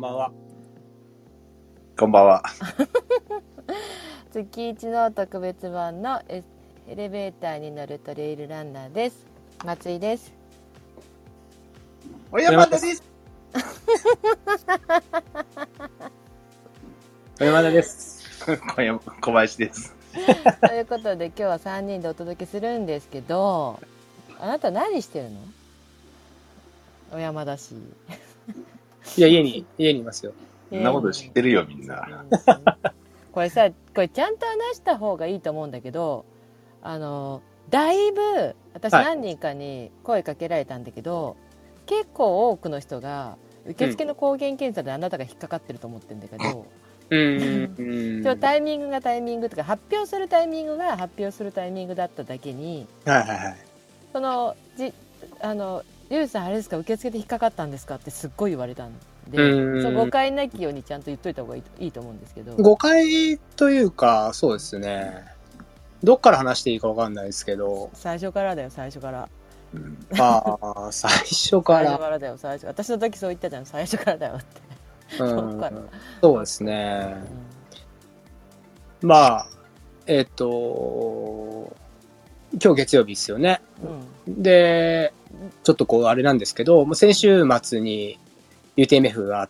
ばんは。 こんばんは。 月一の特別版のエレベーターに乗るトレイルランナーです。松井です。 小山田です。 小山田です。 小林です。 ということで今日は3人でお届けするんですけど、あなた何してるの？小山田氏。 いや、家にいますよ。 そんなこと知ってるよみんな。 これちゃんと話した方がいいと思うんだけど、だいぶ私何人かに声かけられたんだけど、結構多くの人が受付の抗原検査であなたが引っかかってると思ってるんだけど、今日タイミングとか発表するタイミングが発表するタイミングだっただけに、そのリュウさんあれですか、受付で引っかかったんですかってすっごい言われたんで、そう誤解なきようにちゃんと言っといた方がいいと思うんですけど。 誤解というか、そうですね。どっから話していいかわかんないですけど。 最初からだよ、最初から。 ああ、最初から。 最初からだよ、最初。私の時そう言ったじゃん、最初からだよって。 そうですね。まあ、今日月曜日ですよね。で、ちょっとこうあれなんですけど、もう先週末に UTMF があって、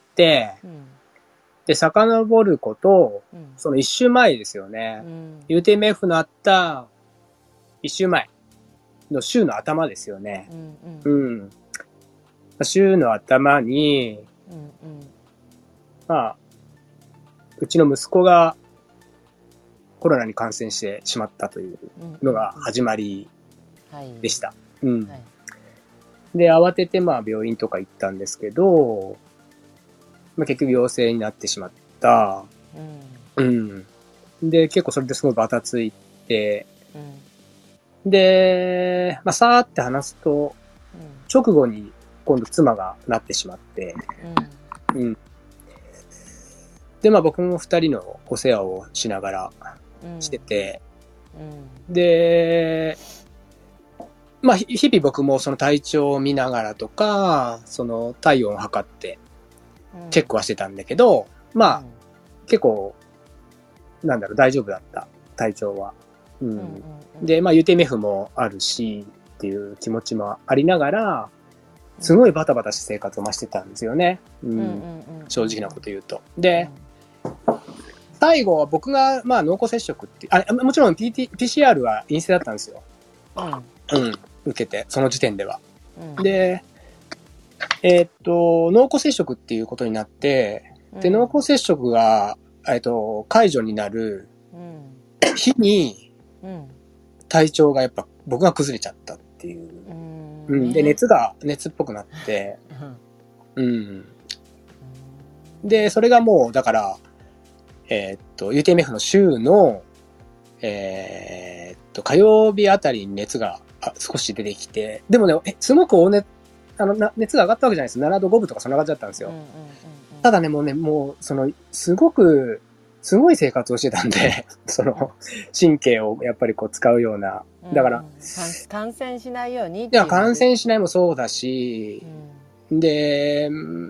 で、遡ること、その一週前ですよね。UTMF のあった一週前の週の頭ですよね。週の頭に、まあ、うちの息子がコロナに感染してしまったというのが始まりでした。で、慌ててまあ病院とか行ったんですけど、まあ、結局陽性になってしまった。で、結構それですごいバタついて、で、まあ、さーって話すと、直後に今度妻がなってしまって、で、まあ僕も2人のお世話をしながらしてて、で、まあ日々僕もその体調を見ながらとか、その体温を測ってチェックはしてたんだけど、まあ結構、大丈夫だった、体調は。で、まあ UTMF もあるしっていう気持ちもありながら、すごいバタバタした生活をしてたんですよね。正直なこと言うと。で、最後は僕が、まあ、濃厚接触って、もちろん、PCR は陰性だったんですよ。受けて、その時点では。で、濃厚接触っていうことになって、で、濃厚接触が、解除になる日に、体調がやっぱ僕が崩れちゃったっていう。で、熱っぽくなって、で、それがもう、だから、UTMF の週の、火曜日あたりに熱が少し出てきて、でもね、すごく熱が上がったわけじゃないです。7度5分とかそんな感じだったんですよ。ただね、もう、すごい生活をしてたんで、神経をやっぱりこう使うような、だから、 感染しないようにいや、感染しないもそうだし、で、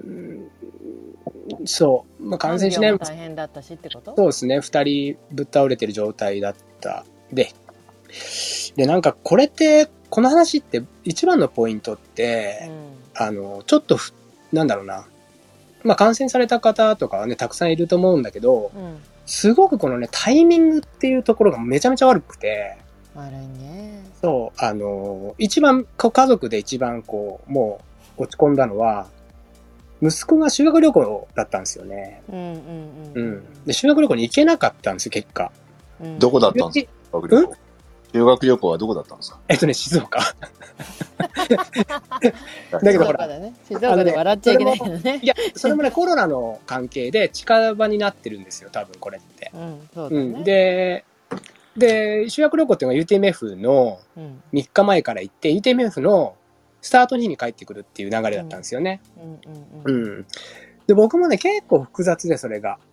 そう、まあ、感染しないも大変だったしってこと？ そうですね、2人ぶっ倒れてる状態だった。で、なんかこれって、この話って一番のポイントって、ちょっとまあ感染された方とかはね、たくさんいると思うんだけど、すごくこのね、タイミングっていうところがめちゃめちゃ悪くて、 悪いね。そう、 一番、家族で一番こう、もう落ち込んだのは、息子が修学旅行だったんですよね。で、修学旅行に行けなかったんですよ、結果。 どこだったんですか？修学旅行はどこだったんですか？ 静岡。 だけどほら、静岡で笑っちゃいけないけどね。 いや、それもね、コロナの関係で近場になってるんですよ、多分これって。 そうだね。 で、修学旅行っていうのは UTMF の3日前から行って、UTMF のスタートの日に帰ってくるっていう流れだったんですよね。で、僕もね、結構複雑で、それが。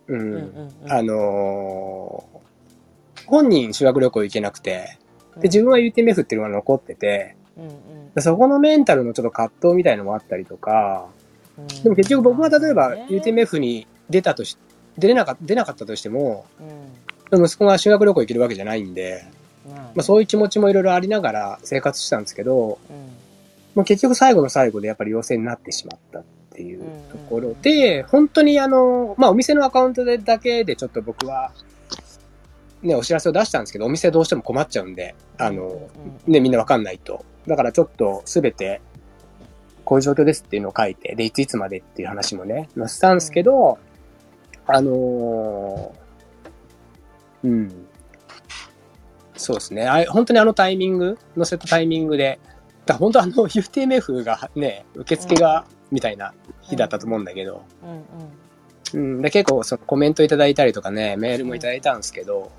本人修学旅行行けなくて、で、自分は UTMF っていうのが残ってて、そこのメンタルのちょっと葛藤みたいのもあったりとか、 でも結局僕が例えば UTMF に出れなかったとしても、息子が修学旅行行けるわけじゃないんで、そういう気持ちもいろいろありながら生活したんですけど、もう結局最後の最後でやっぱり陽性になってしまったっていうところで、本当にお店のアカウントだけでちょっと僕は、ね、お知らせを出したんですけど、お店どうしても困っちゃうんで、みんなわかんないと。だからちょっとすべて、こういう状況ですっていうのを書いて、で、いつまでっていう話もね、載せたんですけど、そうですね。本当にタイミング、載せたタイミングで、だ本当UTMF がね、受付が、みたいな日だったと思うんだけど、で結構コメントいただいたりとかね、メールもいただいたんですけど、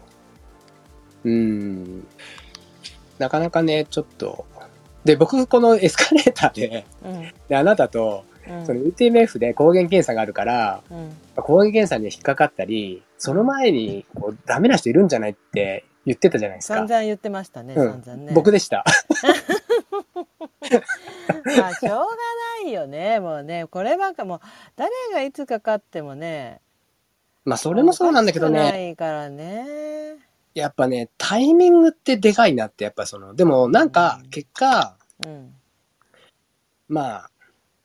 なかなかね、ちょっと、で、僕このエスカレーターで、あなたと、その UTMF で抗原検査があるから、抗原検査に引っかかったり、その前にダメな人いるんじゃないって言ってたじゃないですか。 散々言ってましたね、散々ね。 僕でした。 まあしょうがないよね、もうね。こればっかもう誰がいつかかってもね。 まあそれもそうなんだけどね。 ないからね。 やっぱね、タイミングってでかいなって、やっぱでもなんか結果、まあ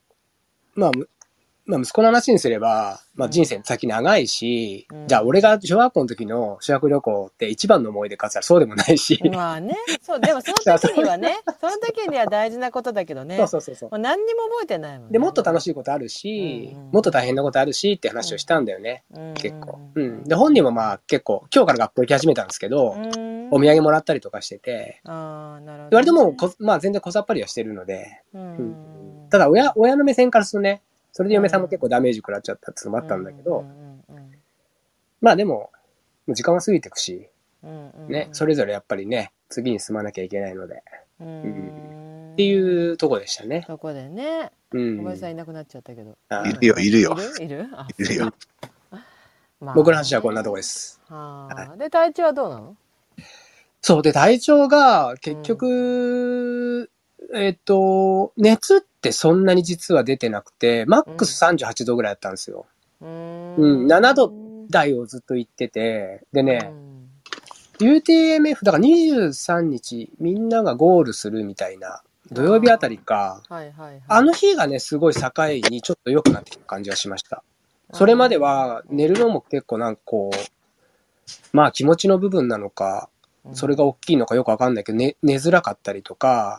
息子の話にすれば、人生先長いし、じゃあ俺が小学校の時の修学旅行って一番の思い出かつらそうでもないし。 まあね。そう、でもその時にはね、その時には大事なことだけどね。 そう。 もう何にも覚えてないもんね。 で、もっと楽しいことあるし、もっと大変なことあるしって話をしたんだよね。結構。で、本人も結構、今日から学校行き始めたんですけど、お土産もらったりとかしてて、割ともう、全然小さっぱりはしてるので、ただ親の目線からするとね、それで嫁さんも結構ダメージ食らっちゃったっていうのもあったんだけど、でも、時間は過ぎていくし、ね、それぞれやっぱりね、次に進まなきゃいけないので、っていうとこでしたね。 そこでね、小林さんいなくなっちゃったけど。 いるよ。 いるよ。 僕の話はこんなとこです。 で、体調はどうなの？ そう、で、体調が結局、熱ってそんなに実は出てなくて、マックス38度ぐらいだったんですよ。7度台をずっと言ってて、でね、UTMF、だから23日みんながゴールするみたいな、土曜日あたりか、あの日がね、すごい境にちょっと良くなってきた感じがしました。それまでは寝るのも結構気持ちの部分なのか、それが大きいのかよくわかんないけど、寝づらかったりとか、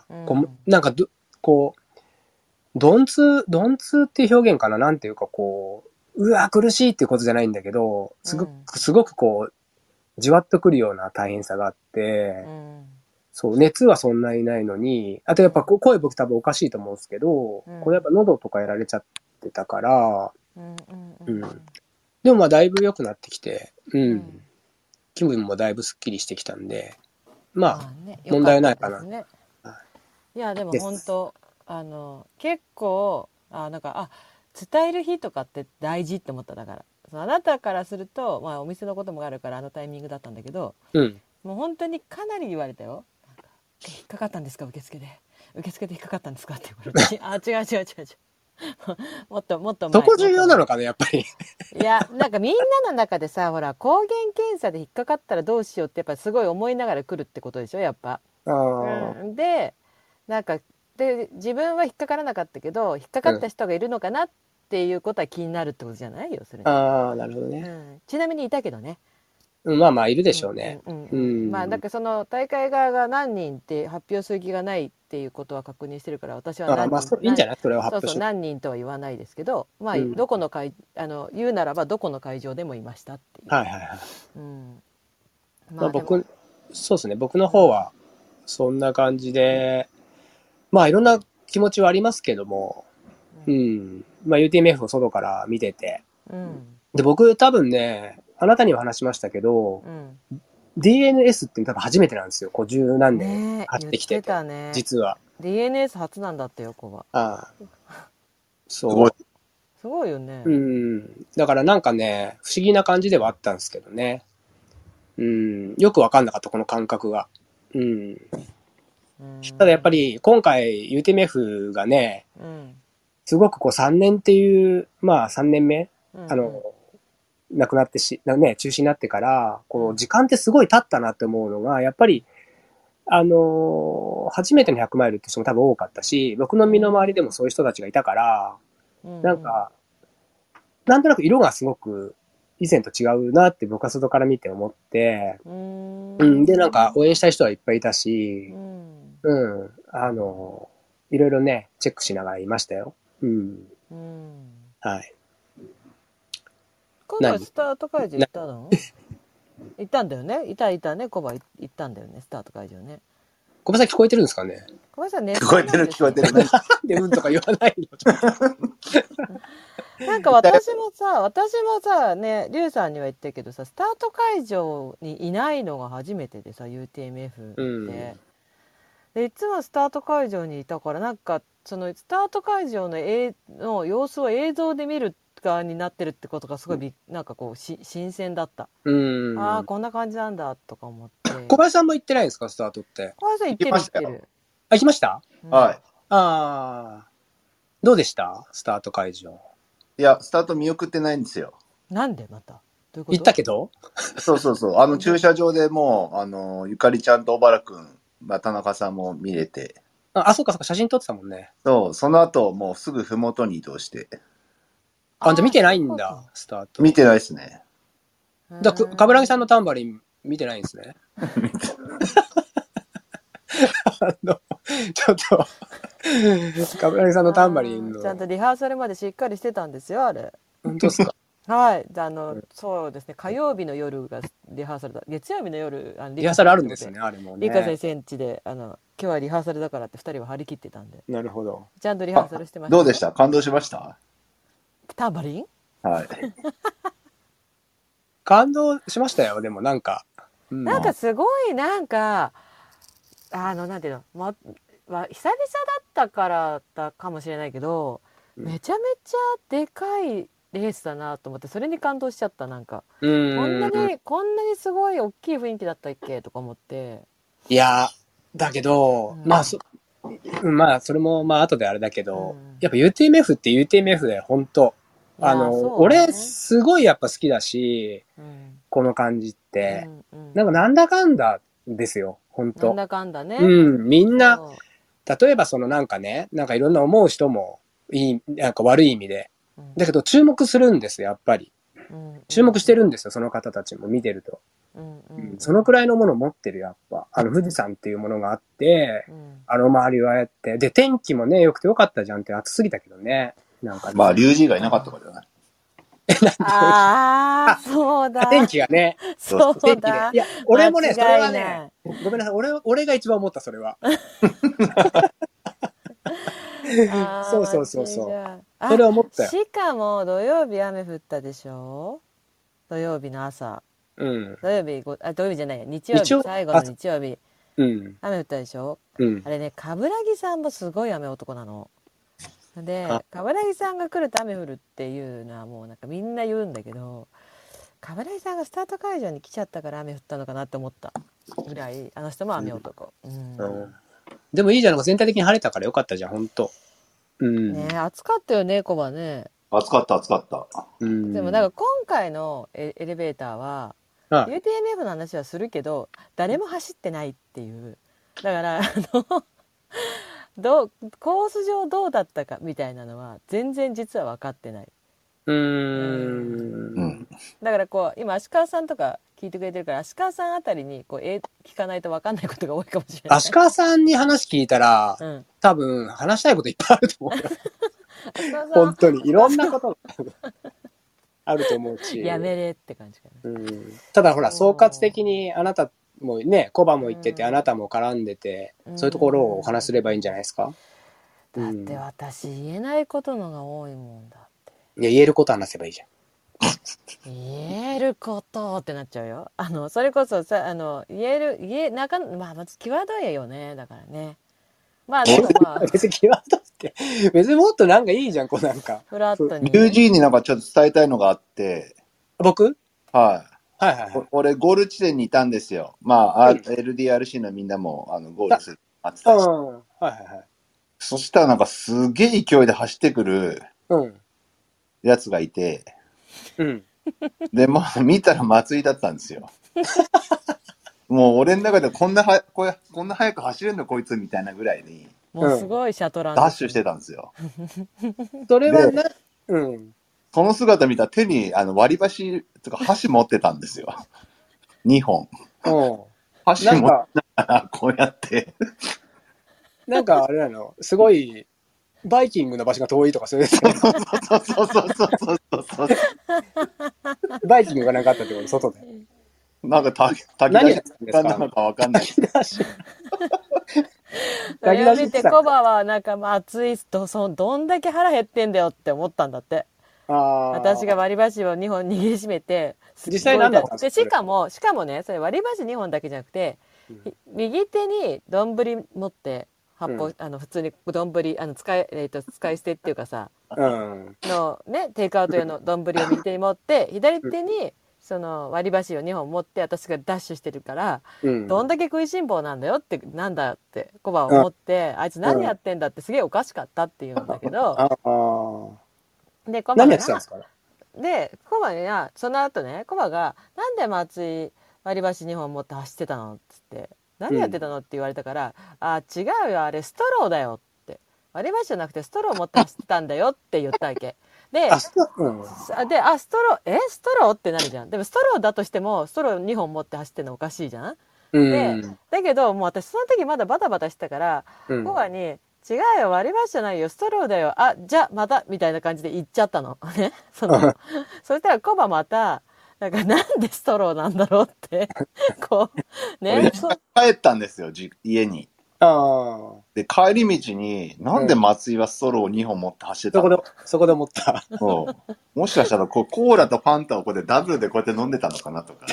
鈍痛っていう表現かな、なんていうかうわ、苦しいっていうことじゃないんだけど、すごくじわっとくるような大変さがあって、そう、熱はそんなにないのに、あとやっぱ声僕多分おかしいと思うんですけど、これやっぱ喉とかやられちゃってたから、でもだいぶ良くなってきて、気分もだいぶスッキリしてきたんで、問題ないかな。 いや、でも本当、結構、伝える日とかって大事って思った。だから、あなたからすると、お店のこともあるからあのタイミングだったんだけど、もう本当にかなり言われたよ。引っかかったんですか、受付で引っかかったんですかって言われて、違う。もっと前。 そこ重要なのかね、やっぱり。 いや、みんなの中でさ、ほら、抗原検査で引っかかったらどうしようってやっぱすごい思いながら来るってことでしょ、やっぱ。で、自分は引っかからなかったけど、引っかかった人がいるのかなっていうことは気になるってことじゃないよ、それ。 なるほどね。 ちなみにいたけどね。 いるでしょうね。 その大会側が何人って発表する気がないっていうことは確認してるから、私は何人、 いいんじゃない？それは発表して。 何人とは言わないですけど、どこの言うならばどこの会場でもいましたっていう。 僕、そうですね。僕の方はそんな感じで、いろんな気持ちはありますけども、UTMF を外から見てて、で、僕多分ね、あなたには話しましたけど、DNS って多分初めてなんですよ。十何年走ってきてて、実は。 DNS 初なんだってよ、こは。そう。 すごいよね。 だから不思議な感じではあったんですけどね。よくわかんなかった、この感覚が。ただやっぱり今回 UTMF がね、 すごくこう3年っていう、まあ3年目、 うん亡くなってね、中止になってから、こう、時間ってすごい経ったなって思うのが、やっぱり、初めての100マイルって人も多分多かったし、僕の身の回りでもそういう人たちがいたから、なんか、なんとなく色がすごく以前と違うなって僕は外から見て思って、で、なんか応援したい人はいっぱいいたし、いろいろね、チェックしながらいましたよ。はい。 今度はスタート会場行ったの？行ったんだよね。いたね。コバ行ったんだよね。スタート会場ね。 小林さん聞こえてるんですかね？ 小林さんね。 聞こえてる。 なんでうんとか言わないの？なんか私もさ、ね、リュウさんには言ったけどさ、スタート会場にいないのが初めてでさ、UTMF って。でいつもスタート会場にいたから、なんかそのスタート会場の様子を映像で見る側になってるってことがすごいなんかこう新鮮だった。ああ、こんな感じなんだとか思って。 小林さんも行ってないんですか、スタートって？ 小林さん行ってる。 あ、行きました？ はい。 ああ、どうでしたスタート会場？ いや、スタート見送ってないんですよ。 なんでまた？どういうこと？ 行ったけど？ そう。駐車場でもう、ゆかりちゃんと小原くん、田中さんも見れて。 そうか、写真撮ってたもんね。 そう、その後、もうすぐふもとに移動して。 じゃあ見てないんだ、スタート。 見てないですね。 冠城さんのタンバリン見てないんですね。ちょっと、冠城さんのタンバリンの。 ちゃんとリハーサルまでしっかりしてたんですよ、あれ。 本当ですか？ はい。そうですね、火曜日の夜がリハーサルだ。月曜日の夜、 リハーサルあるんですね、あれもね。 理科先生ん家で、今日はリハーサルだからって2人は張り切ってたんで。 なるほど。 ちゃんとリハーサルしてました。 どうでした？感動しました？ タンバリン？ はい。 感動しましたよ、でもなんか。 なんかすごい、なんか、なんていうの、久々だったからだかもしれないけど、めちゃめちゃでかいレースだなと思って、それに感動しちゃった。なんかこんなにすごい大きい雰囲気だったっけとか思って。 いやだけど、まあそれもまあ後であれだけど、やっぱ UTMF って UTMF で本当俺すごいやっぱ好きだし、この感じって、なんだかんだですよ、本当。 なんだかんだね。 みんな、例えばなんかね、なんかいろんな思う人もなんか悪い意味で。だけど注目するんですよ、やっぱり。注目してるんですよ、その方たちも見てると。そのくらいのものを持ってる、やっぱ。富士山っていうものがあって、周りはやって。で、天気もね、良くてよかったじゃんって、暑すぎたけどね。なんかね。 まあ、龍神がいなかったからじゃない。 ああ、そうだ。 天気がね。 そう天気で。 だ。 いや、俺もね、それはね、ごめんなさい。俺が一番思った、それは。そう。それ思ったよ。 しかも、土曜日雨降ったでしょ？土曜日の朝。土曜日じゃないや、日曜日、最後の日曜日。雨降ったでしょ？あれね、冠城さんもすごい雨男なの。で、冠城さんが来ると雨降るっていうのはもうなんかみんな言うんだけど、冠城さんがスタート会場に来ちゃったから雨降ったのかなって思ったぐらい、あの人も雨男。 でもいいじゃん、全体的に晴れたからよかったじゃん、ほんと。 ねえ、暑かったよね、コバね。 暑かった。 でもなんか今回のエレベーターは、UTMF の話はするけど、誰も走ってないっていう。だから、コース上どうだったかみたいなのは全然実は分かってない。だからこう今足川さんとか聞いてくれてるから、足川さんあたりにこう聞かないと分かんないことが多いかもしれない。 足川さんに話聞いたら、多分話したいこといっぱいあると思うよ。本当にいろんなことがあると思うし。 やめれって感じかな。 ただほら、総括的にあなたもうね、コバも言ってて、あなたも絡んでて、そういうところをお話すればいいんじゃないですか？ だって私言えないことのが多いもんだって。 いや、言えること話せばいいじゃん。 言えることってなっちゃうよ。それこそさ、まあ、まず際どいよね。だからね。まあでもまあ。 別に際どって、別にもっとなんかいいじゃん、こうなんか。 フラットに。 龍神になんかちょっと伝えたいのがあって。 僕？ はい。俺、ゴール地点にいたんですよ。まあ、LDRC のみんなも、ゴールする。 そしたらなんかすげえ勢いで走ってくるうん。 やつがいて、 うん。 で、まあ見たら松井だったんですよ。もう俺の中でこんな早く走れんのこいつみたいなぐらいにもうすごいシャトランダッシュしてたんですよ。 それはうん。 その姿見たら手に割り箸とか箸持ってたんですよ。2本。 うん。 箸持ってたらこうやって。 なんかあれなの、すごい、バイキングの場所が遠いとかそういうやつ。 そうそうそう。 バイキングがなかったってこと外で。 なんか炊き出しなのかわかんない。 炊き出し。 それを見てコバはなんか熱いとどんだけ腹減ってんだよって思ったんだって。私が割り箸を2本握りしめて実際なんだったんですか。 でしかもね、それ割り箸2本だけじゃなくて、右手に丼持って発泡、普通に丼使い捨てっていうかさ、のねテイクアウト用の丼を右手に持って左手にその割り箸を2本持って私がダッシュしてるから、どんだけ食いしん坊なんだよってなんだってコバは思って、あいつ何やってんだってすげえおかしかったっていうんだけど、でコバがコバがその後ね、コバがなんで松井割り箸2本持って走ってたのっつって何やってたのって言われたから、あ違うよあれストローだよって、割り箸じゃなくてストロー持って走ってたんだよって言ったわけで、ストローってなるじゃん。でもストローだとしてもストロー2本持って走ってるのおかしいじゃん。でだけどもう私その時まだバタバタしてたから、コバに違うよ割り箸じゃないよストローだよ、あじゃまたみたいな感じで言っちゃったのね。そしたらコバまたなんでストローなんだろうってこうね帰ったんですよ家に。で帰り道になんで松井はストローを2本持って走ってたの、 そこで思った。 もしかしたらコーラとファンタをこうでダブルでこうやって飲んでたのかなとか。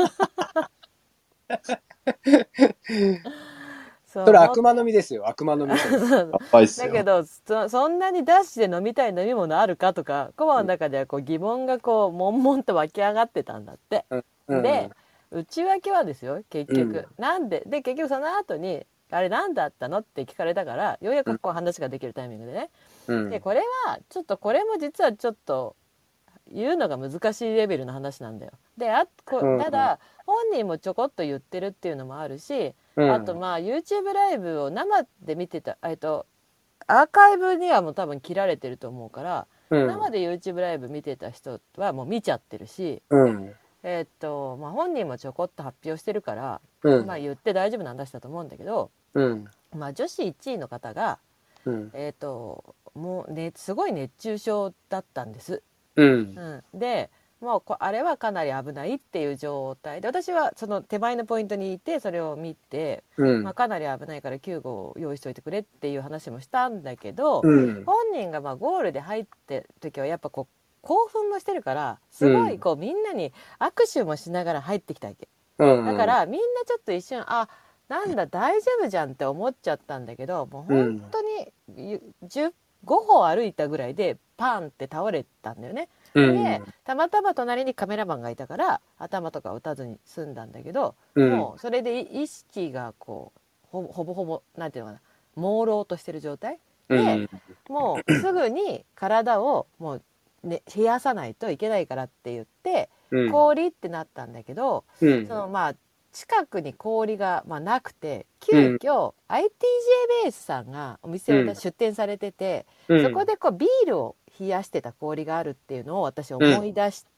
それ悪魔の実ですよ、悪魔の実。 だけどそんなにダッシュで飲みたい飲み物あるかとかコバの中ではこう疑問がこう悶々と湧き上がってたんだって。で内訳はですよ結局、なんで結局その後にあれ何だったのって聞かれたから、ようやくこう話ができるタイミングでね、でこれはちょっとこれも実はちょっと言うのが難しいレベルの話なんだよ。でただ本人もちょこっと言ってるっていうのもあるし、あとまあ YouTube ライブを生で見てたアーカイブにはもう多分切られてると思うから、生で YouTube ライブ見てた人はもう見ちゃってるし、本人もちょこっと発表してるから、言って大丈夫な話だと思うんだけど、女子1位の方が、もうねすごい熱中症だったんです。でもうあれはかなり危ないっていう状態で、私はその手前のポイントにいてそれを見て、かなり危ないから救護を用意しておいてくれっていう話もしたんだけど、本人がゴールで入ってる時はやっぱこう興奮もしてるからすごいこうみんなに握手もしながら入ってきたわけ、だからみんなちょっと一瞬なんだ大丈夫じゃんって思っちゃったんだけど、もう本当に5歩歩いたぐらいでパンって倒れたんだよね。でたまたま隣にカメラマンがいたから頭とか打たずに済んだんだけど、もうそれで意識がこうほぼほぼなんていうのかな、朦朧としてる状態で、もうすぐに体をもう、ね、冷やさないといけないからって言って、氷ってなったんだけど、その近くに氷がなくて、急遽 ITJ ベースさんがお店を出店されてて、そこでこうビールを冷やしてた氷があるっていうのを私思い出して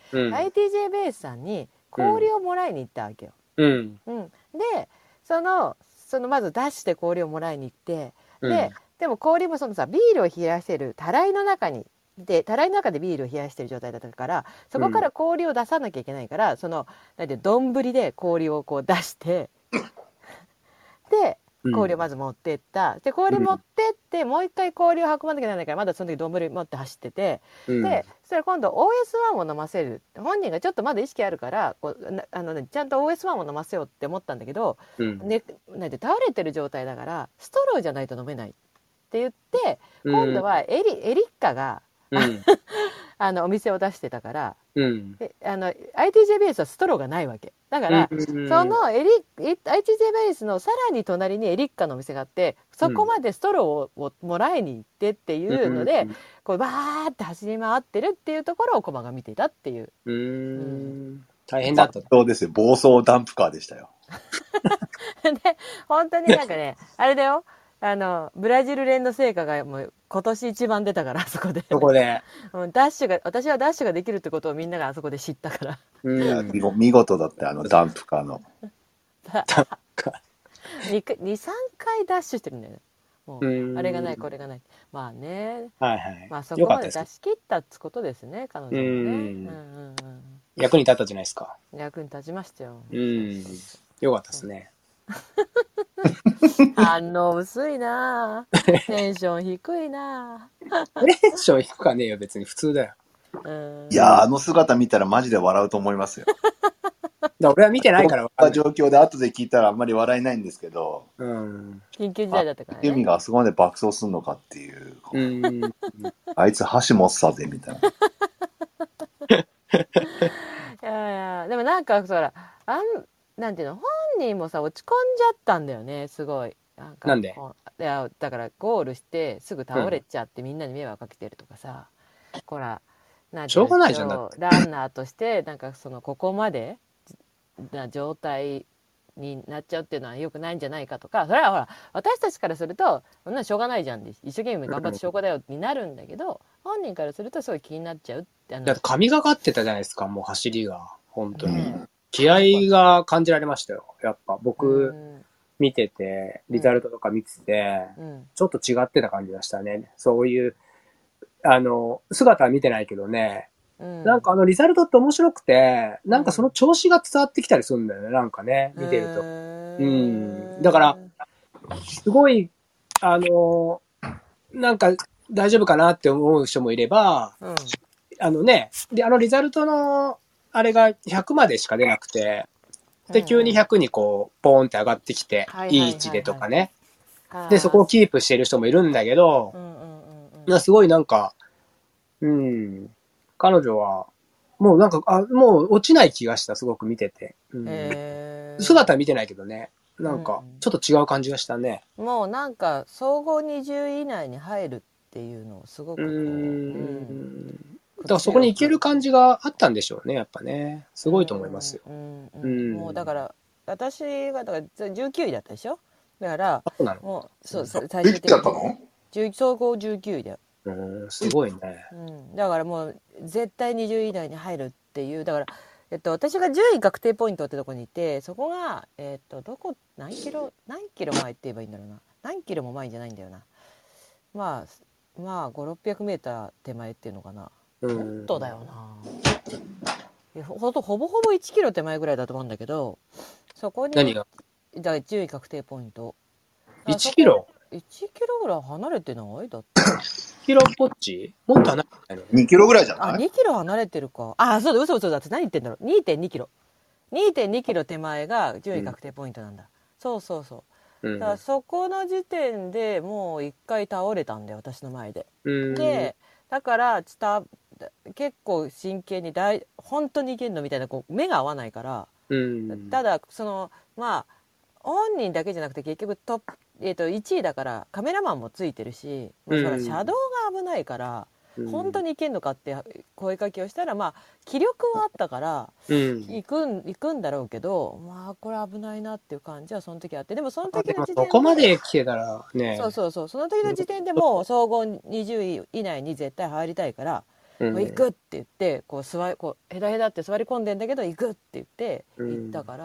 、ITJ ベースさんに氷をもらいに行ったわけよ。でそのまず出して氷をもらいに行って、でも氷もそのさビールを冷やしてるたらいの中でビールを冷やしてる状態だったから、そこから氷を出さなきゃいけないから、その丼で氷をこう出してで氷をまず持ってった。で氷持ってって、もう一回氷を運ばなきゃならないから、まだその時丼持って走ってて、でそしたら今度 OS1 を飲ませる、本人がちょっとまだ意識あるからこうちゃんと OS1 を飲ませようって思ったんだけど、倒れてる状態だからストローじゃないと飲めないって言って、今度はエリッカがお店を出してたから、 うん。 ITJ ベースはストローがないわけだから、そのITJ ベースのさらに隣にエリッカのお店があって、そこまでストローをもらいに行ってっていうので、こうバーって走り回ってるっていうところをコバが見ていたっていう。 大変だった。 そうですよ。暴走ダンプカーでしたよ。 で本当になんかねあれだよ、ブラジル連の成果がもう今年一番出たから、そこで。 そこで。 私はダッシュができるってことをみんながあそこで知ったから。 いや見事だって、ダンプカーの。 2、3回ダッシュしてるんだよね。もうあれがないこれがない。まあね。 はいはい。 まあそこまで出し切ったってことですね、彼女もね。 役に立ったじゃないですか。 役に立ちましたよ。 よかったですね。 反応薄いなテンション低いなテンション低くはねえよ、別に普通だよ。 いや姿見たらマジで笑うと思いますよ。 俺は見てないから分かんない。 状況で後で聞いたらあんまり笑えないんですけど、 緊急事態だったからね。 ユミがあそこまで爆走するのかっていう、あいつ箸持つたぜみたいな。 いやでもなんかそらなんていうの、本人もさ落ち込んじゃったんだよね、すごい。 なんで？ いやだからゴールしてすぐ倒れちゃってみんなに迷惑かけてるとかさ、ほらしょうがないじゃんだって。 ランナーとしてなんかここまでな状態になっちゃうっていうのは良くないんじゃないかとか、それはほら私たちからするとそんなのしょうがないじゃんで、一生懸命頑張って証拠だよになるんだけど、本人からするとすごい気になっちゃうって。 だって神がかってたじゃないですか、もう走りが本当に、気合が感じられましたよ。やっぱ僕見ててリザルトとか見てて、ちょっと違ってた感じがしたね。そういう姿は見てないけどね。なんかリザルトって面白くて、なんかその調子が伝わってきたりするんだよね、なんかね、見てると。だから、すごい、なんか大丈夫かなって思う人もいれば、で、リザルトの、あれが100までしか出なくて、で、急に100にこう、ポーンって上がってきて、いい位置でとかね。で、そこをキープしている人もいるんだけど、すごいなんか、彼女は、もうなんか、もう落ちない気がした、すごく見てて。姿は見てないけどね。なんか、ちょっと違う感じがしたね。 もうなんか、総合20位以内に入るっていうのをすごくだからそこに行ける感じがあったんでしょうね、やっぱね。すごいと思いますよ。 もうだから、私がだから19位だったでしょ。だから、もう、そう、最終的に。総合19位だよ。 すごいね。 だからもう絶対20位以内に入るっていう。だから、私が10位確定ポイントってとこにいて、そこが何キロ前って言えばいいんだろうな。何キロも前じゃないんだよな。まあ500-600メーター手前っていうのかな。もっとだよな。ほぼほぼ1キロ手前ぐらいだと思うんだけど、そこに何が？ だから10位確定ポイント。 1キロ 1キロぐらい離れてないだって。 1キロポッチもっと離れてないの ？2キロぐらいじゃない？ 2キロ離れてるか。そうだ、嘘だって何言ってんだろう。2.2 キロ。2.2 キロ手前が10位確定ポイントなんだ。そうそうそう。だからそこの時点でもう1回倒れたんだよ、私の前で。で、だから結構真剣に本当にいけんのみたいな目が合わないから。ただ本人だけじゃなくて結局1位だからカメラマンもついてるし、もうそら車道が危ないから、本当に行けんのかって声かけをしたら、気力はあったから、行くんだろうけど、これ危ないなっていう感じはその時あって、でもその時の時点でここまで来てたらね、 その時の時点でもう総合20位以内に絶対入りたいから、もう行くって言ってヘダヘダって座り込んでんだけど行くって言って行ったから、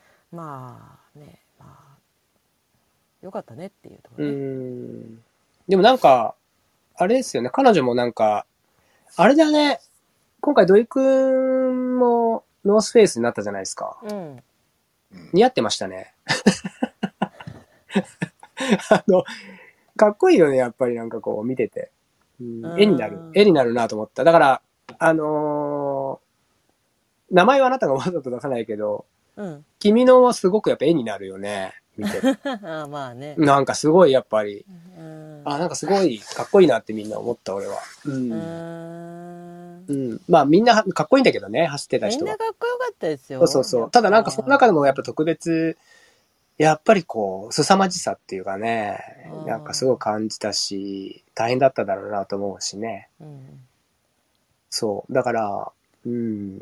よかったねっていうところね。 でもなんかあれですよね、彼女もなんかあれだね、今回土井くんもノースフェイスになったじゃないですか。似合ってましたね。かっこいいよね、やっぱりなんかこう見てて。絵になるなと思った。だから、名前はあなたがわざと出さないけど、君のはすごくやっぱ絵になるよね、見て。 まあね。 なんかすごいやっぱり、なんかすごいかっこいいなってみんな思った、俺は。 うん。まあみんなかっこいいんだけどね、走ってたみん人は。 なかっこよかったですよ。 そうそうそう。ただなんかその中でもやっぱ特別、やっぱりこう、凄まじさっていうかね、なんかすごい感じたし、大変だっただろうなと思うしね。 うん、 そう。だから、うん。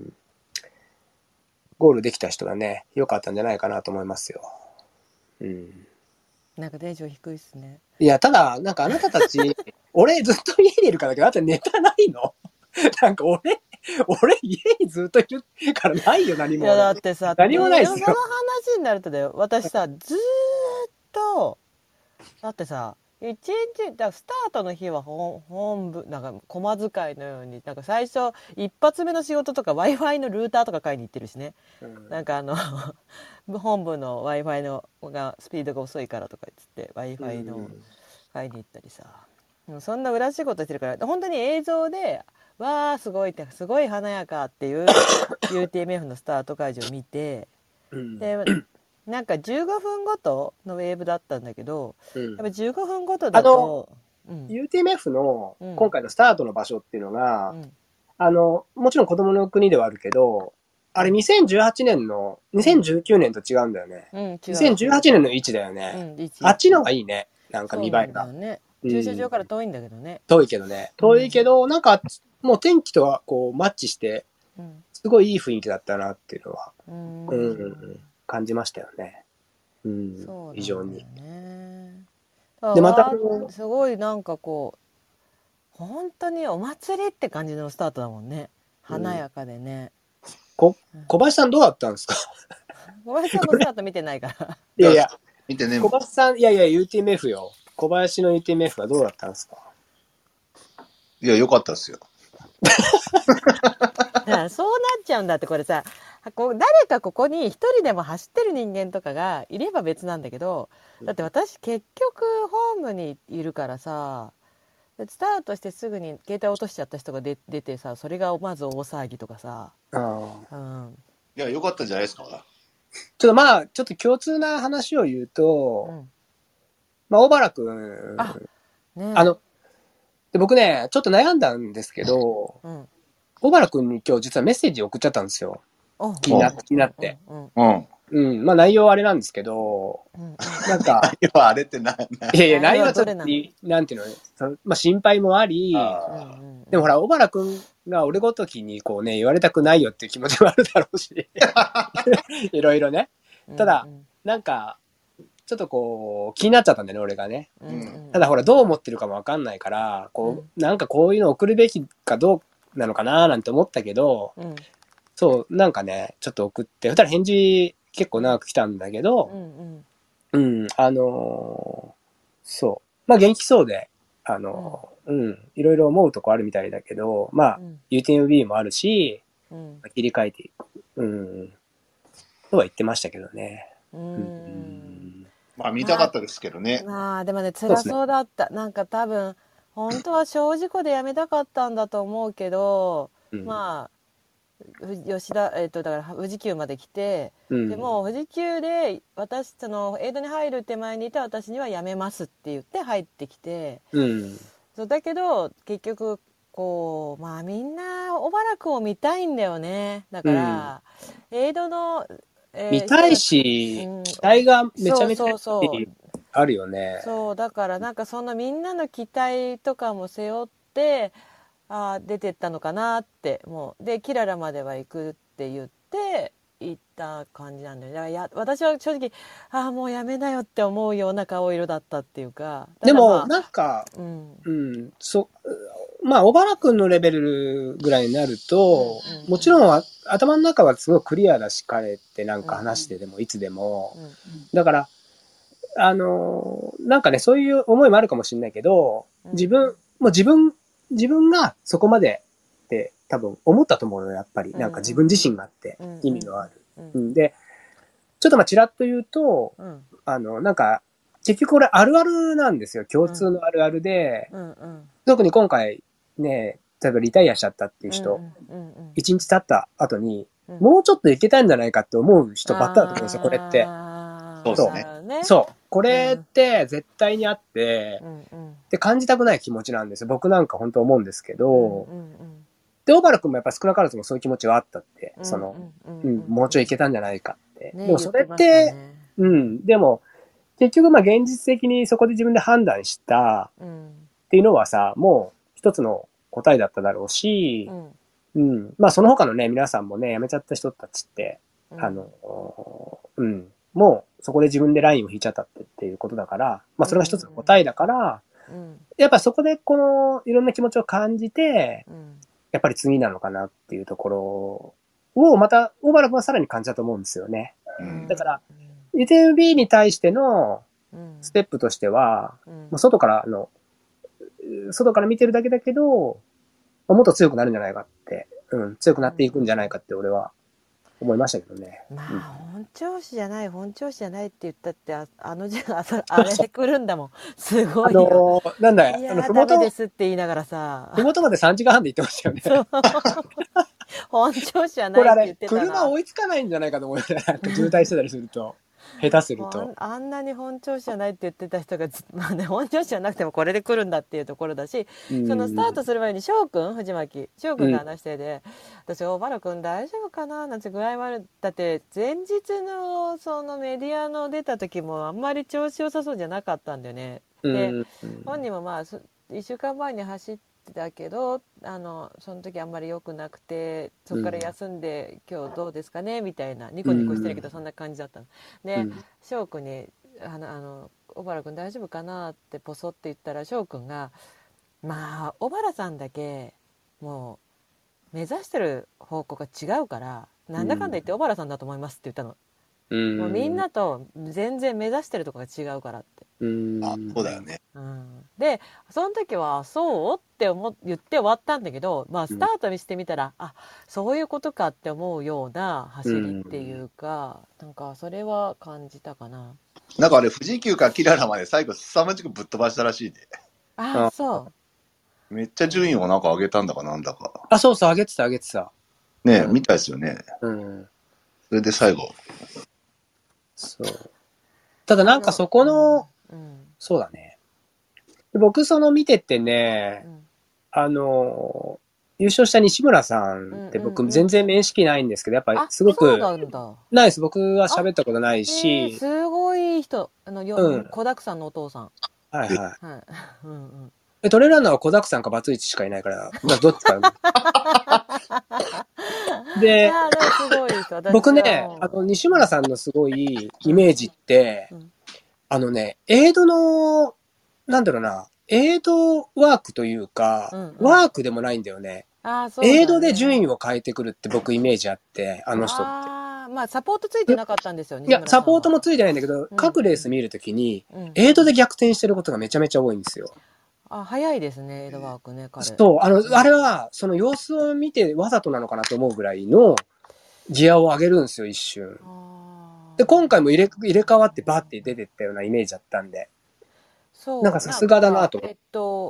ゴールできた人はね、良かったんじゃないかなと思いますよ。うん。 なんかテンション低いっすね。 いや、ただ、なんかあなたたち、俺ずっと家にいるからだけど、あなたネタないのなんか俺家にずっといるからないよ、何も。 いやだってさ、 何もないですよ。 その話になるとだよ、私さ、ずーっと、だってさ、一日だスタートの日は本部なんか駒使いのようになんか最初一発目の仕事とか w i f i のルーターとか買いに行ってるしね、なんか本部の w i f i のがスピードが遅いからとか言って w i f i の買いに行ったりさ、そんな裏仕事してるから本当に映像でわーすごいってすごい華やかっていう UTMF のスタート会場を見て、でなんか15分ごとのウェーブだったんだけど、やっぱ15分ごとだと、 UTMF の今回のスタートの場所っていうのが、もちろん子供の国ではあるけど、あれ2018年の、2019年と違うんだよね。2018年の位置だよね。あっちの方がいいね。なんか見栄えが。 駐車場から遠いんだけどね。 遠いけどね。遠いけど、なんかもう天気とはこうマッチして、すごいいい雰囲気だったなっていうのは。感じましたよね。うん。非常に。 で、また、すごいなんかこう、本当にお祭りって感じのスタートだもんね。華やかでね。 小林さんどうだったんですか？ 小林さんのスタート見てないから。 いやいや、 見てね。 小林さん、いやいや、UTMF よ。小林の UTMF はどうだったんですか？ いや、良かったですよ。 だからそうなっちゃうんだって、これさ。誰かここに一人でも走ってる人間とかがいれば別なんだけど、だって私結局ホームにいるからさ、スタートしてすぐに携帯落としちゃった人が出てさ、それがまず大騒ぎとかさ。 いや、良かったんじゃないですか。 ちょっと共通な話を言うと、小原くん、で僕ね、ちょっと悩んだんですけど、小原くんに今日実はメッセージ送っちゃったんですよ。気になって。まあ内容はあれなんですけど、なんか。 内容はあれっていやいや、内容はちょっと、なんていうの、まあ心配もあり、でもほら、小原くんが俺ごときにこうね、言われたくないよっていう気持ちもあるだろうし、いろいろね。ただ、なんか、ちょっとこう、気になっちゃったんだよね、俺がね。ただほら、どう思ってるかもわかんないから、こう、なんかこういうの送るべきかどうなのかななんて思ったけど、そう、なんかね、ちょっと送って、二人返事結構長く来たんだけど、そう。まあ元気そうで、いろいろ思うとこあるみたいだけど、まあ、UTMB もあるし、切り替えていく。とは言ってましたけどね。 まあ見たかったですけどね。 まあでもね、辛そうだった。なんか多分、本当は小事故でやめたかったんだと思うけど、まあ、吉田、だから富士急まで来て、でも富士急でそのエイドに入る手前にいた私にはやめますって言って入ってきて、そうだけど結局こうまあみんな小原君を見たいんだよね。だから、エイドの、 見たいし、期待がめちゃめちゃあるよね。 そうだからなんかそのみんなの期待とかも背負って出てったのかなって、もうでキララまでは行くって言って行った感じなんだよね。だから私は正直もうやめなよって思うような顔色だったっていうか。 でもなんかまあ小原くんのレベルぐらいになると、もちろん頭の中はすごいクリアだし、彼ってなんか話してでもいつでも、だからなんかね、そういう思いもあるかもしれないけど、自分がそこまでって多分思ったと思うのよ、やっぱり。なんか自分自身があって意味のある。で、ちょっとまあちらっと言うと、なんか、結局これあるあるなんですよ。共通のあるあるで、特に今回ね、例えばリタイアしちゃったっていう人、一日経った後に、もうちょっといけたんじゃないかって思う人ばっかだと思うんですよ、これって。 そうですね。 そう。これって絶対にあって、で感じたくない気持ちなんですよ。僕なんか本当思うんですけど、 で、小原くんもやっぱ少なからずもそういう気持ちはあったって、 うんその、 うんもうちょいいけたんじゃないかって。 ね、 でもそれっ言て、 ましたねでも、結局まあ現実的にそこで自分で判断したっていうのはさ、もう一つの答えだっただろうし、まあその他のね、皆さんもね、辞めちゃった人たちって、もうそこで自分でラインを引いちゃったっていうことだから、まあそれが一つの答えだから、やっぱそこでこのいろんな気持ちを感じて、やっぱり次なのかなっていうところをまた小原君はさらに感じたと思うんですよね。だから、UTMB に対してのステップとしては、外から見てるだけだけど、もっと強くなるんじゃないかって、強くなっていくんじゃないかって俺は思いましたけどね。 まあ、本調子じゃないって言ったって、あれで来るんだもん。すごいよ。 なんだよ、 いやー、ダメですって言いながらさ。 ふもとまで3時間半で行ってましたよね。 そう。本調子じゃないって言ってたな。 車追いつかないんじゃないかと思うよね。渋滞してたりすると。下手するとあんなに本調子じゃないって言ってた人が、まあね、本調子じゃなくてもこれで来るんだっていうところだし、そのスタートする前に翔くんが話してで、私小原くん大丈夫かななんて具合悪い。だって前日のそのメディアの出た時もあんまり調子良さそうじゃなかったんだよね。で、本人もまあ1週間前に走ってだけどその時あんまり良くなくて、そこから休んで、今日どうですかねみたいなニコニコしてるけど、そんな感じだったので、翔くんに小原くん大丈夫かなってポソって言ったら、翔くんがまあ小原さんだけもう目指してる方向が違うから、なんだかんだ言って小原さんだと思いますって言ったの。もうみんなと全然目指してるとこが違うからって。 そうだよね。 でその時はそうって言って終わったんだけど、まあスタートにしてみたら、そういうことかって思うような走りっていうか、なんかそれは感じたかな。 なんかあれ富士急からキララまで最後凄まじくぶっ飛ばしたらしいで。 そうめっちゃ順位をなんか上げたんだかなんだか。 そう上げてたね、みたいですよね。それで最後。 そう。ただなんかそこの、そうだね。僕見ててね、優勝した西村さんって僕全然面識ないんですけど、やっぱりすごく、ないです。僕は喋ったことないし。 すごいいい人。子だくさんのお父さん。 はいはい。トレーランナーは子だくさんかバツイチしかいないから、どっちか。で、僕ね、西村さんのすごいイメージって、エイドの、なんだろうな、エイドワークというか、ワークでもないんだよね。エイドで順位を変えてくるって僕イメージあって、あの人って。 まあサポートついてなかったんですよね。 いや、サポートもついてないんだけど、各レース見るときに、エイドで逆転してることがめちゃめちゃ多いんですよ。 早いですね、エイドワークね、彼。 そう、あれは、その様子を見てわざとなのかなと思うぐらいのギアを上げるんですよ、一瞬。で、今回も入れ替わってバーって出てったようなイメージだったんで。なんかさすがだなと思って。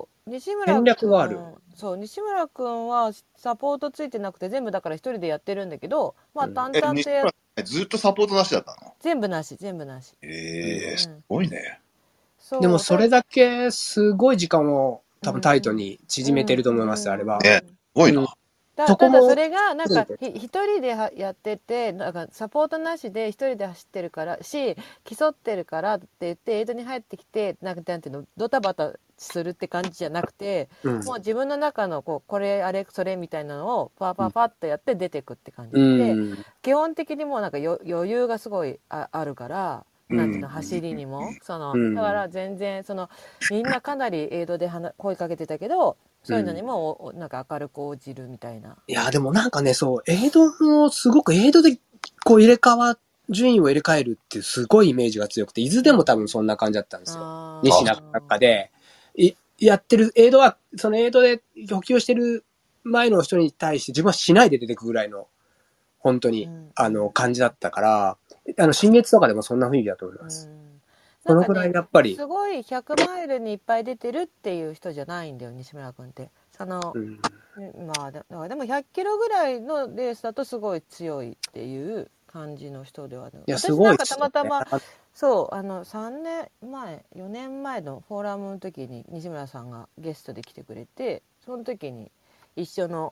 西村戦略がある。 そう、西村くんはサポートついてなくて全部だから一人でやってるんだけど、まあ淡々とやってずっとサポートなしだったの？ 全部なし。 すごいね。 でもそれだけすごい時間を多分タイトに縮めてると思います、あれは。 すごいな。 ただそれがなんか一人でやってて、なんかサポートなしで一人で走ってるから競ってるからって言ってエイドに入ってきて、なんていうの、ドタバタするって感じじゃなくて、もう自分の中のこれあれそれみたいなのをパーッとやって出てくって感じで、基本的にもうなんか余裕がすごいあるから、なんていうの、走りにもだから全然みんなかなりエイドで声かけてたけど、そういうのにもなんか明るく応じるみたいな。 いや、でもなんかね、そう、エイドもすごくエイドでこう順位を入れ替えるっていうすごいイメージが強くて、伊豆でも多分そんな感じだったんですよ。西中で。やってる、エイドは、そのエイドで補給をしてる前の人に対して自分はしないで出てくぐらいの、本当に、感じだったから、新月とかでもそんな雰囲気だと思います。そのくらいやっぱり、 すごい100マイルにいっぱい出てるっていう人じゃないんだよ、西村君って。まあでも100キロぐらいのレースだとすごい強いっていう感じの人ではある。 いや、すごい私なんかたまたまそう3年前4年前のフォーラムの時に西村さんがゲストで来てくれて、その時に一緒の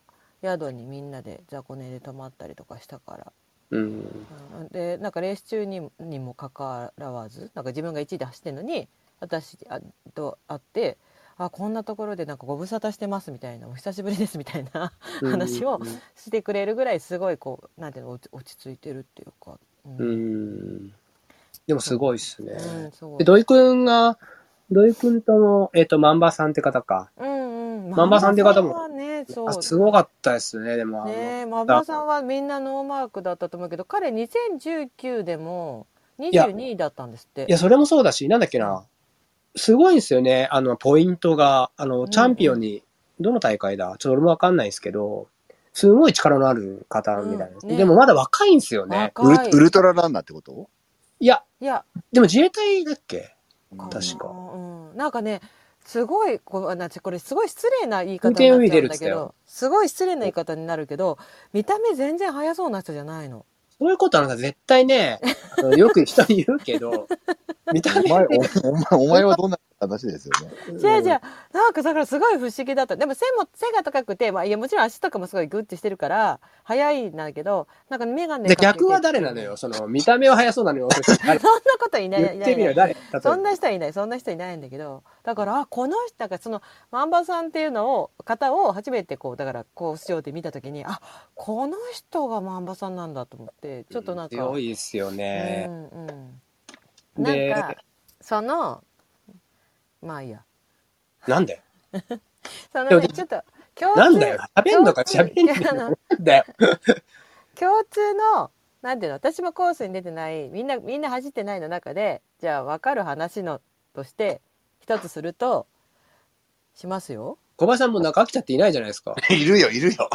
宿にみんなで雑魚寝で泊まったりとかしたから、 うん。 でなんかレース中にもかかわらずなんか自分が1位で走ってるのに私と会って、こんなところでなんかご無沙汰してますみたいな、お久しぶりですみたいな話をしてくれるぐらいすごいこうなんていうの落ち着いてるっていうか、 でもすごいっすね。 そうで土井くんとも万場さんって方か。万場さんって方も、 ね、そうすごかったですね。でもね、万場さんはみんなノーマークだったと思うけど、彼2019でも22位だったんですって。 いやそれもそうだし、なんだっけな。すごいんですよね。ポイントが、チャンピオンに、どの大会だちょっと俺もわかんないですけど、すごい力のある方みたいです。でもまだ若いんですよね。 ウルトラランナーってこと？ いや、でも自衛隊だっけ確か。 なんかね、すごい、これすごい失礼な言い方になっちゃうんだけど、すごい失礼な言い方になるけど、見た目全然速そうな人じゃないの。 そういうことなんか絶対ね、よく人に言うけど、見た目お前はどんな話ですよね。 じゃあなんかだからすごい不思議だった。でも背が高くて、いやもちろん足とかもすごいグッてしてるから速いんだけど、なんか眼鏡かけて。 逆は誰なのよ。見た目は速そうなのよ。 そんなこといない。 言ってみろ誰？ そんな人はいない。そんな人いないんだけど、だからこの人が万場さんっていう方を初めてだからコース上で見たときに、この人が万場さんなんだと思って、ちょっとなんか強いですよね。 なんかまあいいや。 なんで？ ね、ちょっとなんだよ。喋んのか喋んのだよ。 共通のなんていうの、私もコースに出てないみんな走ってないの中で、じゃあ分かる話のとして一つするとしますよ。 小林さんも中飽きちゃっていないじゃないですか。 いるよ。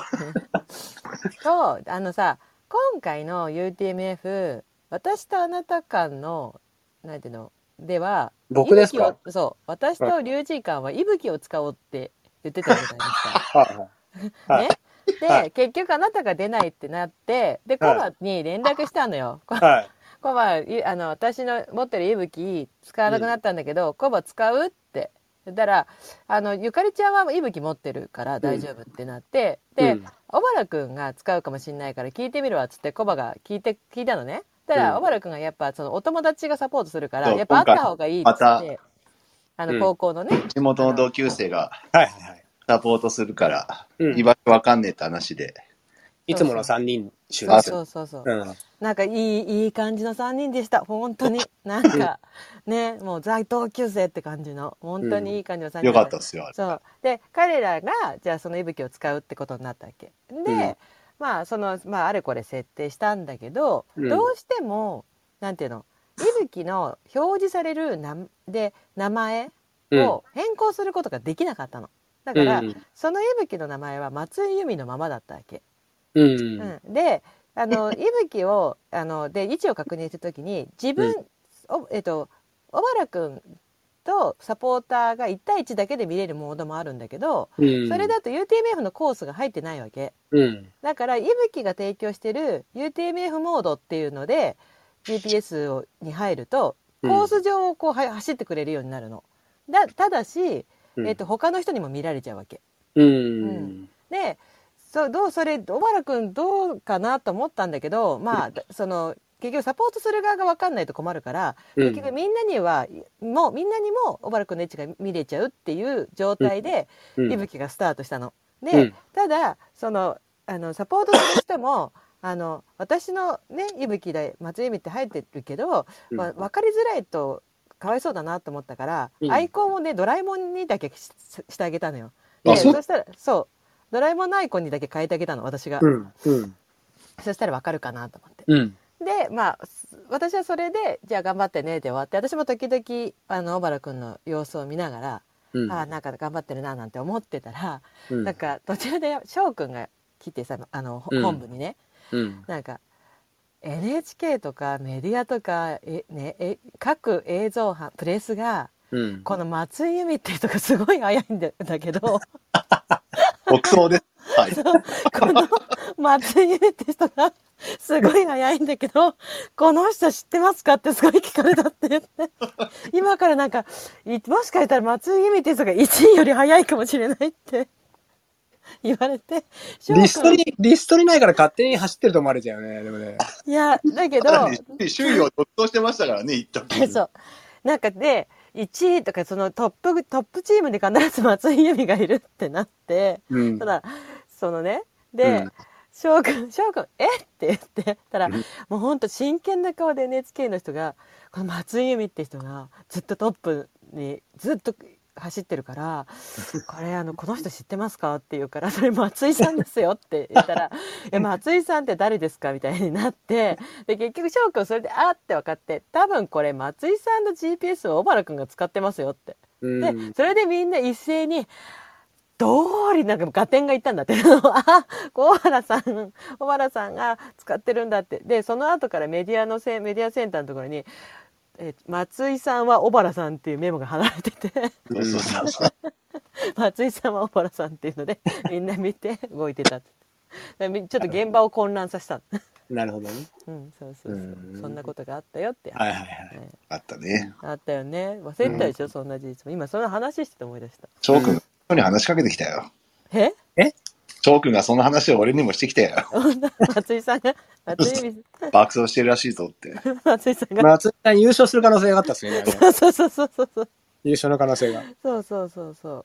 そう今回の UTMF 私とあなた間のなんていうのでは、 僕ですか？ そう、私と龍神間は息吹を使おうって言ってたじゃないですか。ね。で、結局あなたが出ないってなって、で、コバに連絡したのよ。コバ、私の持ってる息吹使わなくなったんだけど、コバ使うって言ったら、ゆかりちゃんは息吹持ってるから大丈夫ってなって、で、小原くんが使うかもしれないから聞いてみるわっつってコバが聞いたのね。たら小原くんがやっぱお友達がサポートするから、やっぱあった方がいいっつって、高校のね。 地元の同級生がサポートするから、居場所わかんねえって話で。 いつもの3人集ですよ。そう。なんかいい感じの3人でした。本当に。なんか、ね、もう在同級生って感じの、本当にいい感じの3人。 よかったっすよ。 そう。で、彼らが、じゃあその息吹を使うってことになったわけ。で、あれこれ設定したんだけど、どうしてもなんていうの、息吹の表示される名前を変更することができなかったの。だから、その息吹の名前は松井由美のままだったわけ。で、息吹をで位置を確認するときに自分、小原くんとサポーターが1対1だけで見れるモードもあるんだけど、それだと UTMF のコースが入ってないわけ、だから息吹が提供してる UTMF モードっていうので GPS に入るとコース上を走ってくれるようになるの。ただし、他の人にも見られちゃうわけ。でそれ小原くんどうかなと思ったんだけど、結局サポートする側が分かんないと困るから、結局みんなにも小原くんの位置が見れちゃうっていう状態で息吹がスタートしたの。で、ただサポートする人も私のね息吹で松井由美って入ってるけど、分かりづらいとかわいそうだなと思ったから、アイコンをねドラえもんにだけしてあげたのよ。でそしたらドラえもんのアイコンにだけ変えてあげたの私が。そしたら分かるかなと思って。で私はそれでじゃあ頑張ってねで終わって、私も時々小原くんの様子を見ながら、なんか頑張ってるななんて思ってたら、なんか途中で翔くんが来てさ本部にね、なんか NHK とかメディアとか各映像班プレスが、この松井由美っていう人がすごい早いんだけど僕そうです、 この松井由美って人がすごい早いんだけど、この人知ってますかってすごい聞かれたって言って、今からなんかもしかしたら松井由美って人が1位より早いかもしれないって言われて、 リストリないから勝手に走ってると思われちゃうよね、でもね。 いや、だけど、 首位を独走してましたからね、一時。 そう。なんかで、1位とかそのトップチームに必ず松井由実がいるってなって、ただ、そのね、で、翔くん、えって言ってたら、もうほんと真剣な顔で NHK の人が、この松井由実って人がずっとトップにずっと走ってるから、これこの人知ってますかって言うから、それ松井さんですよって言ったら、松井さんって誰ですかみたいになって、で、結局翔くんそれであって分かって、多分これ松井さんの GPS を小原くんが使ってますよって。で、それでみんな一斉に、通りなんか合点がいったんだって。小原さんが使ってるんだって。で、その後からメディアセンターのところに、松井さんは小原さんっていうメモが貼られてて松井さんは小原さんっていうのでみんな見て動いてたって。ちょっと現場を混乱させた。 なるほどね。 そう。そんなことがあったよって。 はい。あったね。 あったよね。忘れてたでしょ、そんな事実も。今その話してて思い出した。 翔くんに話しかけてきたよ。 え翔くんがその話を俺にもしてきたよ。 松井さんが爆走してるらしいぞって。 松井さん優勝する可能性があったっすよね。 そう。 優勝の可能性が。 そう。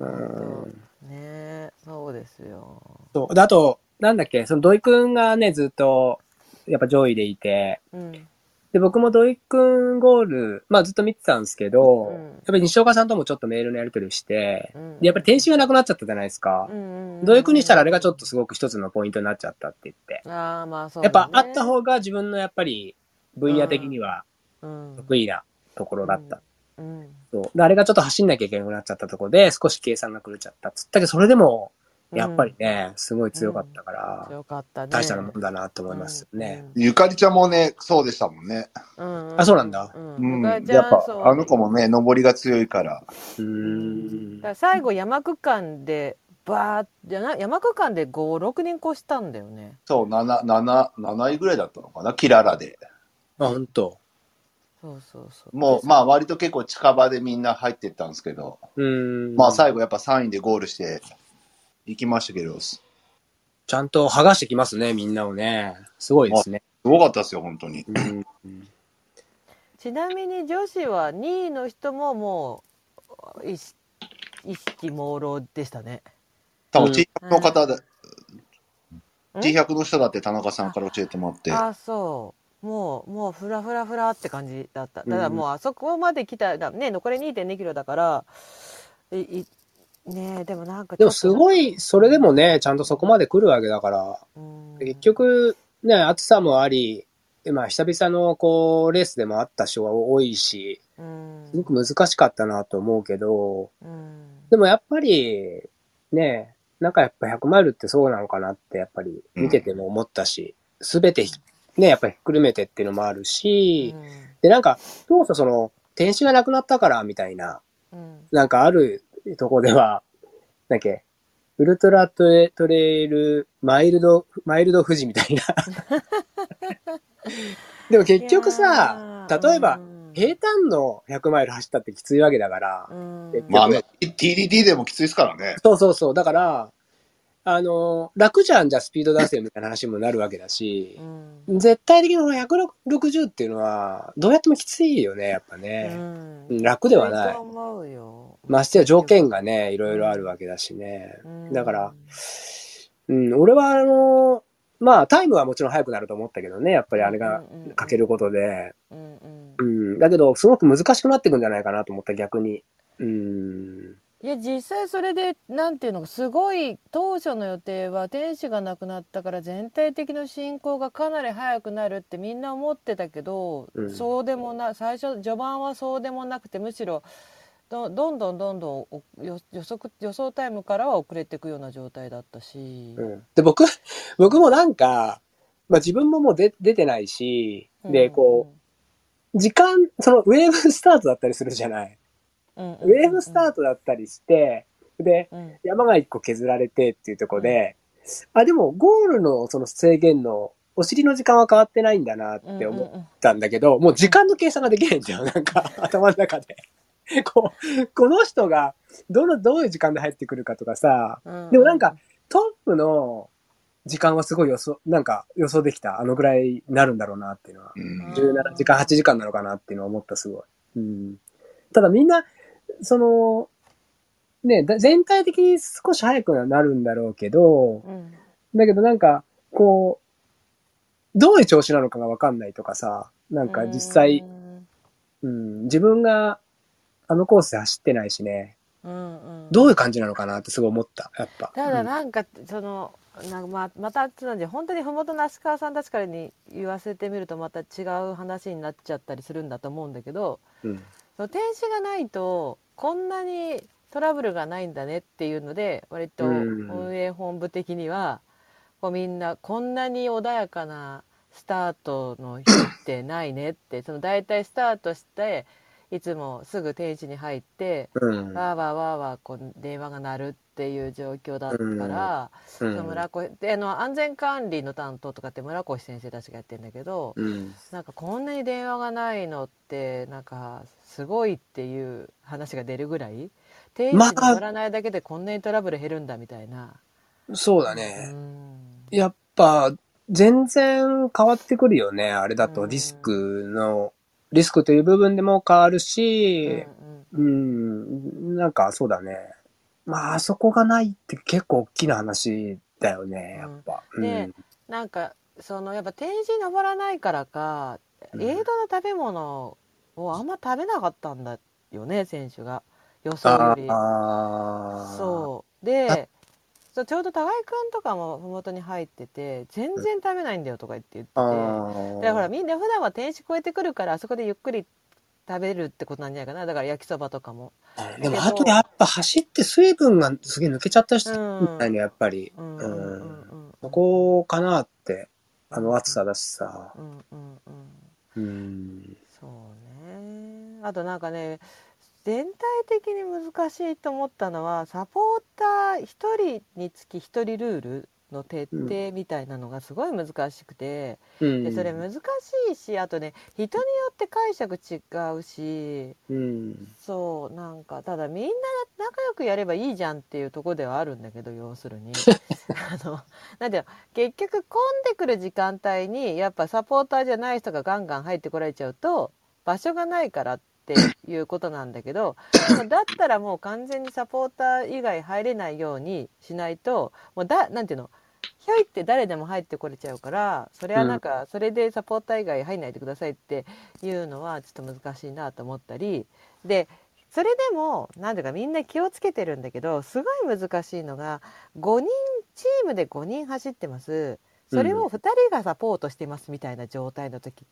ね、そうですよ。 そう。で、あと、なんだっけ、その土井くんがね、ずっと、やっぱ上位でいて、で、僕も土井くんゴール、まあずっと見てたんですけど、やっぱり西岡さんともちょっとメールのやり取りして、でやっぱり天心がなくなっちゃったじゃないですか。土井くんにしたらあれがちょっとすごく一つのポイントになっちゃったって言って。 まあそう、ね、 やっぱあった方が自分のやっぱり分野的には得意なところだった。そうであれがちょっと走んなきゃいけなくなっちゃったところで少し計算が狂っちゃったっつったけど、それでもやっぱりね、すごい強かったから、 強かったね、 大したもんだなと思いますね。 ゆかりちゃんもね、そうでしたもんね。 あ、そうなんだ。 やっぱあの子もね、上りが強いから。 だから最後山区間で山区間で5、6人越したんだよね。 そう、7位ぐらいだったのかな、キララで。 あ、ほんと。 そう。 もう、まあ割と結構近場でみんな入ってったんですけど、まあ最後やっぱ3位でゴールして行きましたけど、 ちゃんと剥がしてきますね、みんなをね。すごいですね。 すごかったですよ、本当に。 ちなみに女子は2位の人ももう意識朦朧でしたね。 多分 T100 の方で、T100 の人だって田中さんから教えてもらって。 そう。もうフラって感じだった。ただもうあそこまで来たらね、残り 2.2 キロだから、ね、でもなんかでもすごい、それでもね、ちゃんとそこまで来るわけだから、結局、ね、暑さもあり、まあ久々のこう、レースでもあった人が多いし、すごく難しかったなと思うけど、でもやっぱり、ね、なんかやっぱ100マイルってそうなのかなってやっぱり見てても思ったし、すべてね、やっぱりひっくるめてっていうのもあるし、でなんか、当初その、天使がなくなったからみたいな、なんかあるとこでは、なんか、ウルトラトレイルマイルド富士みたいな。でも結局さ、例えば、平坦の100マイル走ったってきついわけだから。 まあね、TDT でもきついですからね。 そう。だから、楽じゃん、じゃあスピード出せよみたいな話もなるわけだし、絶対的に160っていうのは、どうやってもきついよね、やっぱね。楽ではない。ましてや条件がね、いろいろあるわけだしね。だから、俺はまあ、タイムはもちろん速くなると思ったけどね、やっぱりあれがかけることで。だけど、すごく難しくなっていくんじゃないかなと思った、逆に。 いや実際それでなんていうのかすごい当初の予定は天使がなくなったから全体的な進行がかなり速くなるってみんな思ってたけど、そうでもな最初序盤はそうでもなくてむしろどんどん予想タイムからは遅れていくような状態だったし、 で僕もなんか、まあ、自分ももう出てないし、でこう時間そのウェーブスタートだったりするじゃない。ウェーブスタートだったりして、で、山が一個削られてっていうところで、でもゴールのその制限のお尻の時間は変わってないんだなって思ったんだけど、もう時間の計算ができないんだよ、なんか頭の中で。この人がどういう時間で入ってくるかとかさ、でもなんか、 トップの時間はすごいなんか予想できた。あのぐらいになるんだろうなっていうのは。17時間、8時間なのかなっていうのを思った、すごい。ただみんな、その、ね、全体的に少し早くはなるんだろうけど、だけどなんか、こう、どういう調子なのかがわかんないとかさ、なんか実際、自分があのコースで走ってないしね、どういう感じなのかなってすごい思った、やっぱ。 ただなんか、なんかまた本当に麓の足川さんたちからに言わせてみるとまた違う話になっちゃったりするんだと思うんだけど、その天使がないとこんなにトラブルがないんだねっていうので、割と運営本部的にはこうみんなこんなに穏やかなスタートの日ってないねって、その大体スタートしていつもすぐ天使に入って、わーわーわーわーこう電話が鳴るっていう状況だったから、その村越で安全管理の担当とかって村越先生たちがやってるんだけど、なんかこんなに電話がないのってなんかすごいっていう話が出るぐらい、天使に乗らないだけでこんなにトラブル減るんだみたいな。 そうだね。やっぱ全然変わってくるよね。あれだとリスクという部分でも変わるし、なんかそうだね。まあ、あそこがないって結構大きな話だよね、やっぱ。 で、なんか、やっぱ天神登らないからか、エイドの食べ物をあんま食べなかったんだよね、選手が。予想より。そう。で、ちょうど高井くんとかも麓に入ってて、全然食べないんだよとか言ってて。だからほら、みんな普段は天使越えてくるから、あそこでゆっくり食べるってことなんじゃないかな。だから焼きそばとかも。 でもあとやっぱ走って水分がすげえ抜けちゃった人みたいな、やっぱり。そこかなって、暑さだしさ。 そうね。あとなんかね、全体的に難しいと思ったのは、サポーター1人につき1人ルールの徹底みたいなのがすごい難しくて、でそれ難しいし、あとね、人によって解釈違うし、そうなんかただみんな仲良くやればいいじゃんっていうところではあるんだけど、要するになんで結局混んでくる時間帯にやっぱサポーターじゃない人がガンガン入ってこられちゃうと場所がないからっていうことなんだけど、でもだったらもう完全にサポーター以外入れないようにしないと、もうなんていうの、ひょいって誰でも入ってこれちゃうから、それはなんかそれでサポーター以外入んないでくださいっていうのはちょっと難しいなと思ったりで、それでもなんていうかみんな気をつけてるんだけど、すごい難しいのがチームで5人走ってます、それを2人がサポートしてますみたいな状態の時って、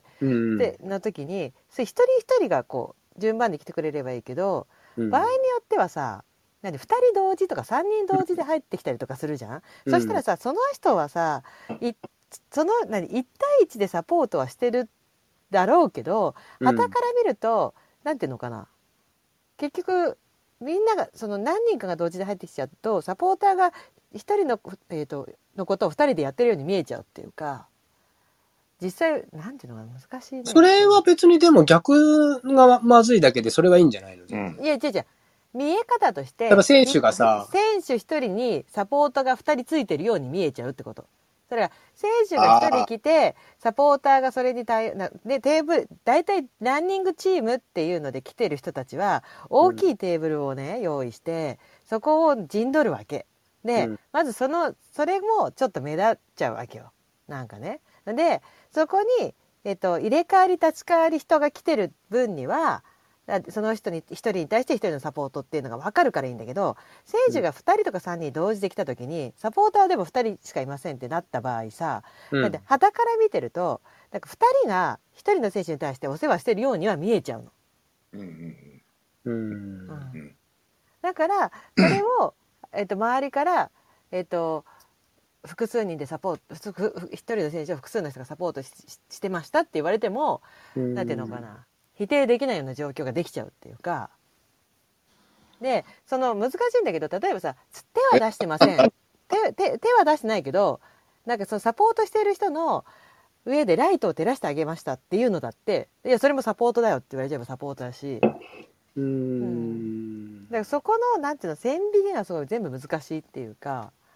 の時にそれ一人一人がこう順番で来てくれればいいけど、場合によってはさ、2人同時とか3人同時で入ってきたりとかするじゃん。そしたらさ、その人はさ1対1でサポートはしてるだろうけど、傍から見るとなんていうのかな、結局みんなが何人かが同時で入ってきちゃうと、サポーターが1人の、のことを2人でやってるように見えちゃうっていうか、実際なんていうのが難しいね。 それは別にでも逆がまずいだけでそれはいいんじゃないの？ いや違う見え方として、 やっぱ選手がさ、 選手1人にサポートが2人ついてるように見えちゃうってこと。それは選手が1人来てサポーターがそれにでテーブル大体ランニングチームっていうので来てる人たちは大きいテーブルをね、用意してそこを陣取るわけで、まずそれもちょっと目立っちゃうわけよ、なんかね。でそこに、入れ替わり立ち替わり人が来てる分にはその人に1人に対して1人のサポートっていうのが分かるからいいんだけど、選手が2人とか3人同時で来た時にサポーターでも2人しかいませんってなった場合さ、だって傍から見てるとなんか2人が1人の選手に対してお世話してるようには見えちゃうの。だからそれを、周りから、複数人でサポート、1人の選手を複数の人がサポート してましたって言われても、なんていうのかな、否定できないような状況ができちゃうっていうか。で難しいんだけど、例えばさ、手は出してません手は出してないけど、なんかサポートしてる人の上でライトを照らしてあげましたっていうのだって、いやそれもサポートだよって言われちゃえばサポートだし、だからそこのなんていうの線引きがすごい全部難しいっていうか、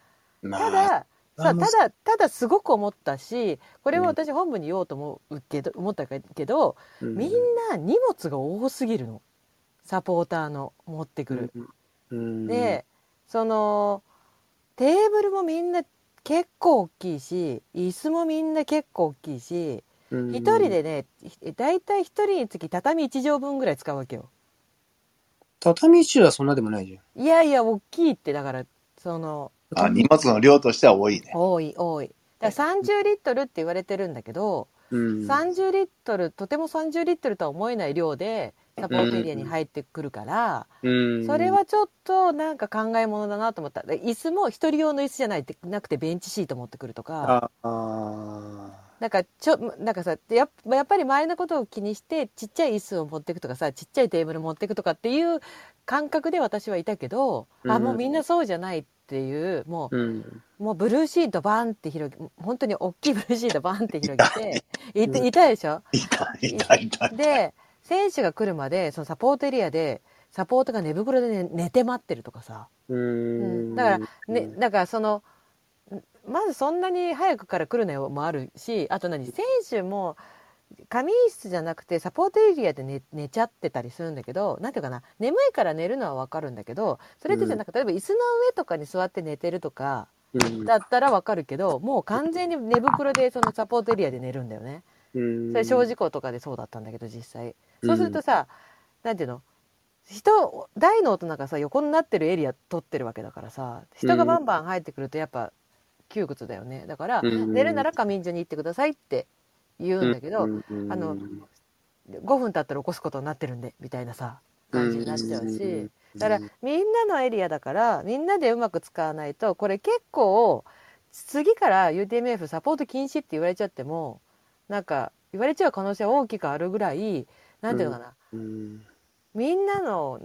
ただただすごく思ったし、これを私本部に言おうと思ったけど、みんな荷物が多すぎるの、サポーターの持ってくる。でそのテーブルもみんな結構大きいし、椅子もみんな結構大きいし、一人でね、だいたい一人につき畳1畳分ぐらい使うわけよ。 畳1畳はそんなでもないじゃん。 いやいや大きいって、だからその荷物の量としては多いね。 多い。だから30リットルって言われてるんだけど、30リットル、とても30リットルとは思えない量でサポートエリアに入ってくるから、それはちょっとなんか考えものだなと思った。椅子も一人用の椅子じゃなくてベンチシート持ってくるとか、なんかさ、やっぱり周りのことを気にしてちっちゃい椅子を持っていくとかさ、ちっちゃいテーブル持っていくとかっていう感覚で私はいたけど、もうみんなそうじゃないっていう、もうブルーシートバンって本当に大きいブルーシートバンって広げていたでしょ。 いた。 で選手が来るまでそのサポートエリアでサポートが寝袋で、寝て待ってるとかさ、だからそのまずそんなに早くから来るのよもあるし、あと選手も仮眠室じゃなくてサポートエリアで 寝ちゃってたりするんだけど、なんていうかな、眠いから寝るのは分かるんだけど、それってじゃなくて、例えば椅子の上とかに座って寝てるとかだったら分かるけど、もう完全に寝袋でそのサポートエリアで寝るんだよね。それ小事故とかでそうだったんだけど、実際そうするとさ、なんていうの、大の大人がさ横になってるエリア取ってるわけだからさ、人がバンバン入ってくるとやっぱ窮屈だよね。だから寝るなら仮眠所に行ってくださいって言うんだけど、5分経ったら起こすことになってるんでみたいなさ感じになっちゃうし、だからみんなのエリアだからみんなでうまく使わないと、これ結構次から UTMF サポート禁止って言われちゃっても、なんか言われちゃう可能性は大きくあるぐらい、なんていうのかな、みんなの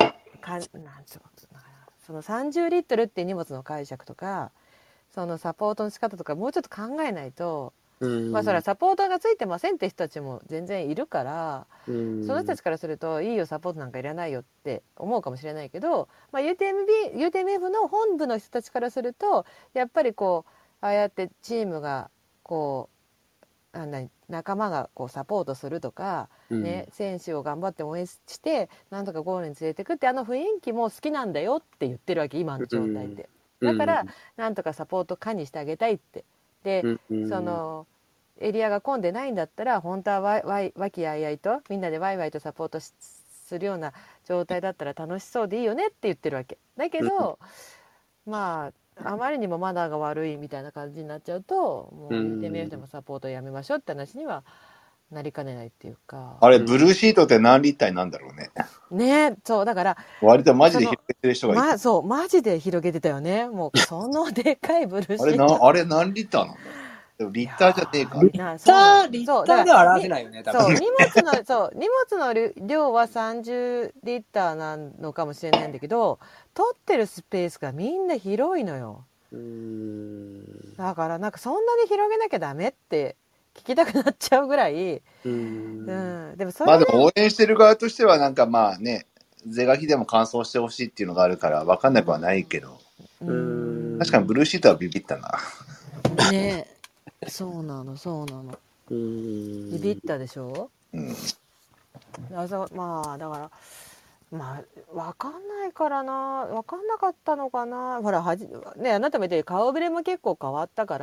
その30リットルっていう荷物の解釈とか、そのサポートの仕方とかもうちょっと考えないと、それはサポーターがついてませんって人たちも全然いるから、その人たちからするといいよサポートなんかいらないよって思うかもしれないけど、UTMF の本部の人たちからするとやっぱりこうああやってチームがこう仲間がこうサポートするとか、選手を頑張って応援してなんとかゴールに連れてくって、あの雰囲気も好きなんだよって言ってるわけ、今の状態で。だからなんとかサポート可にしてあげたいって。で、そのエリアが混んでないんだったら本当は和気あいあいとみんなでワイワイとサポートするような状態だったら楽しそうでいいよねって言ってるわけだけど、まああまりにもマナーが悪いみたいな感じになっちゃうと、もう UTMF でもサポートやめましょうって話にはなりかねないっていうか。 あれブルーシートって何立体なんだろうね。 ね、そうだから割とマジで広げてる人がいて、 そうマジで広げてたよね。もうそのでかいブルーシートあれ何リッターなんだ。でもリッターじゃねえか。 リッターでは表せないよね、多分。 荷物の量は30リッターなのかもしれないんだけど、取ってるスペースがみんな広いのよ。だからなんかそんなに広げなきゃダメって聞きたくなっちゃうぐらい。でもそれ、 でも応援してる側としてはなんかまあね、是が非でも完走してほしいっていうのがあるから分かんなくはないけど、確かにブルーシートはビビったな。 ねえ、そうなの。ビビったでしょ。だからまあ分かんないからな、分かんなかったのかな。ほらあなたも言って顔ぶれも結構変わったから、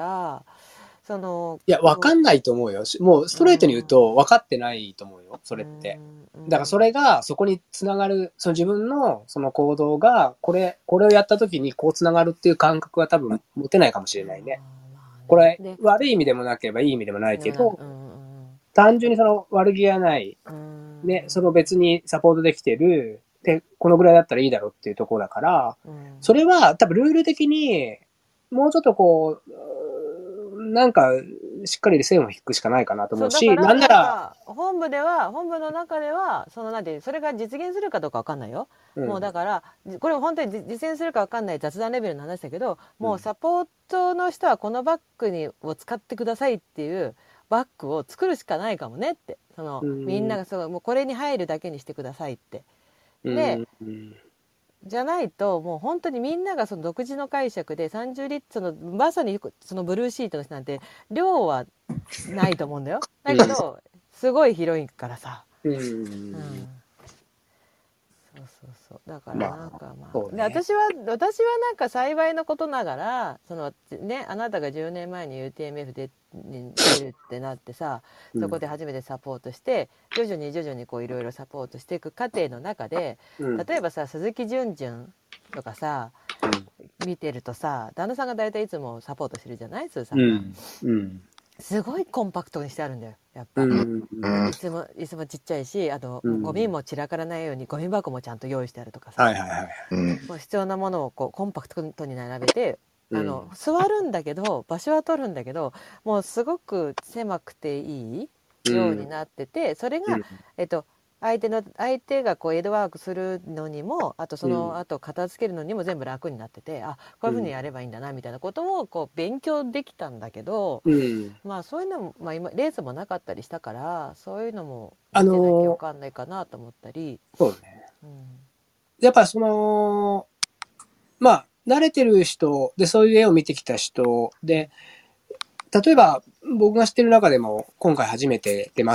いや分かんないと思うよ。もうストレートに言うと分かってないと思うよ、それって。だからそれがそこにつながる、その自分のその行動がこれをやった時にこうつながるっていう感覚は多分持てないかもしれないね。これ悪い意味でもなければいい意味でもないけど、単純にその悪気はない、ね、その別にサポートできてるでこのぐらいだったらいいだろうっていうところだから、それは多分ルール的にもうちょっとこうなんかしっかり線を引くしかないかなと思うし、なんなら本部の中ではそれが実現するかどうか分かんないよ。もうだからこれ本当に実現するか分かんない雑談レベルの話だけど、もうサポートの人はこのバッグを使ってくださいっていうバッグを作るしかないかもねって、みんながもうこれに入るだけにしてくださいって。でじゃないともう本当にみんながその独自の解釈で30リットルのまさにそのブルーシートの人なんて量はないと思うんだよ。だけどすごい広いからさ。そうだからなんかで私はなんか幸いのことながらそのねあなたが10年前に UTMF でに出るってなってさ、そこで初めてサポートして徐々にこういろいろサポートしていく過程の中で、例えばさ鈴木純々とかさ、見てるとさ旦那さんが大体いつもサポートしてるじゃないスーさんが、すごいコンパクトにしてあるんだよやっぱ、いつもちっちゃいしゴミも散らからないようにゴミ箱もちゃんと用意してあるとかさ、もう必要なものをこうコンパクトに並べて座るんだけど場所は取るんだけどもうすごく狭くていいようになってて、それが、相手がこうエイドワークするのにもあとその後片付けるのにも全部楽になってて、こういうふうにやればいいんだなみたいなことをこう勉強できたんだけど、まあそういうのも、今レースもなかったりしたからそういうのも見てなきゃ分かんないかなと思ったり、 そうね、やっぱその慣れてる人でそういう絵を見てきた人で、例えば僕が知ってる中でも今回初めて出ます、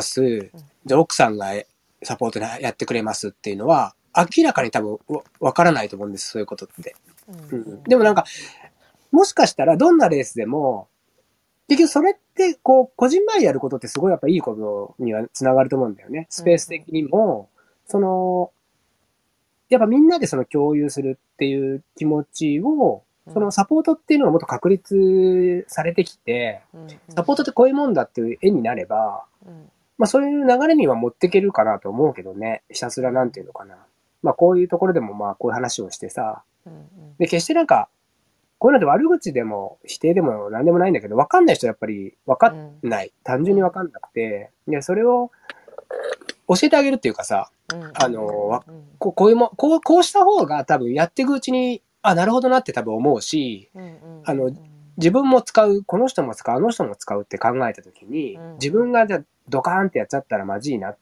じゃあ奥さんがサポートでやってくれますっていうのは明らかに多分わからないと思うんです、そういうことって、でもなんかもしかしたらどんなレースでも結局それってこう個人前でやることってすごいやっぱいいことにはつながると思うんだよね。スペース的にもそのやっぱみんなでその共有するっていう気持ちをそのサポートっていうのがもっと確立されてきて、サポートってこういうもんだっていう絵になれば、そういう流れには持っていけるかなと思うけどね。ひたすらなんていうのかな。こういうところでもこういう話をしてさ。で、決してなんか、こういうので悪口でも否定でも何でもないんだけど、わかんない人はやっぱりわかんない。単純にわかんなくて。で、それを教えてあげるっていうかさ、こうした方が多分やっていくうちに、なるほどなって多分思うし、自分も使う、この人も使う、あの人も使うって考えたときに、自分がじゃあドカーンってやっちゃったらまずいなって、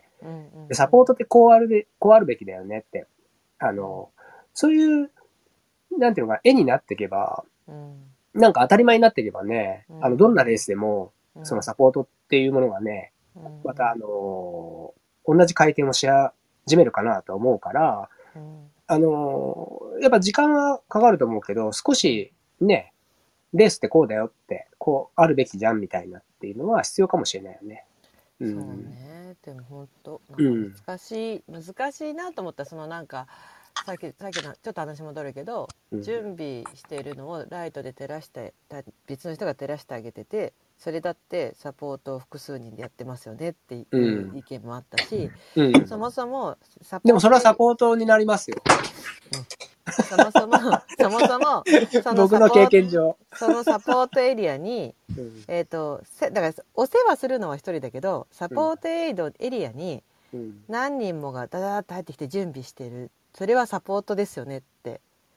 でサポートってこうあるべきだよねって、そういう、なんていうのか、絵になっていけば、なんか当たり前になっていけばね、どんなレースでも、そのサポートっていうものがね、また同じ回転をし始めるかなと思うから、やっぱ時間はかかると思うけど、少しね、レースってこうだよって、こうあるべきじゃんみたいなっていうのは必要かもしれないよね。 そうね。でも本当なんか難しいなと思った。そのなんかさっきのちょっと話戻るけど、準備しているのをライトで照らして別の人が照らしてあげてて、それだってサポートを複数人でやってますよねっていう意見もあったし、そもそもでもそれはサポートになりますよ。 そもそも僕の経験上そのサポートエリアに、だからお世話するのは一人だけどサポートエリアに何人もがダダーッと入ってきて準備してる、それはサポートですよねって。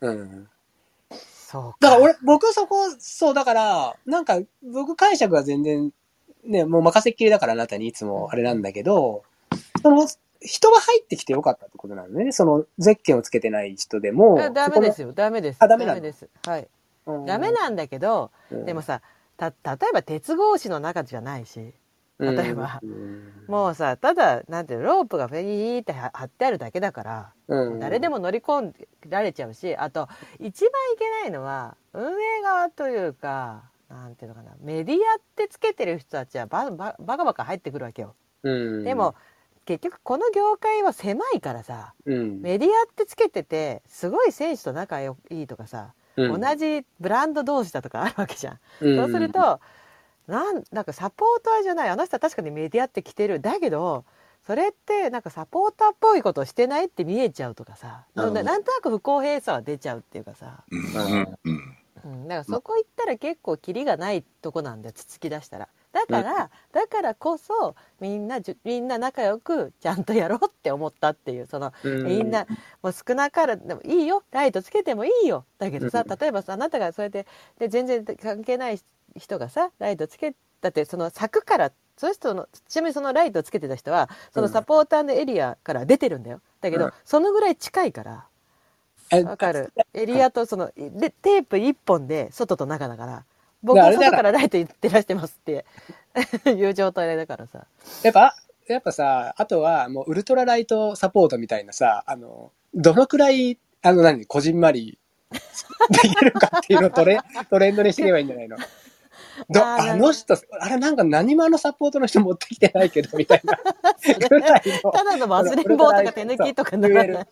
そうか。 だから僕そうだからなんか僕解釈は全然ねもう任せっきりだからあなたにいつもあれなんだけど、その人が入ってきてよかったってことなのね。そのゼッケンをつけてない人でも。 ダメですよ。ダメです。 ダメなんです。 はい。ダメなんだけど、でもさ、例えば鉄格子の中じゃないし、例えば、もうさ、ただなんていうの、ロープがフェリーって貼ってあるだけだから、誰でも乗り込んられちゃうし、あと一番いけないのは運営側というか、なんていうのかな、メディアってつけてる人たちはバカ入ってくるわけよ。でも結局この業界は狭いからさ、メディアってつけててすごい選手と仲いいとかさ、同じブランド同士だとかあるわけじゃん。そうするとなんかサポーターじゃない、あの人は確かにメディアって着てる、だけどそれってなんかサポーターっぽいことしてないって見えちゃうとかさ、なんとなく不公平さは出ちゃうっていうかさ、だからそこ行ったら結構キリがないとこなんだよ、つつき出したら。だからこそみんな仲良くちゃんとやろうって思ったっていう、そのみんなもう少なからでもいいよ、ライトつけてもいいよ、だけどさ、例えばさ、あなたがそうやってで全然関係ない人がさライトつけだってその柵からそういう人の、ちなみにそのライトをつけてた人はそのサポーターのエリアから出てるんだよ。だけど、そのぐらい近いからわかる。エリアとで、テープ1本で外と中だから、僕は外からライト照らしてますっていう状態だからさ。 やっぱさ、あとはもうウルトラライトサポートみたいなさ、どのくらい、こじんまりできるかっていうのをトレンドにしていけばいいんじゃないの？あの人、あれなんか何もサポートの人持ってきてないけど、みたいな。ぐらいの。 ただの忘れん坊とか手抜きとかならない。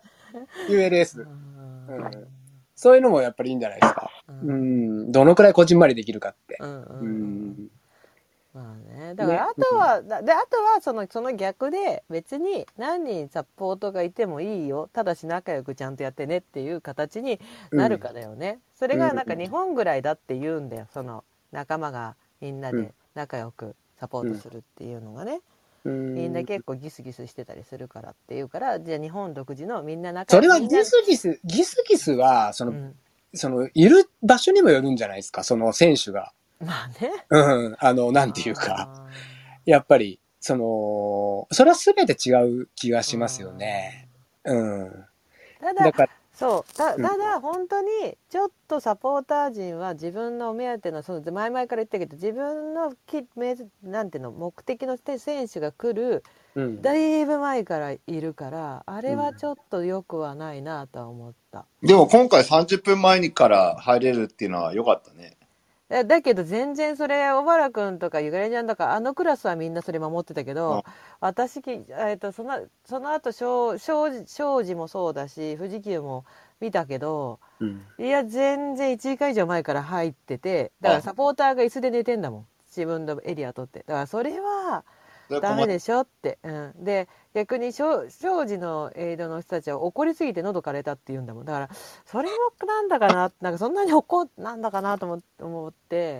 ULS。そういうのもやっぱりいいんじゃないですか。どのくらいこじんまりできるかって。 まあね、だからあとは、あとはその逆で別に何人サポートがいてもいいよ、ただし仲良くちゃんとやってねっていう形になるかだよね。それがなんか日本ぐらいだって言うんだよ、その仲間がみんなで仲良くサポートするっていうのがね。みんな結構ギスギスしてたりするからっていうから、じゃあ日本独自のみんな仲良く。 それはギスギスはいる場所にもよるんじゃないですか、その選手が。 まあね。 なんていうか、やっぱり、それは全て違う気がしますよね。 だから、ただ本当にちょっとサポーター陣は自分の目当ての前々から言ったけど、自分のなんていうの目的の選手が来る、だいぶ前からいるから、あれはちょっと良くはないなとは思った。 でも今回30分前にから入れるっていうのは良かったね。 だけど全然それ、小原くんとかゆかりちゃんとかあのクラスはみんなそれ守ってたけど、私その後庄司もそうだし富士急も見たけど、いや全然1時間以上前から入ってて、だからサポーターが椅子で寝てんだもん、自分のエリア取って。だからそれはダメでしょって。で逆に庄司のエイドの人たちは怒りすぎて喉枯れたって言うんだもん。だからそれもなんだかな、なんかそんなになんだかなと思って、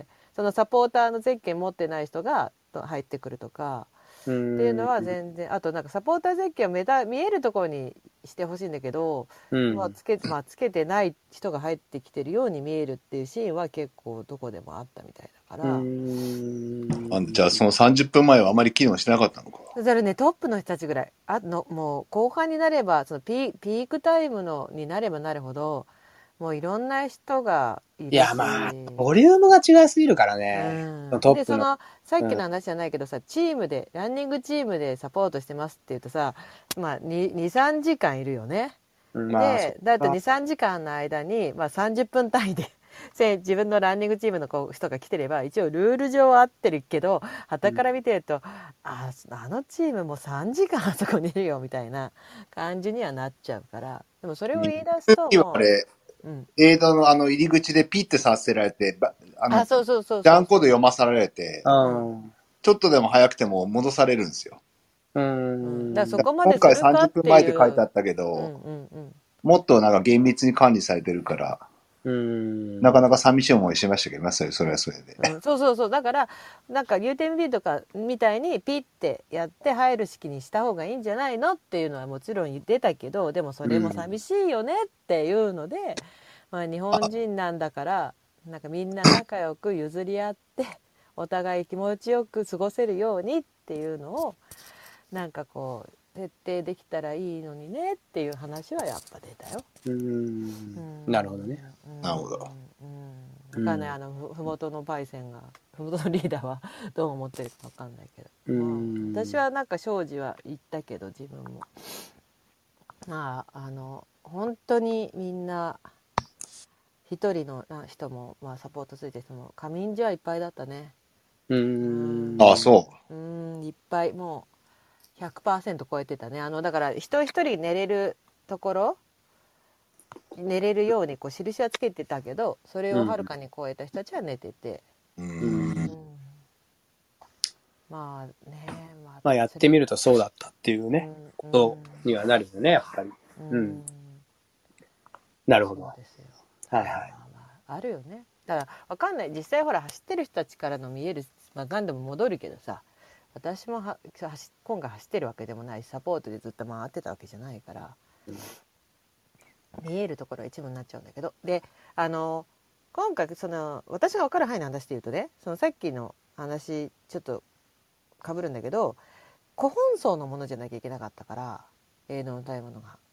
そのサポーターのゼッケン持ってない人が入ってくるとかっていうのは全然。あとなんかサポーターゼッケンを見えるところにしてほしいんだけど、つけてない人が入ってきてるように見えるっていうシーンは結構どこでもあったみたいだから。 じゃあその30分前はあまり機能してなかったのか。 だからね、トップの人たちぐらいもう後半になれば、ピークタイムになればなるほど、もういろんな人がいるし。いやまあボリュームが違いすぎるからね。 でさっきの話じゃないけどさ、ランニングチームでサポートしてますって言うとさ、23時間いるよね。でだって23時間の間に、30分単位で自分のランニングチームの人が来てれば一応ルール上は合ってるけど、傍から見てると、あのチームも3時間あそこにいるよみたいな感じにはなっちゃうから。でもそれを言い出すともうエイドの入り口でピッてさせられて、 そうジャンコード読まされて、ちょっとでも早くても戻されるんですよ。 だそこまで今回30分前って書いてあったけど、もっとなんか厳密に管理されてるから、なかなか寂しい思いしましたけどね、それはそれで。 そうだからなんか UTMB とかみたいにピッてやって入る式にした方がいいんじゃないのっていうのはもちろん言ってたけど、でもそれも寂しいよねっていうので、日本人なんだからなんかみんな仲良く譲り合ってお互い気持ちよく過ごせるようにっていうのをなんかこう徹底できたらいいのにねっていう話はやっぱ出たよ。 なるほどね。 なるほど。 分かんない、ふもとのパイセンが、ふもとのリーダーはどう思ってるか分かんないけど、私はなんか庄司は言ったけど、自分も本当にみんな一人の人も、サポートついてる人も仮眠時はいっぱいだったね。 そう。 いっぱい、もう 100% 超えてたね。だから一人一人寝れるところ、寝れるように印はつけてたけど、それをはるかに超えた人たちは寝てて、まあやってみるとそうだったっていうね、ことにはなるよね、やっぱり。なるほど。 あるよね。だから分かんない、実際ほら走ってる人たちからの見える、何度も戻るけどさ、私も今回走ってるわけでもないし、サポートでずっと回ってたわけじゃないから、見えるところは一部になっちゃうんだけど、で今回私が分かる範囲の話で言うとね、さっきの話ちょっとかぶるんだけど、個包装のものじゃなきゃいけなかったから、エイドのタイムのが。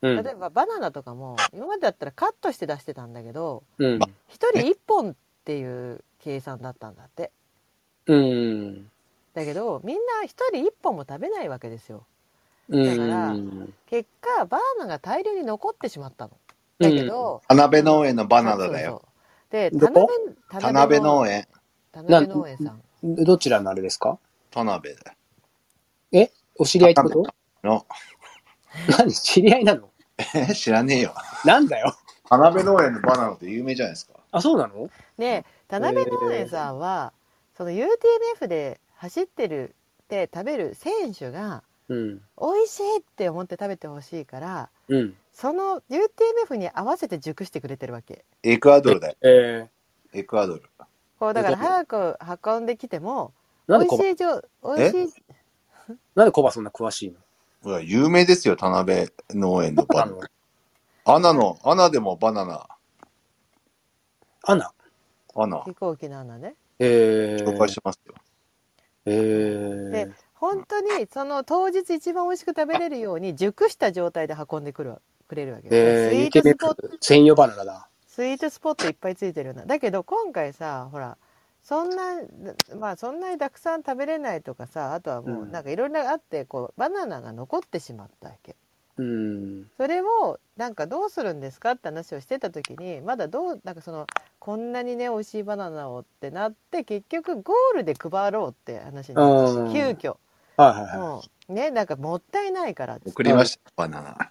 うん。 例えばバナナとかも今までだったらカットして出してたんだけど、 うん。 一人一本っていう計算だったんだって。 うん。 だけどみんな一人一本も食べないわけですよ。 うん。 だから結果バナナが大量に残ってしまったの。だけど、 田辺農園のバナナだよ。 そうそうでどこ田辺農園。 田辺農園さん。 どちらのあれですか？ 田辺だよ。 え、お知り合いってこと？ の何知り合いなの？ 知らねえよ。 なんだよ。 田辺農園のバナナって有名じゃないですか。 あ、そうなの？ で田辺農園さんは、その UTMF で走ってるって食べる選手がうん。 美味しいって思って食べてほしいから、 うん。 その UTMF に合わせて熟してくれてるわけ。 エクアドルだよ。 えエクアドル。 こうだから早く運んできてもなんでコバ、 美味しいなんでコバそんな詳しいの？ ほら有名ですよ、田辺農園のバナナ。アナでもバナナ。 アナ。 アナ。 飛行機の穴ね。 紹介しますよ。 で本当にその当日一番美味しく食べれるように熟した状態で運んでくれるわけです。スイートスポット専用バナナだ。 スイートスポットいっぱいついてるような。だけど今回さ、ほらそんなにたくさん食べれないとかさ、あとはもうなんかいろいろあってこうバナナが残ってしまったわけ。それをなんかどうするんですかって話をしてた時に、まだなんかそのこんなにね美味しいバナナをってなって、結局ゴールで配ろうって話になって急遽、もうね、なんかもったいないから送りました、バナナ。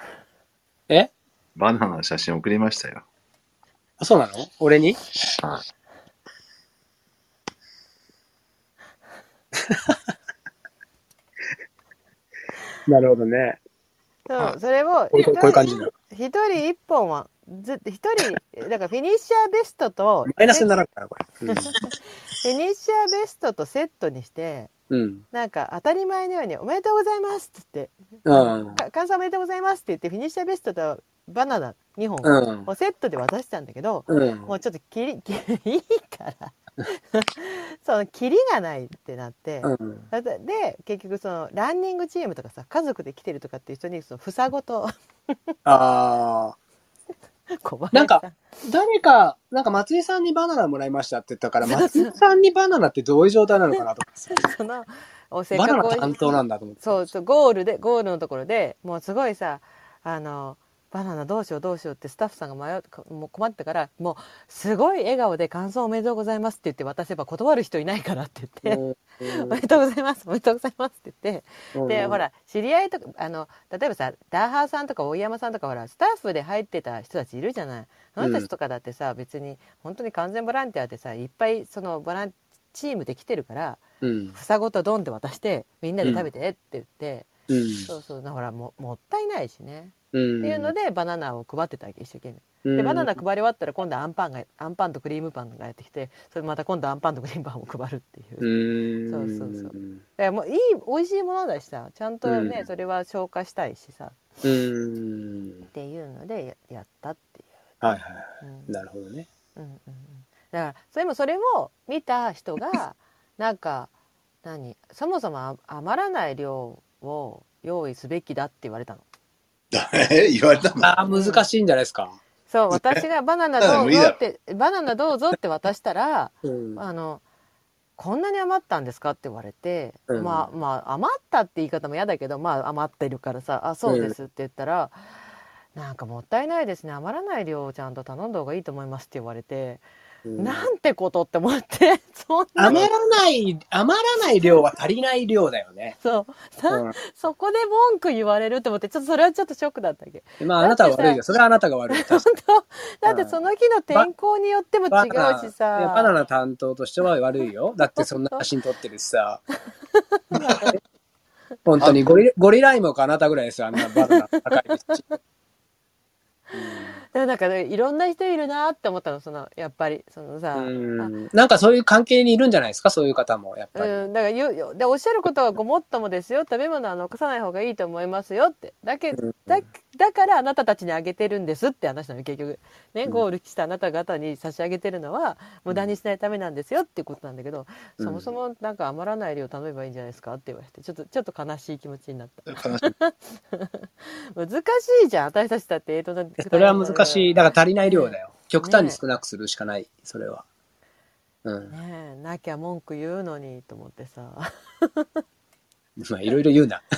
バナナの写真送りましたよ。 あ、そうなの？俺に？ はい。 なるほどね。 そう、それをこういう感じだ。 一人一本は一人だからフィニッシャーベストとマイナスにならんからこれ。 フィニッシャーベストとセットにして、なんか当たり前のようにおめでとうございますって言って、感謝おめでとうございますって言ってフィニッシャーベストとバナナ2本をセットで渡したんだけど、もうちょっといいからそのキリがないってなって、で結局そのランニングチームとかさ、家族で来てるとかっていう人にその房ごとなんか誰かなんか松井さんにバナナもらいましたって言ったから、松井さんにバナナってどういう状態なのかなと思って、バナナ担当なんだと思って、 そうゴールのところでもうすごいさ、バナナどうしようってスタッフさんがもう困ってから、もうすごい笑顔で感想おめでとうございますって言って渡せば断る人いないからって言っておめでとうございますおめでとうございますって言って、でほら知り合いとか例えばさダーハーさんとか大山さんとかほらスタッフで入ってた人たちいるじゃない。その人たちとかだってさ、別に本当に完全ボランティアでさ、いっぱいそのチームで来てるから、房ごとドンって渡してみんなで食べてって言って、そうそう、ほらもったいないしね。っていうのでバナナを配ってたわけ、一生懸命。でバナナ配り終わったら今度はアンパンとクリームパンがやってきて、それまた今度アンパンとクリームパンを配るっていう。そうだからもう美味しいものだしさ、ちゃんとね、それは消化したいしさっていうのでやったっていう。 なるほどね。 だからそれを見た人がなんかそもそも余らない量を用意すべきだって言われたの。 言われたの？難しいんじゃないですか。 そう、私がバナナどうぞって渡したら、こんなに余ったんですかって言われて、まあ余ったって言い方も嫌だけど、まあ余ってるからさ、あ、そうですって言ったら、なんかもったいないですね、余らない量をちゃんと頼んだ方がいいと思いますって言われて、なんてことって思って、 余らない量は足りない量だよね。 そこで文句言われるって思って、ちょっとそれはちょっとショックだったっけ。 まああなたは悪いよ。それはあなたが悪い。 本当だってその日の天候によっても違うしさ。 バナナ担当としては悪いよ。だってそんな写真撮ってるしさ。本当にゴリライモかあなたぐらいですよ、あんなバナナ高いですし。 でもなんか、いろんな人いるなって思ったの、やっぱりそのさ、 なんかそういう関係にいるんじゃないですか、そういう方もやっぱり。 だからおっしゃることはごもっともですよ、食べ物は残さない方がいいと思いますよって。だけだからあなたたちにあげてるんですって話なの結局ね、ゴールしたあなた方に差し上げてるのは無駄にしないためなんですよっていうことなんだけど、 うん、 そもそもなんか余らない量頼めばいいんじゃないですかって言われてちょっと悲しい気持ちになった悲しい。 難しいじゃん私たちだってそれは難しい。だから足りない量だよ。極端にね少なくするしかない、それは。うん。 ねえなきゃ文句言うのにと思ってさまあ、いろいろ言うな。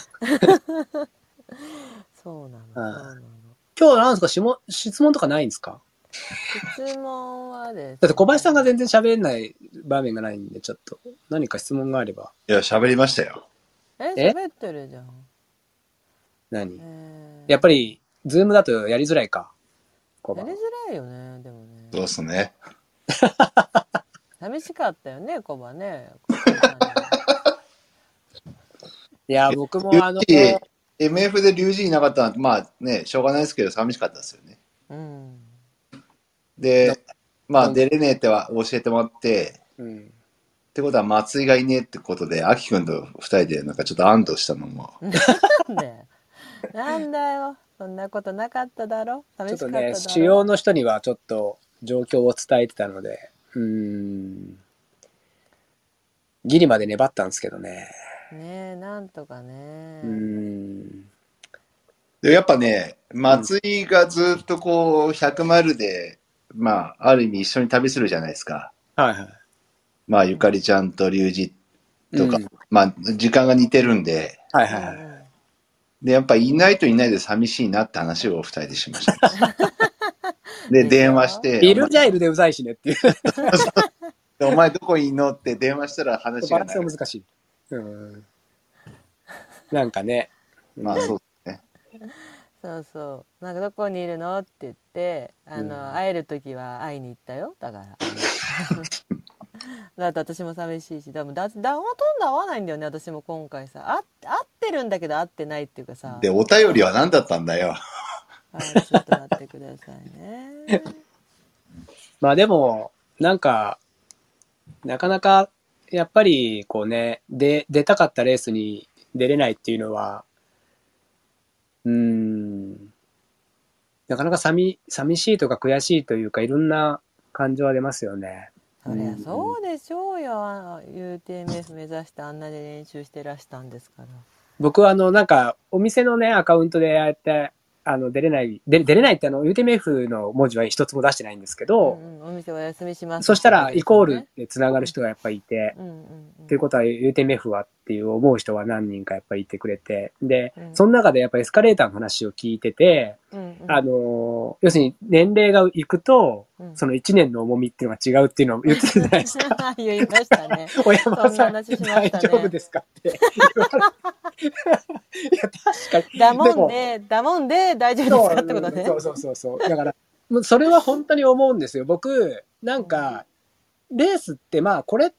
そうなのそうなの。 今日なんですか、質問とかないんですか？ 質問はですね、 だって小林さんが全然喋んない場面がないんで、ちょっと何か質問があれば。 いや、喋りましたよ。 喋ってるじゃん。 何？やっぱり、ズームだとやりづらいか。 やりづらいよね、でもね。 そうっすね。 寂しかったよね、コバね。 いや、僕も MF で龍神いなかったのは、まあね、しょうがないですけど、寂しかったですよね。 うん。 で、まあ出れねえっては教えてもらって、 うん、 ってことは松井がいねえってことで、アキ君と二人でなんかちょっと安堵したのも。 なんだよ、そんなことなかっただろ。寂しかっただろ。 ちょっとね、主要の人にはちょっと状況を伝えてたので、ギリまで粘ったんですけどね。 ねえ、なんとかね。 でやっぱね、松井がずっとこう、100マイルで、まあ、ある意味一緒に旅するじゃないですか。 はいはい。 まあ、ゆかりちゃんと龍二とか、まあ、時間が似てるんで。 はいはいはい。 で、やっぱいないといないで寂しいなって話を二人でしました。で、電話して。 いるじゃいるでうざいしねっていう。 お前どこいんのって電話したら話がない。 バランスが難しい。なんかね。 まあそうですね。 そうそう。なんかどこにいるのって言って、会えるときは会いに行ったよ。だから。だって私も寂しいし、ほとんど会わないんだよね、私も今回さ。会ってるんだけど会ってないっていうかさ。 で、お便りは何だったんだよ。 ちょっと待ってくださいね。 まあでも、なんか、なかなか、やっぱり、こうね、出たかったレースに出れないっていうのは、なかなか寂しいとか悔しいというか、いろんな感情は出ますよね。 そりゃそうでしょうよ。UTMF 目指してあんなに練習してらしたんですから。 僕はなんか、お店のね、アカウントでああやって、出れないってUTMF の文字は一つも出してないんですけど、 お店お休みします、ね。 そしたら、イコールで繋がる人がやっぱりいて、ということは UTMF はっていう思う人は何人かやっぱりいてくれて、で、その中でやっぱりエスカレーターの話を聞いてて、要するに年齢がいくと、その1年の重みっていうのが違うっていうのを言ってたじゃないですか。 言いましたね。 小山さん、大丈夫ですかって言われて。いや、確かに。 だもんで、大丈夫ですかってことね。 そう。だから、それは本当に思うんですよ。僕、なんか、レースって、まあ、これって、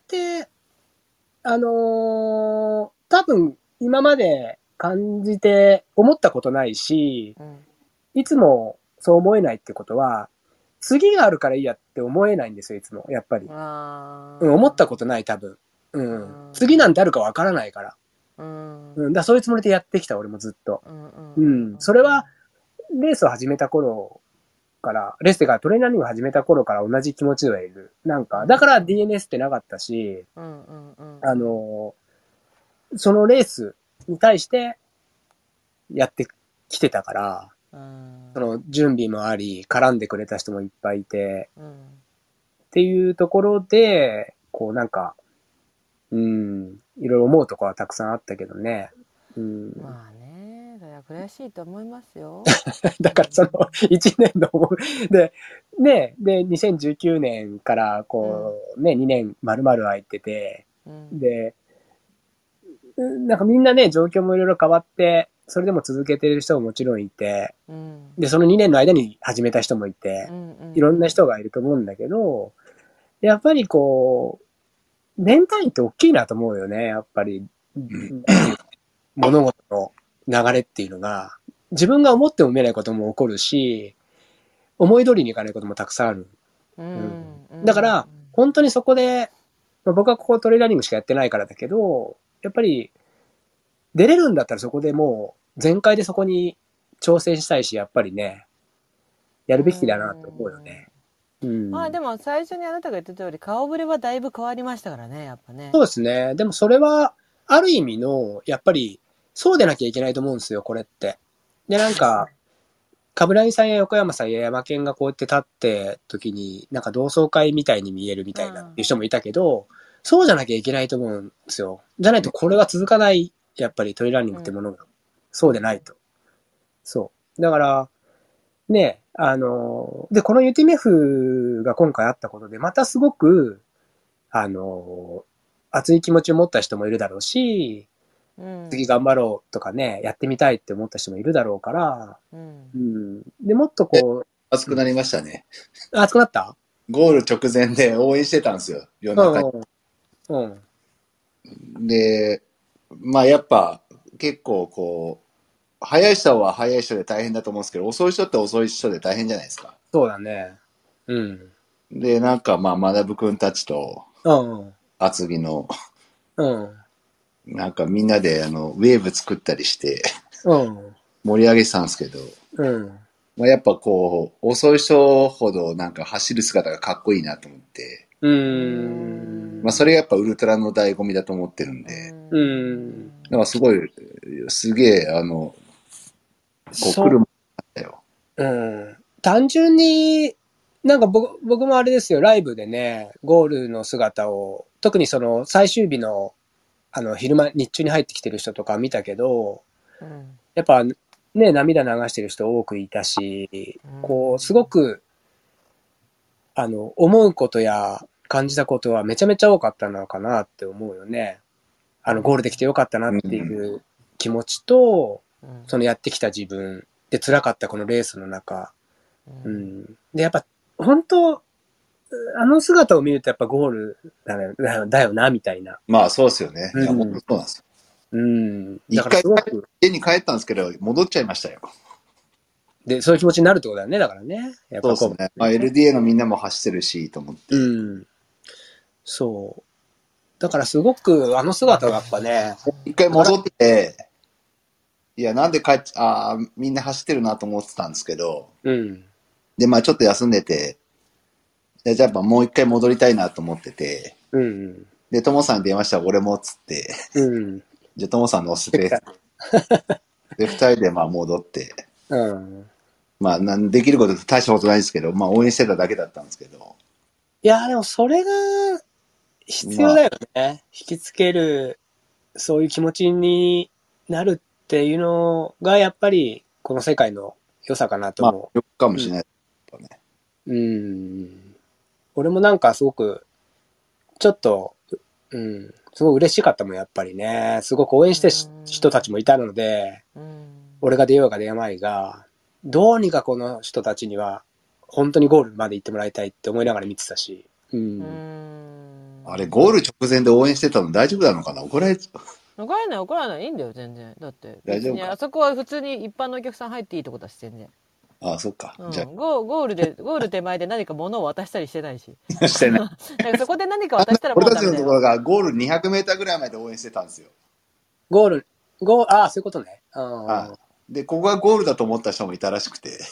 多分、今まで感じて思ったことないし、いつもそう思えないってことは、次があるからいいやって思えないんですよ、いつも。やっぱり。思ったことない、多分。次なんてあるかわからないから。だそういうつもりでやってきた、俺もずっと。それは、レースを始めた頃から、レースっていうかトレーナーニングを始めた頃から同じ気持ちではいる。なんか、だから DNS ってなかったし、そのレースに対してやってきてたから、その準備もあり、絡んでくれた人もいっぱいいて、っていうところで、こうなんか、いろいろ思うところはたくさんあったけどね。 まあね、それは悔しいと思いますよ。 だからその1年ので、2019年からこうね、2年丸々空いてて、で、なんかみんなね、状況もいろいろ変わって、それでも続けてる人ももちろんいて、で、その2年の間に始めた人もいて、いろんな人がいると思うんだけど、やっぱりこう、年単位って大きいなと思うよね、やっぱり。物事の流れっていうのが、自分が思っても見えないことも起こるし、思い通りにいかないこともたくさんある。だから、本当にそこで、僕はここトレーラーニングしかやってないからだけど、やっぱり、出れるんだったらそこでもう、全開でそこに挑戦したいし、やっぱりね、やるべきだなと思うよね。 まあでも最初にあなたが言った通り、顔ぶれはだいぶ変わりましたからね、やっぱね。 そうですね。でもそれは、ある意味の、やっぱり、そうでなきゃいけないと思うんですよ、これって。で、なんか、冠城さんや横山さんや山県がこうやって立って時に、なんか同窓会みたいに見えるみたいなっていう人もいたけど、そうじゃなきゃいけないと思うんですよ。じゃないとこれは続かない、やっぱりトレランニングってものが、そうでないと。そう。だから、ね、で、この UTMF が今回あったことで、またすごく、熱い気持ちを持った人もいるだろうし、次頑張ろうとかね、やってみたいって思った人もいるだろうから、で、もっとこう。 熱くなりましたね。 熱くなった？ ゴール直前で応援してたんですよ、夜中に。で、まあやっぱ結構こう、早い人は早い人で大変だと思うんですけど、遅い人って遅い人で大変じゃないですか。 そうだね。 で、なんかまあ、学くんたちと、厚木の、なんかみんなでウェーブ作ったりして、盛り上げてたんですけど、まあ、やっぱこう、遅い人ほどなんか走る姿がかっこいいなと思って、まあそれがやっぱウルトラの醍醐味だと思ってるんで、だからすごい、すげえ、こう来るもんだよ。 単純に、なんか僕もあれですよ、ライブでね、ゴールの姿を、特にその最終日の、昼間、日中に入ってきてる人とか見たけど、やっぱね、涙流してる人多くいたし、こう、すごく、思うことや感じたことはめちゃめちゃ多かったのかなって思うよね。ゴールできてよかったなっていう気持ちと、そのやってきた自分で辛かったこのレースの中。で、やっぱ、本当姿を見るとやっぱゴールだよな、みたいな。 まあそうですよね。いや、本当そうなんですよ。一回家に帰ったんですけど、戻っちゃいましたよ。 で、そういう気持ちになるってことだよね、だからね。 やっぱそうですね。まあ LDA のみんなも走ってるし、と思って。 そう。だからすごく姿がやっぱね。 一回戻って、いや、なんでみんな走ってるなと思ってたんですけど、で、まあちょっと休んでて、じゃあやっぱもう一回戻りたいなと思ってて、で、ともさんに電話したら俺もっつって、じゃあともさん乗せて、で、二人でまあ戻って、まあできること大したことないですけど、まあ応援してただけだったんですけど。 いや、でもそれが必要だよね。引きつける、そういう気持ちになるっていうのがやっぱりこの世界の良さかなと思う。 まあ、よかもしれない、 俺もなんかすごく、ちょっと、すごい嬉しかったもん、やっぱりね。すごく応援して人たちもいたので、俺が出ようが出まいが、どうにかこの人たちには、本当にゴールまで行ってもらいたいって思いながら見てたし。 あれ、ゴール直前で応援してたの大丈夫なのかな？怒られない。いいんだよ、全然。だって。 大丈夫か。 あそこは普通に一般のお客さん入っていいとこだし、全然。 ああ、そっか。 じゃあゴール手前で何か物を渡したりしてないし。 してない。 だからそこで何か渡したらもうダメだよ。俺たちのところがゴール200メーターぐらいまで応援してたんですよ。 そういうことね。 で、ここがゴールだと思った人もいたらしくて。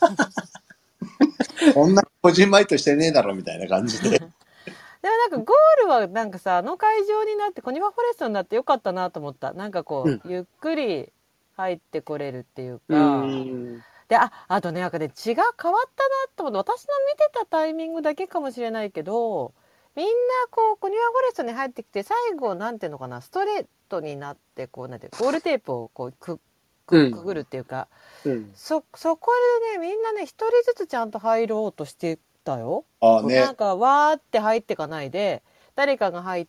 こんなこじんまりとしてねえだろみたいな感じで。 でもなんかゴールはなんかさ、会場になってコニファフォレストになってよかったなと思った。なんかこう、ゆっくり入ってこれるっていうか。で、あとね、なんかね、血が変わったなと思って、私の見てたタイミングだけかもしれないけど、みんなこう、コニファフォレストに入ってきて、最後、なんていうのかな、ストレートになって、こう、なんていうゴールテープをこうくぐるっていうか、そこでね、みんなね、一人ずつちゃんと入ろうとしてたよ。なんか、わーって入ってかないで、誰かが入って、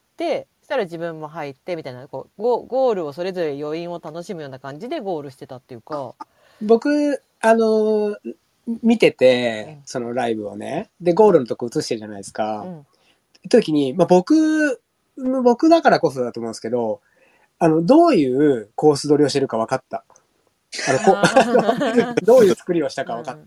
そしたら自分も入って、みたいな、こう、ゴールをそれぞれ余韻を楽しむような感じでゴールしてたっていうか。 僕、見てて、そのライブをね、で、ゴールのとこ映してるじゃないですか。時に、まあ、僕だからこそだと思うんですけど、どういうコース取りをしてるか分かった。どういう作りをしたか分かった。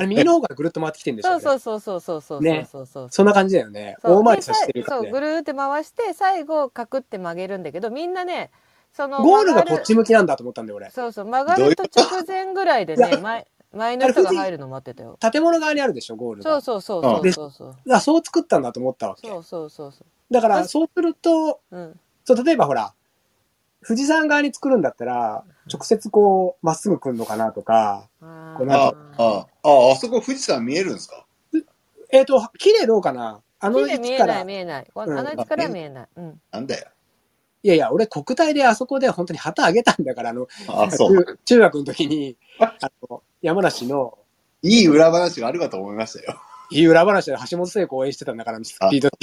右の方からぐるっと回ってきてるんでしょうね。 そう。 ね。そんな感じだよね。大回りさせてるからね。 そう、ぐるーって回して、最後、カクって曲げるんだけど、みんなね、 そのゴールがこっち向きなんだと思ったんだよ、俺。 そうそう、曲がると直前ぐらいでね、前の人が入るの待ってたよ。 建物側にあるでしょ、ゴールが。 そうそう。 そう作ったんだと思ったわけ。 そう。 だから、そうすると、そう、例えばほら、富士山側に作るんだったら、直接こう、まっすぐ来るのかなとか、 あそこ富士山見えるんですか？ 綺麗どうかな？ 綺麗見えない。あの位置から見えない。 なんだよ。 いやいや、俺国体であそこで本当に旗あげたんだから、中学の時に、山梨の。 いい裏話があるかと思いましたよ。 いい裏話で橋本聖子応援してたんだから、スピード。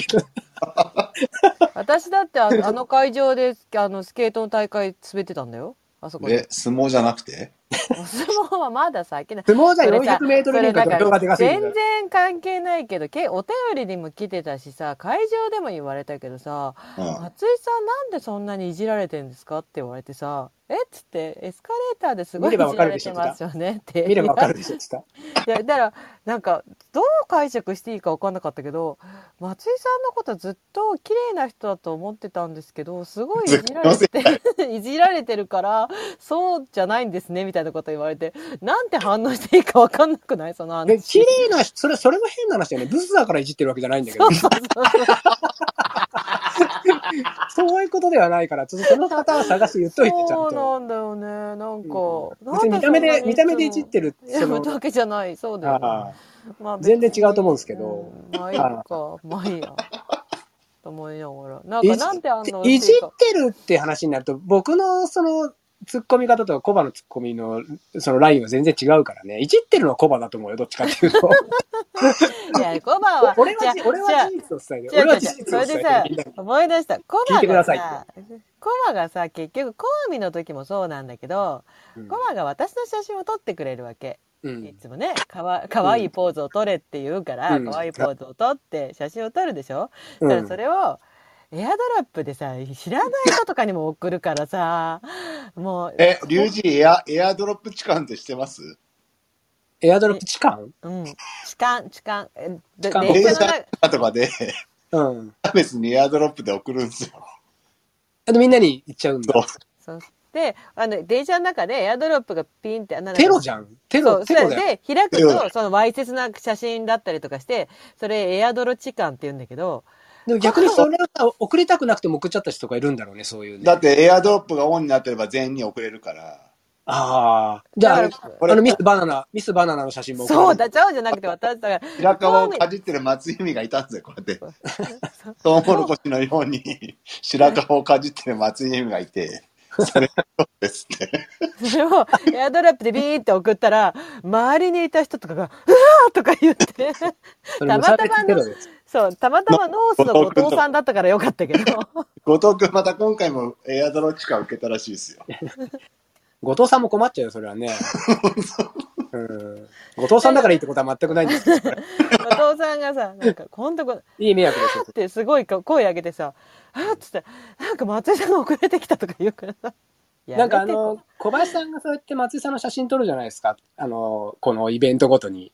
私だってあの会場でスケートの大会滑ってたんだよ。あそこで。 相撲じゃなくて？ 相撲はまだ先だ。 相撲じゃ400メートルリンクとか全然関係ないけど、お便りにも来てたしさ、会場でも言われたけどさ、松井さんなんでそんなにいじられてんですかって言われてさ、っつってエスカレーターですごいいじられてますよねって見ればわかるでしょ。 だからなんかどう解釈していいか分かんなかったけど、松井さんのことずっと綺麗な人だと思ってたんですけど、すごいいじられていじられてるからそうじゃないんですねみたいなこと言われて、なんて反応していいか分かんなくない？その話。 綺麗な人、それも変な話だよね。ブスだからいじってるわけじゃないんだけど。そういうことではないから、ちょっとその方は探して言っといて、ちゃんと。 そうなんだよね。なんか、 別に見た目でいじってるやめたわけじゃない。そうだよね。 まあ全然違うと思うんですけど。 まあいいか。まあいいや。と思いながら。なんでいじってるって話になると、僕のその、突っ込み方とコバの突っ込みのそのラインは全然違うからね。いじってるのはコバだと思うよ、どっちかっていうと。 いや、コバは。 俺は事実を伝える。俺は事実を伝える。 それでさ、思い出した。コバがさ、 コバがさ、結局、コアミの時もそうなんだけど、コバが私の写真を撮ってくれるわけ。いつもね、かわいいポーズを撮れって言うから、かわいいポーズを撮って写真を撮るでしょ。それを、エアドロップでさ、知らない人とかにも送るからさ、もう。 リュウジエアドロップ痴漢ってしてます？ エアドロップ痴漢？ 痴漢。 電車の中とかで、別にエアドロップで送るんですよ。 みんなに言っちゃうんだ。 そう。で、電車の中でエアドロップがピンって、 テロじゃん。テロで、開くと、そのわいせつな写真だったりとかして、それエアドロ痴漢って言うんだけど、 でも逆にそれを送りたくなくても送っちゃった人とかいるんだろうね、そういうね。 だってエアドロップがオンになってれば全員に送れるから。 ああ。じゃあ、ミスバナナの写真も送そうだ、ちゃうじゃなくて私だから。 白川をかじってる松井美がいたんですよ、こうやって。トウモロコシのように白川をかじってる松井美がいて。それですね。 それをエアドロップでビーって送ったら、周りにいた人とかが、うわーとか言って、たまたまノースの後藤さんだったからよかったけど。 後藤君また今回もエアドロップか受けたらしいですよ。 後藤さんも困っちゃうよ、それはね。後藤さんだからいいってことは全くないんですけど。 後藤さんがさ、なんか、こんなこと、 いい迷惑ですよ。 ってすごい声上げてさ、っつって、なんか松井さんが遅れてきたとか言うからさ。 なんか小林さんがそうやって松井さんの写真撮るじゃないですか。このイベントごとに。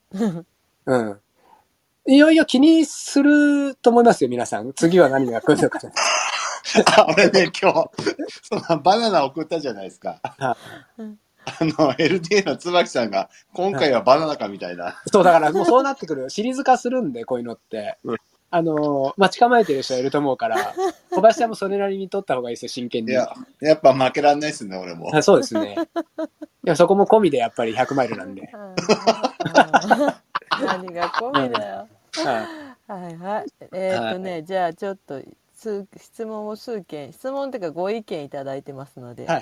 いよいよ気にすると思いますよ、皆さん。次は何が来るのか。 俺ね、今日、そのバナナ送ったじゃないですか。LDA の椿さんが、今回はバナナかみたいな。 そう、だからもうそうなってくる。シリーズ化するんで、こういうのって。待ち構えてる人はいると思うから、小林さんもそれなりに撮った方がいいですよ、真剣に。 いや、やっぱ負けらんないですね、俺も。 そうですね。いや、そこも込みでやっぱり100マイルなんで。 何が込みだよ。はいはい。じゃあちょっと、質問を質問というかご意見いただいてますので。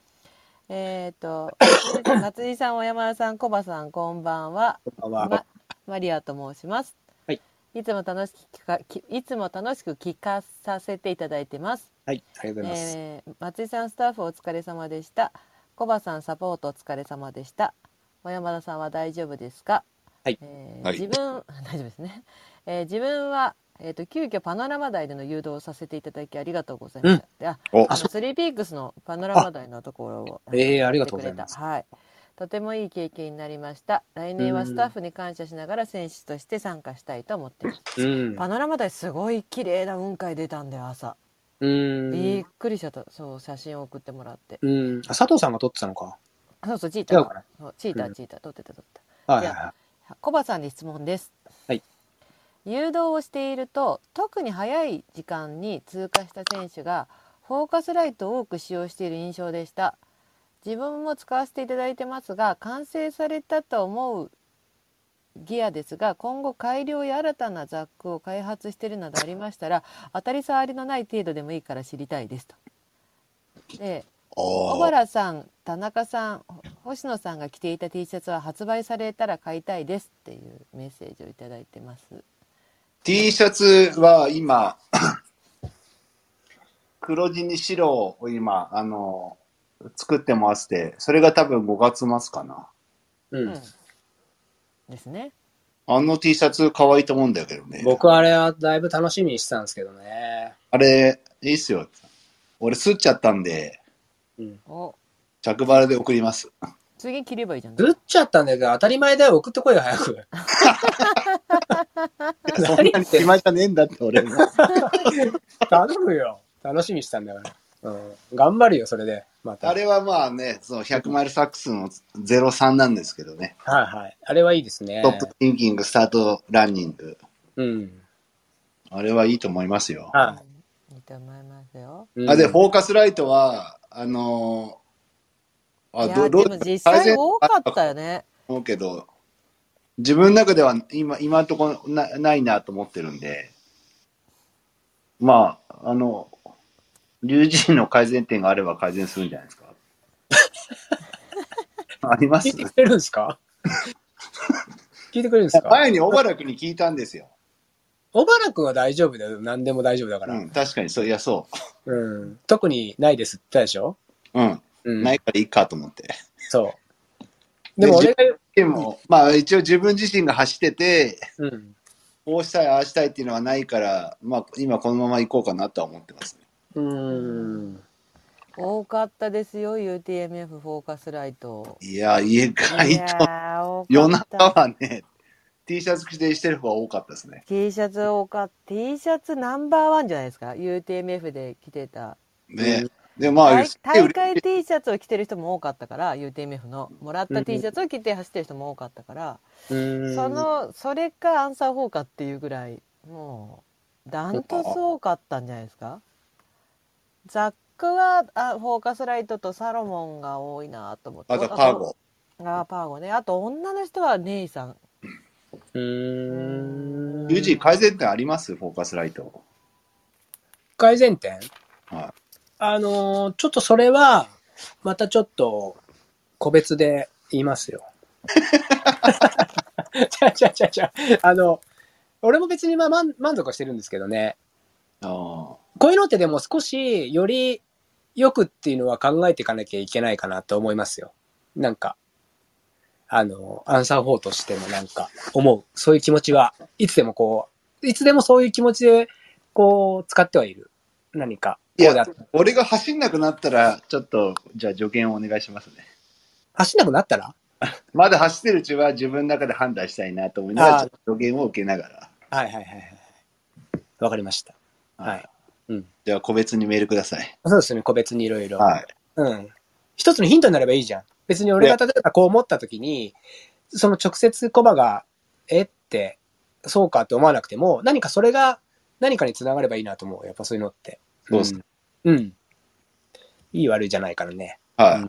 松井さん、小山田さん、小葉さん、こんばんは。マリアと申します。いつも楽しく聞かさせていただいてます。 はい、ありがとうございます。 松井さん、スタッフお疲れ様でした。小葉さん、サポートお疲れ様でした。小山田さんは大丈夫ですか？ はい。 大丈夫ですね。自分は、急遽パノラマ台での誘導をさせていただきありがとうございました。スリーピークスのパノラマ台のところをありがとうございます。 はい。とてもいい経験になりました。来年はスタッフに感謝しながら選手として参加したいと思っています。パノラマ台すごい綺麗な雲海出たんだよ、朝。 びっくりしちゃった。そう、写真を送ってもらって。 佐藤さんが撮ってたのか。 そうそう、チーター。チーター、撮ってた。 はいはいはい。 コバさんに質問です。 はい。 誘導をしていると、特に早い時間に通過した選手が、フォーカスライトを多く使用している印象でした。自分も使わせていただいてますが、完成されたと思うギアですが、今後改良や新たなザックを開発しているなどありましたら、当たり障りのない程度でもいいから知りたいですと。で、小原さん、田中さん、星野さんが着ていた T シャツは発売されたら買いたいですっていうメッセージをいただいてます。 T シャツは今黒地に白を今作ってまして、それが多分5月末かな。 ですね。 T シャツ可愛いと思うんだけどね。 僕あれはだいぶ楽しみにしてたんですけどね。 あれいいっすよ。俺すっちゃったんで、着払いで送ります。 次着ればいいじゃん。 すっちゃったんだけど当たり前だよ、送ってこいよ早く。 そんなに暇じゃねえんだって俺も。 頼むよ。楽しみにしたんだから。頑張るよそれで。また。 あれはまあね、その100マイルサックスの03なんですけどね。 はいはい。あれはいいですね。 トップシンキング、スタートランニング。あれはいいと思いますよ。 はい。いいと思いますよ。 で、フォーカスライトは、 でも実際多かったよね。 思うけど、自分の中では今のところないなと思ってるんで、まあ、龍神の改善点があれば改善するんじゃないですか。あります？ 聞いてくれるんですか？聞いてくれるんですか？ 前に小原君に聞いたんですよ。 小原君は大丈夫だよ。何でも大丈夫だから。 確かに、いや、そう。 特にないですって言ったでしょ？ ないからいいかと思って。 そう。でも俺がまあ一応自分自身が走ってて、こうしたい、ああしたいっていうのはないから、まあ今このまま行こうかなとは思ってますね。 多かったですよ、UTMF フォーカスライト。 いや、意外と、夜中はね、T シャツ着てしてる方が多かったですね。 T シャツ多かった。T シャツナンバーワンじゃないですか、UTMF で着てた。 ね。でまあ、 大会 T シャツを着てる人も多かったから、UTMF の。もらった T シャツを着て走ってる人も多かったから、それかアンサー4かっていうぐらい、もう、ダントツ多かったんじゃないですか。ザックはフォーカスライトとサロモンが多いなと思って。 あとパーゴ。 パーゴね。あと女の人はネイさん。 UG 改善点あります？フォーカスライト。 改善点？ はい。 ちょっとそれは、またちょっと、個別で言いますよ。俺も別にまあ満足してるんですけどね。こういうのってでも少しよりよくっていうのは考えていかなきゃいけないかなと思いますよ。なんか、アンサー4としてもなんか思う。そういう気持ちはいつでもそういう気持ちで使ってはいる。何か。 いや、俺が走んなくなったら、ちょっと、じゃあ助言をお願いしますね。 走んなくなったらまだ走ってるうちは自分の中で判断したいなと思いながら、ちょっと助言を受けながら。 はい。わかりました。はい。 じゃあ個別にメールください。 そうですね、個別にいろいろ。 はい。 一つのヒントになればいいじゃん。別に俺が例えばこう思ったときに、その直接コバが、そうかって思わなくても、何かそれが何かにつながればいいなと思う。やっぱそういうのって。 そうですね。 いい悪いじゃないからね。 はい。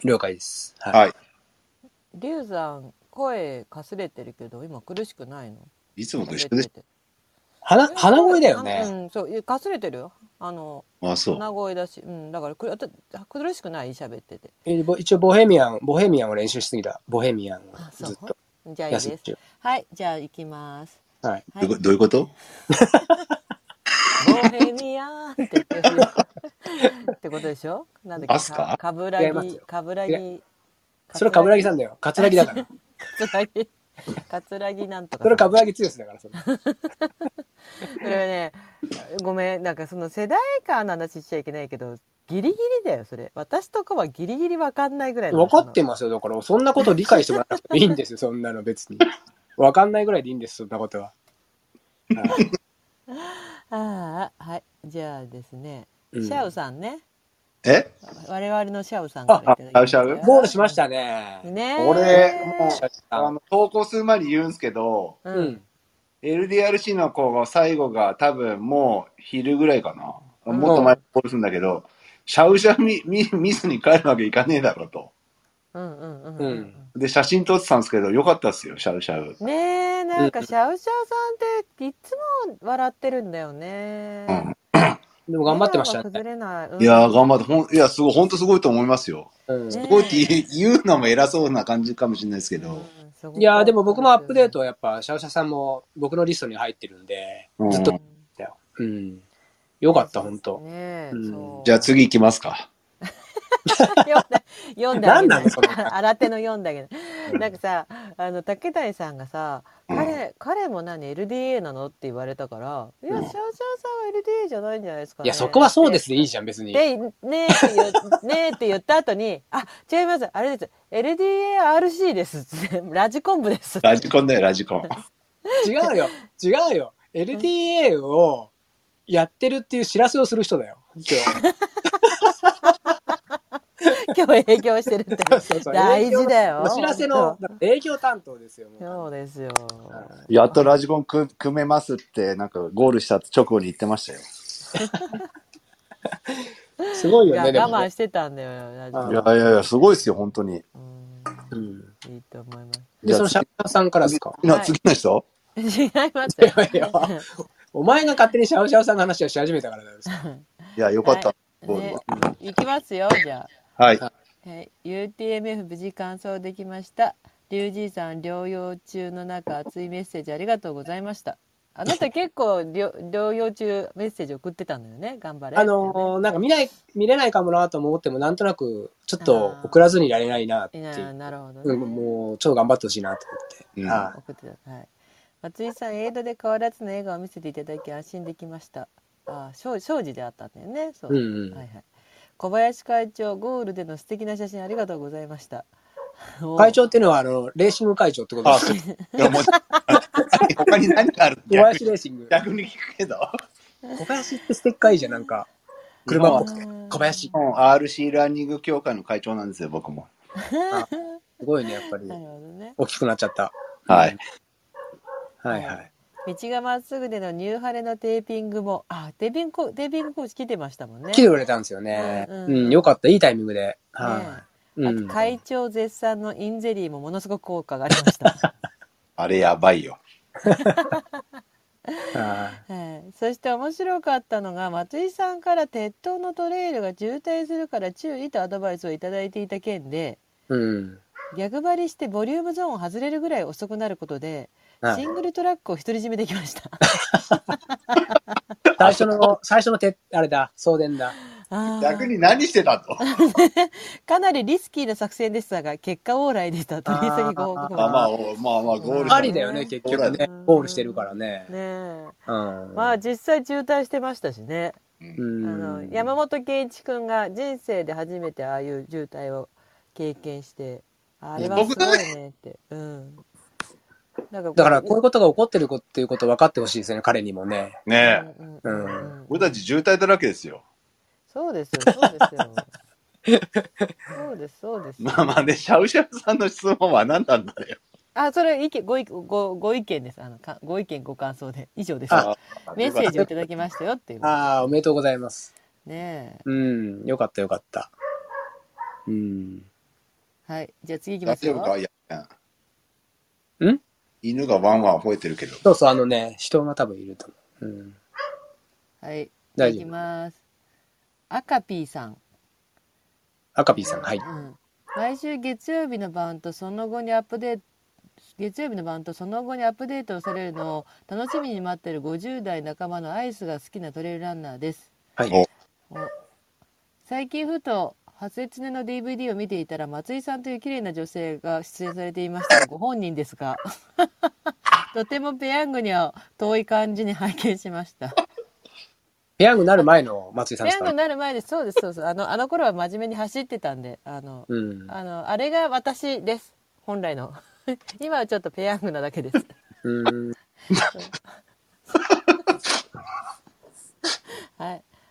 了解です。 はい。 リュウさん、声かすれてるけど、今苦しくないの？ いつもと一緒です。 鼻声だよね。 そう、かすれてるよ。 そう。 鼻声だし。だから苦しくない？喋ってて。 一応ボヘミアンを練習しすぎた。ボヘミアンをずっと。 じゃあいいです。はい、じゃあ行きます。 はい。 どういうこと？ ボヘミアンって言ってるってことでしょ？なんだっけ？カブラギ。 それカブラギさんだよ。カツラギだから。 カツラギなんとか。 それカブラギ強しだからそれ。 それね、ごめん、なんかその世代間の話しちゃいけないけど、ギリギリだよそれ。私とかはギリギリ分かんないぐらい。 分かってますよ。だからそんなこと理解してもらわなくていいんですよ。そんなの別に。分かんないぐらいでいいんです。そんなことは。 はい。 じゃあですね、シャウさんね。我々のシャウさんからいただきました。 ゴールしましたね。 俺、もう、投稿する前に言うんですけど、LDRC の子が最後が多分もう昼ぐらいかな。もっと前にゴールするんだけど、シャウシャウ見ずに帰るわけいかねえだろうと。で、写真撮ってたんですけど、よかったっすよ、シャウシャウ。 ねえ、なんかシャウシャウさんっていつも笑ってるんだよね。 でも頑張ってましたね。 いや、頑張って、いや、すごい、本当すごいと思いますよ。すごいって言うのも偉そうな感じかもしれないですけど。 いや、でも僕もアップデートはやっぱ、シャウシャさんも僕のリストに入ってるんで、ずっと、よかった、本当。 じゃあ次行きますか。 読んであげない。新手の読んであげない。なんかさ、竹谷さんがさ、彼もLDA なのって言われたから、いや、シャウシャウさんは LDA じゃないんじゃないですかね。 いや、そこはそうですでいいじゃん、別に。 で、ねえって言った後に、あ、違います、あれです。LDARC です。ラジコン部です。 ラジコンだよ、ラジコン。 違うよ。LDA をやってるっていう知らせをする人だよ。 今日営業してるって大事だよ。 お知らせの営業担当ですよ。 そうですよ。 やっとラジコン組めますってなんかゴールした直後に言ってましたよ。 すごいよね。 我慢してたんだよ。 いやすごいですよ本当に。 いいと思います。 でそのシャウシャウさんからですか。 次の人？ 違いますよ。 お前が勝手にシャウシャウさんの話をし始めたからです。 いやよかった。 いきますよじゃあ。はい。 UTMF 無事完走できました。リュウジーさん療養中の中熱いメッセージありがとうございました。あなた結構療養中メッセージ送ってたのよね。頑張れ。 なんか見れないかもなと思ってもなんとなくちょっと送らずにいられないなっていう。 なるほどね。 もうちょっと頑張ってほしいなと思って。 送ってた。はい。松井さん、エイドで変わらずの笑顔を見せていただき安心できました。庄司であったんだよね。そう。はいはい。小林会長、ゴールでの素敵な写真ありがとうございました。 会長っていうのはレーシング会長ってことですか？いやもう他に何がある？ 小林レーシング。 逆に聞くけど。 小林ってステッカーいいじゃん、なんか。車っぽくて。小林。 RC ランニング協会の会長なんですよ、僕も。 すごいね、やっぱり。なるほどね。大きくなっちゃった。 はい。 はいはい。 道がまっすぐでのニューハレのテーピングも、テーピングコーチ来てましたもんね。 来てくれたんですよね。よかった、いいタイミングで。 あと会長絶賛のインゼリーもものすごく効果がありました。 あれやばいよ。 そして面白かったのが松井さんから鉄塔のトレイルが渋滞するから注意とアドバイスをいただいていた件で、逆張りしてボリュームゾーンを外れるぐらい遅くなることでシングルトラックを独り占めできました。 最初のあれだ、送電だ。 逆に何してたとかなりリスキーな作戦でしたが結果オーライでした。取り急ぎご報告。 まあゴールありだよね、結局ね。ゴールしてるからね。 まあ実際渋滞してましたしね。山本圭一君が人生で初めてああいう渋滞を経験して、あれはすごいねって。 だからこういうことが起こってるっていうことを分かってほしいですよね、彼にもね。 ねえ。俺たち渋滞だらけですよ。 そうですよ、そうですよ。そうです、そうです。 まあね、シャウシャウさんの質問は何なんだよ。 それご意見です。ご意見ご感想で以上です。メッセージをいただきましたよっていう。 おめでとうございます。 ねえ。よかったよかった。 はい、じゃあ次行きますよ。 大丈夫か？犬がワンワン吠えてるけど。 そうそう、人が多分いると思う。 はい、じゃあ行きます。赤ピーさん。 赤ピーさん、はい。 毎週月曜日の晩とその後にアップデートをされるのを楽しみに待っている50代仲間のアイスが好きなトレイルランナーです。 はい。 最近ふと初エツネの DVD を見ていたら松井さんという綺麗な女性が出演されていましたがご本人ですがとてもペヤングには遠い感じに拝見しました。 ペヤングなる前の松井さんですか？ ペヤングなる前です。そうです、そうです。あの頃は真面目に走ってたんで、あれが私です。本来の。今はちょっとペヤングなだけです。はい。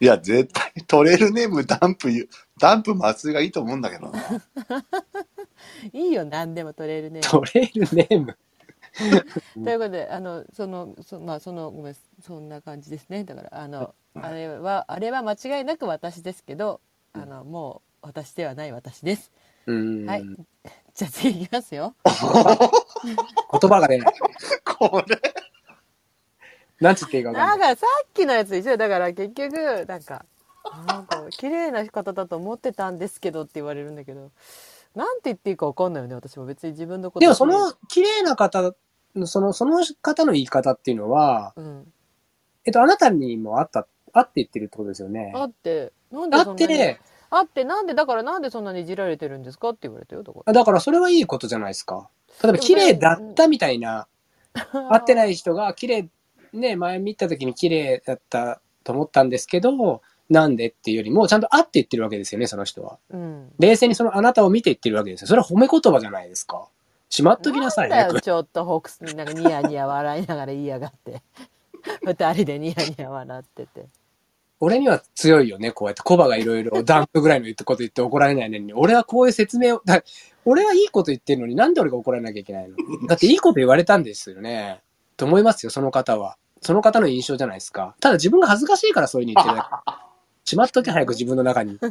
いや、絶対トレイルネームダンプ松井がいいと思うんだけどな。 いいよ、何でもトレイルネーム。トレイルネーム。 ということで、ごめん、そんな感じですね。だから、あれは間違いなく私ですけど、もう私ではない私です。はい。じゃあ次いきますよ。 言葉が出ない。 これ。 なんつっていいか分かんない。 だからさっきのやつ一緒だから結局、なんか綺麗な方だと思ってたんですけどって言われるんだけど、なんて言っていいか分かんないよね、私も別に自分のこと。 でもその綺麗な方、その方の言い方っていうのは、あなたにもあって言ってるってことですよね。 あって、なんでそんなにだからなんでそんなにいじられてるんですかって言われたよ。 だからそれはいいことじゃないですか。例えば綺麗だったみたいな、会ってない人が綺麗、ね、前見た時に綺麗だったと思ったんですけど、なんでっていうよりも、ちゃんと会って言ってるわけですよね、その人は。冷静にそのあなたを見て言ってるわけですよ。それは褒め言葉じゃないですか。しまっときなさい、 なんだよ、ちょっとなんかニヤニヤ笑いながら言いやがって。二人でニヤニヤ笑ってて。 俺には強いよね、こうやってコバがいろいろダンプぐらいのこと言って怒られないのに、俺はこういう説明を、俺はいいこと言ってるのになんで俺が怒られなきゃいけないの？だっていいこと言われたんですよね。と思いますよ、その方は。その方の印象じゃないですか。ただ自分が恥ずかしいからそういう風に言ってるだけ。しまっとけ早く自分の中に。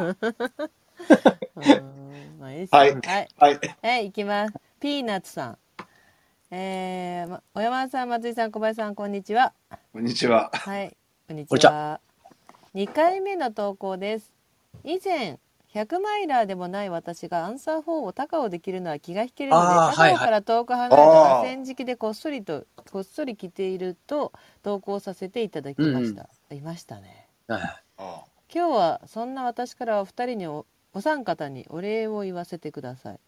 まあいいです。 はい。 はい。はい、行きます。ピーナッツさん。小山さん、松井さん、小林さん、こんにちは。 こんにちは。 はい、こんにちは。2回目の投稿です。以前、100マイラーでもない私がアンサー4を高尾できるのは気が引けるので、高尾から遠く離れた河川敷でこっそり着ていると投稿させていただきました。いましたね。今日はそんな私からお二人にお三方にお礼を言わせてください。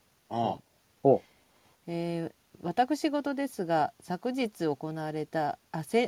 私事ですが、昨日行われた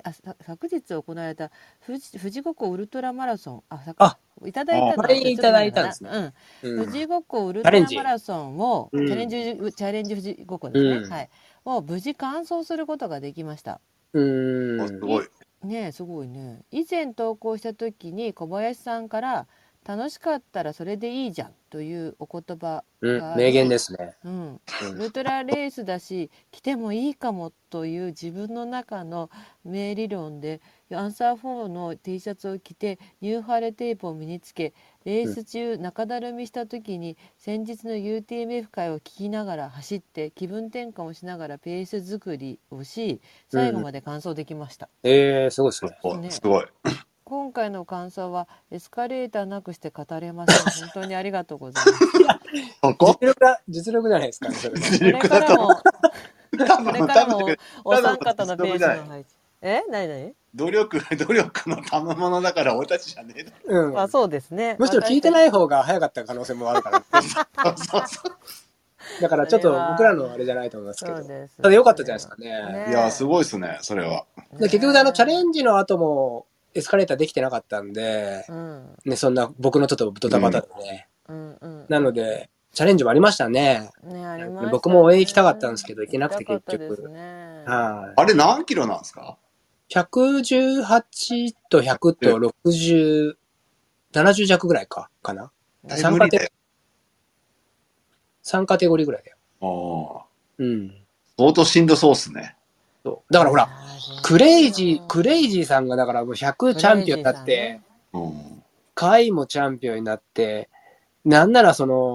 富士五湖ウルトラマラソン、いただいたのいただいたんですね。 富士五湖ウルトラマラソンをチャレンジ富士五湖ですね。はい。を無事完走することができました。 すごい。 ね、すごいね。以前投稿した時に小林さんから楽しかったらそれでいいじゃんというお言葉が名言ですね。 ウルトラレースだし来てもいいかもという自分の中の名理論でアンサー4の T シャツを着てニューハレテープを身につけ、レース中中だるみした時に先日の UTMF 会を聞きながら走って気分転換をしながらペース作りをし、最後まで完走できました。 すごいですね。 すごい。 今回の感想はエスカレーターなくして語れません。本当にありがとうございます。 実力じゃないですかね。 これからもお三方のペースの配置。何？ 努力の賜物だから俺たちじゃねえだ。そうですね。 むしろ聞いてない方が早かった可能性もあるから。だからちょっと僕らのあれじゃないと思いますけど。ただ良かったじゃないですかね。 いや、すごいですね、それは。 結局チャレンジの後もエスカレーターできてなかったんで、そんな僕のちょっとドタバタでね。なので、チャレンジもありましたね。僕も応援行きたかったんですけど、行けなくて結局。 あれ何キロなんですか ？118と100と60、70弱ぐらいかな。3カテゴリーぐらいだよ。 相当しんどそうっすね。 だからほら、クレイジーさんがだからもう100チャンピオンになって、回もチャンピオンになって、なんなら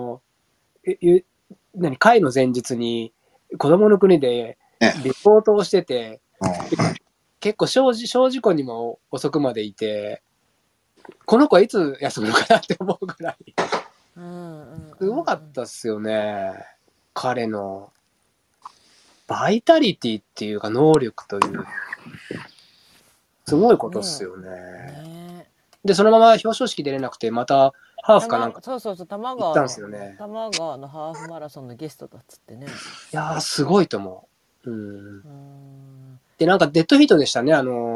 回の前日に子供の国でリポートをしてて、結構小事故にも遅くまでいて、この子はいつ休むのかなって思うぐらい。すごかったっすよね。彼のバイタリティっていうか能力という。すごいことっすよね。で、そのまま表彰式出れなくて、またハーフかなんか行ったんですよね。 多摩川のハーフマラソンのゲストだっつってね。 いやー、すごいと思う。で、なんかデッドヒートでしたね、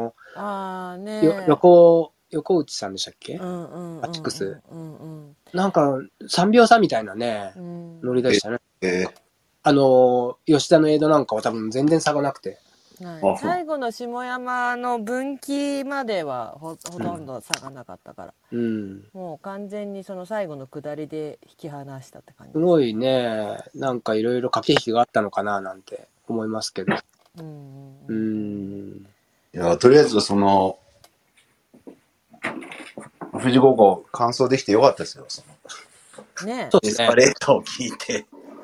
横内さんでしたっけ？アチクス。なんか3秒差みたいなね、乗り出したね。吉田のエイドなんかは多分全然差がなくて。 はい、最後の下山の分岐まではほとんど差がなかったから、もう完全にその最後の下りで引き離したって感じです。 すごいね、なんかいろいろ駆け引きがあったのかななんて思いますけど。 いや、とりあえずその富士五湖完走できてよかったですよ。そのね、 エスカレーターを聞いて。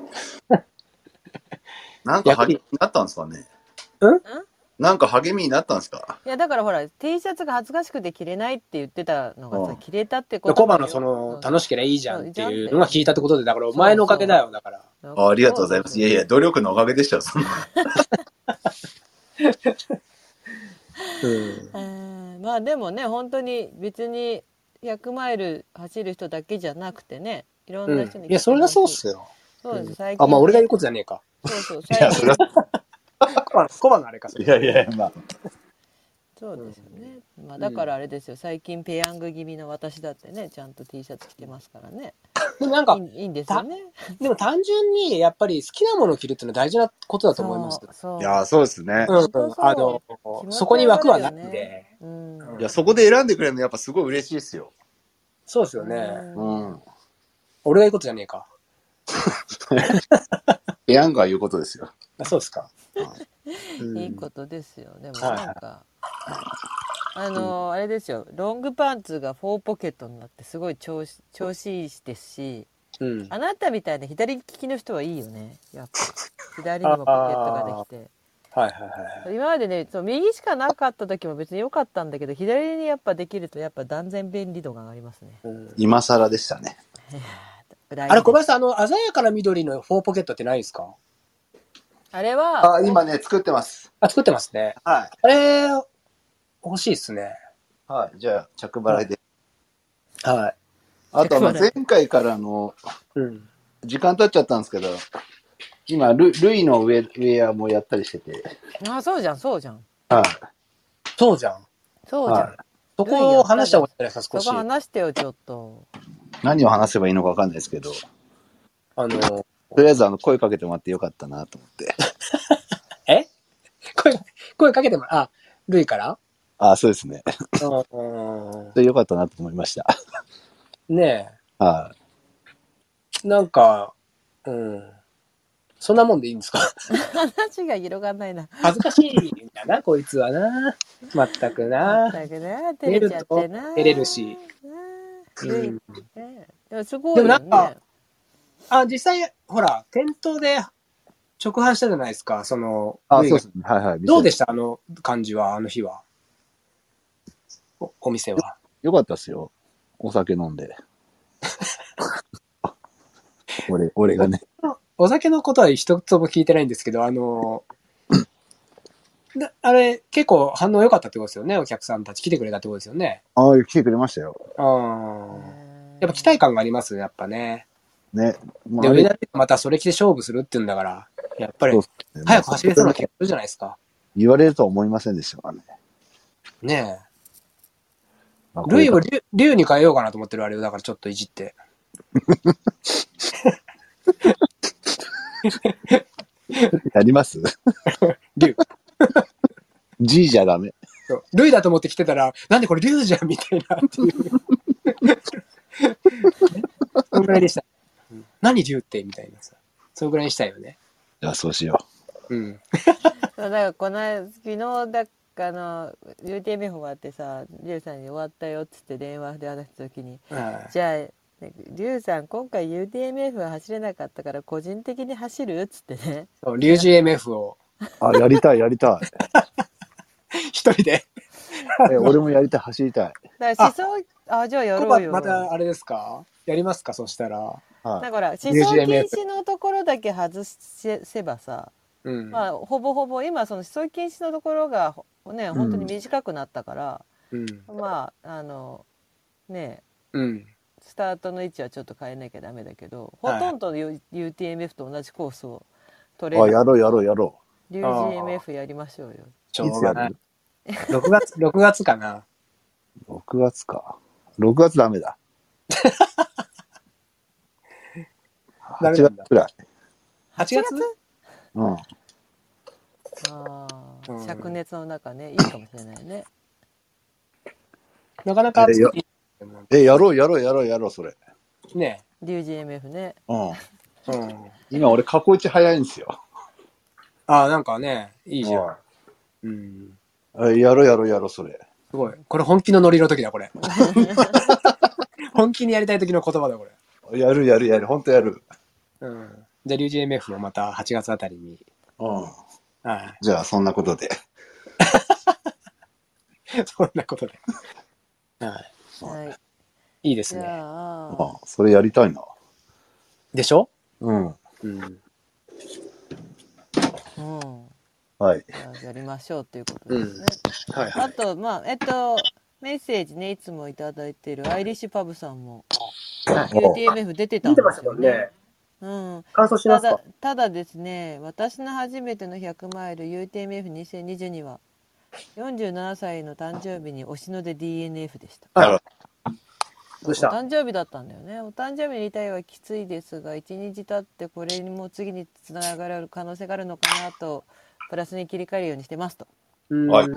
なんか励みになったんですかね。なんか励みになったんですか。 いやだからほら T シャツが恥ずかしくて着れないって言ってたのがさ、着れたってことコバのその楽しければいいじゃんっていうのが聞いたってことで、だからお前のおかげだよ、だから。 ありがとうございます。いやいや、努力のおかげでしたよ、そんな。 まあでもね、本当に別に100マイル走る人だけじゃなくてね、いろんな人に、 いや、それはそうっすよ。 そうです、最近、 まあ俺が言うことじゃねえか。 そうそう、最近。 コバのあれか、 いやいや、まあ。 そうですよね。まあだからあれですよ、最近ペヤング気味の私だってね、ちゃんと T シャツ着てますからね。 でもなんかいいんですよね。 でも単純にやっぱり好きなものを着るっていうのは大事なことだと思います。 いや、そうですね。 そこに枠はないんで。 いや、そこで選んでくれるのやっぱすごい嬉しいですよ。 そうですよね。俺が言うことじゃねえか。 ペヤングは言うことですよ。 そうですか。 いいことですよ。でもなんか、あれですよ、ロングパンツが4ポケットになってすごい調子いいですし、あなたみたいな左利きの人はいいよね。やっぱ左にもポケットができて。今までね、右しかなかった時も別に良かったんだけど、左にやっぱできるとやっぱ断然便利度が上がりますね。 今更でしたね。 あれ小林さん、鮮やかな緑の4ポケットってないですか？ あれは今ね作ってます。 作ってますね。 はい。 あれ欲しいですね。 はい。じゃあ着払いで。 はい。 あと前回から時間経っちゃったんですけど、今ルイのウェアもやったりしてて。 そうじゃんそうじゃん。 はい。 そうじゃん。 そうじゃん。 そこを話した方がいいんじゃないですか、少し。 そこ話してよちょっと。 何を話せばいいのか分かんないですけど、とりあえず声かけてもらってよかったなと思って。 声かけてもらルイから？ そうですね。それよかったなと思いました。 ねえ。はい。 なんか、そんなもんでいいんですか？ 話が広がんないな。 恥ずかしいんだな、こいつはな。まったくな。 照れちゃってな。 照れるし。 でもすごいよね。でもなんか、実際、ほら、店頭で直販したじゃないですか、 そうですね。はいはい。 どうでした感じは、あの日は。お店は。 よかったっすよ。お酒飲んで。俺がね。 お酒のことは一つも聞いてないんですけど、あれ、結構反応良かったってことですよね、お客さんたち来てくれたってことですよね。 来てくれましたよ。 やっぱ期待感がありますやっぱね。 ね。 で、上田でまたそれ着て勝負するって言うんだから、やっぱり、早く走れそうな気がするじゃないですか。 言われるとは思いませんでしたからね。 ねえ。ルイを竜に変えようかなと思ってるあれを、だからちょっといじって。 やります竜。 G じゃダメ。 ルイだと思って来てたら、なんでこれ竜じゃんみたいなっていう。そのぐらいでした。何竜ってみたいなさ。そのぐらいにしたいよね。 じゃあそうしよう。だから昨日だかUTMF 終わってさ、リュウさんに終わったよっつって電話で話した時に、じゃあリュウさん今回 UTMF は走れなかったから個人的に走るっつってね。 リュウ GMF を。 やりたい。 一人で。 俺もやりたい、走りたい。 だからじゃあやろうよ。 またあれですか？やりますか？そしたら。 だから思想禁止のところだけ外せばさ、まあほぼほぼ今その思想禁止のところがね本当に短くなったから、まあね、スタートの位置はちょっと変えなきゃダメだけど、ほとんどの UTMF と同じコースを取れる。 やろう。 リュウ GMF やりましょうよ。 いつやる？6月かな。 6月か。6月ダメだ。8月くらい。 8月？ 灼熱の中ね、いいかもしれないね。 なかなか暑い。 やろう、それ。 ねリュウジ MF ね。 今俺過去一早いんですよ。 なんかね、いいじゃん。 やろう、それ。 すごい。これ本気のノリの時だ、これ。本気にやりたい時の言葉だ、これ。 やる、ほんとやる。 じゃあ、リュウジ MF もまた8月あたりに。 じゃあ、そんなことで。 そんなことで。いいですね。 それやりたいな。 でしょ？ はい。 やりましょうということですね。あと、メッセージね、いつもいただいているアイリッシュパブさんも UTMF 出てたんですよね。 感想しますか？ ただですね、私の初めての100マイル UTMF2022 は47歳の誕生日に推しので DNF でした。 どうした？ お誕生日だったんだよね。お誕生日にリタイアはきついですが、1日経ってこれにも次につながる可能性があるのかなと、プラスに切り替えるようにしてますと。 な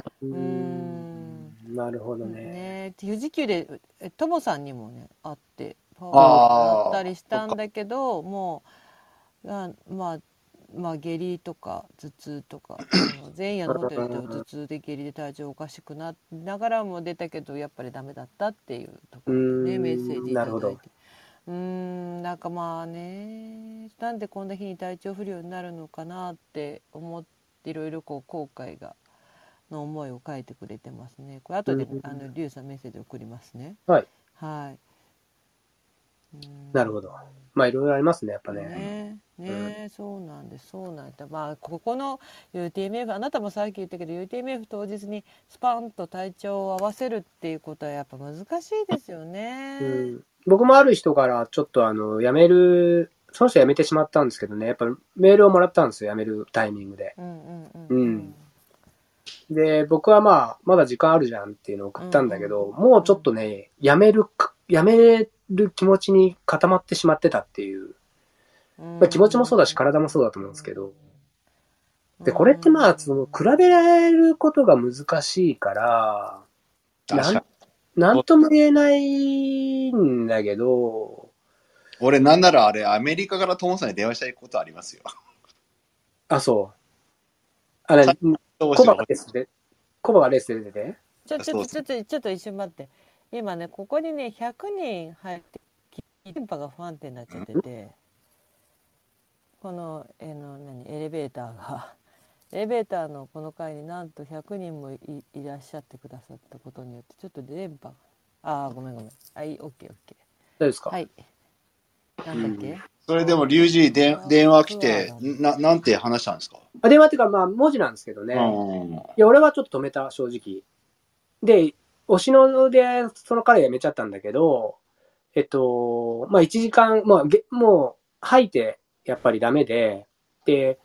るほどね。 富士急でトモさんにもね会ってパワーだったりしたんだけど、もう下痢とか頭痛とか前夜のホテルで頭痛で下痢で体調おかしくなりながらも出たけどやっぱりダメだったっていうところでね、メッセージいただいて、なんかなんでこんな日に体調不良になるのかなって思っていろいろ後悔の思いを書いてくれてますね。これ後でリュウさんメッセージ送りますね。 はい。 なるほど。いろいろありますね、やっぱね。 そうなんです。ここの UTMF、あなたもさっき言ったけど UTMF 当日にスパンと体調を合わせるっていうことはやっぱ難しいですよね。 僕もある人からちょっと辞める、その人辞めてしまったんですけどね、やっぱメールをもらったんですよ、辞めるタイミングで。で、僕はまだ時間あるじゃんっていうのを送ったんだけど、もうちょっとね、辞める気持ちに固まってしまってたっていう。気持ちもそうだし、体もそうだと思うんですけど。で、これって比べられることが難しいから、なんとも言えないんだけど。 俺なんならあれ、アメリカからトモさんに電話したいことありますよ。 そう。コバがレースで出てちょっと一瞬待って。今ね、ここにね、100人入って、電波が不安定になっちゃってて、この、エレベーターのこの階になんと100人も いらっしゃってくださったことによって、ちょっと電波が、ごめん。オッケー。 大丈夫ですか？ はい。なんだっけ？ それでも、リュウジ電話来て、なんて話したんですか？ 電話っていうか、文字なんですけどね。いや、俺はちょっと止めた、正直。で、推しので、その彼辞めちゃったんだけど、1時間、もう、吐いて、やっぱりダメで、で、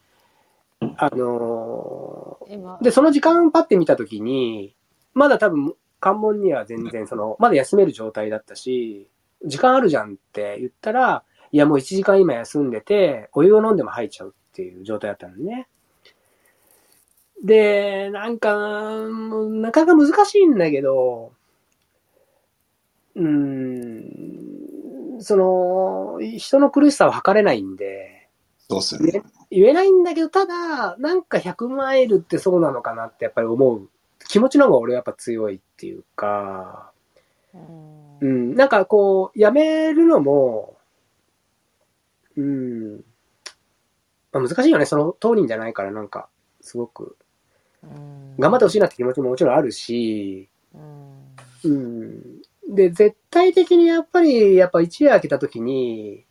で、その時間パッて見たときに、まだ多分、関門には全然、まだ休める状態だったし、時間あるじゃんって言ったら、いやもう1時間今休んでて、お湯を飲んでも吐いちゃうっていう状態だったのね。で、なかなか難しいんだけど、人の苦しさを測れないんで、 そうっすね。 言えないんだけど、ただ、100マイルってそうなのかなってやっぱり思う。気持ちの方が俺はやっぱ強いっていうか、やめるのも、難しいよね。その当人じゃないから、すごく、頑張ってほしいなって気持ちももちろんあるし、で、絶対的にやっぱ一夜明けた時に、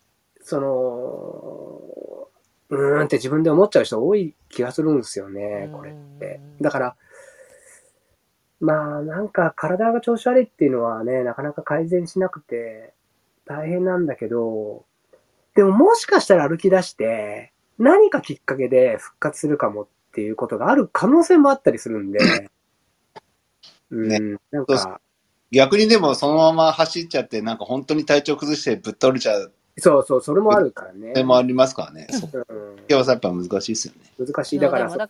って自分で思っちゃう人多い気がするんですよね、これって。だから、体が調子悪いっていうのはね、なかなか改善しなくて大変なんだけど、でももしかしたら歩き出して、何かきっかけで復活するかもっていうことがある可能性もあったりするんで、 逆にでもそのまま走っちゃって、本当に体調崩してぶっ倒れちゃう。 そう、それもあるからね。 それもありますからね。それはやっぱ難しいですよね。 難しい。だから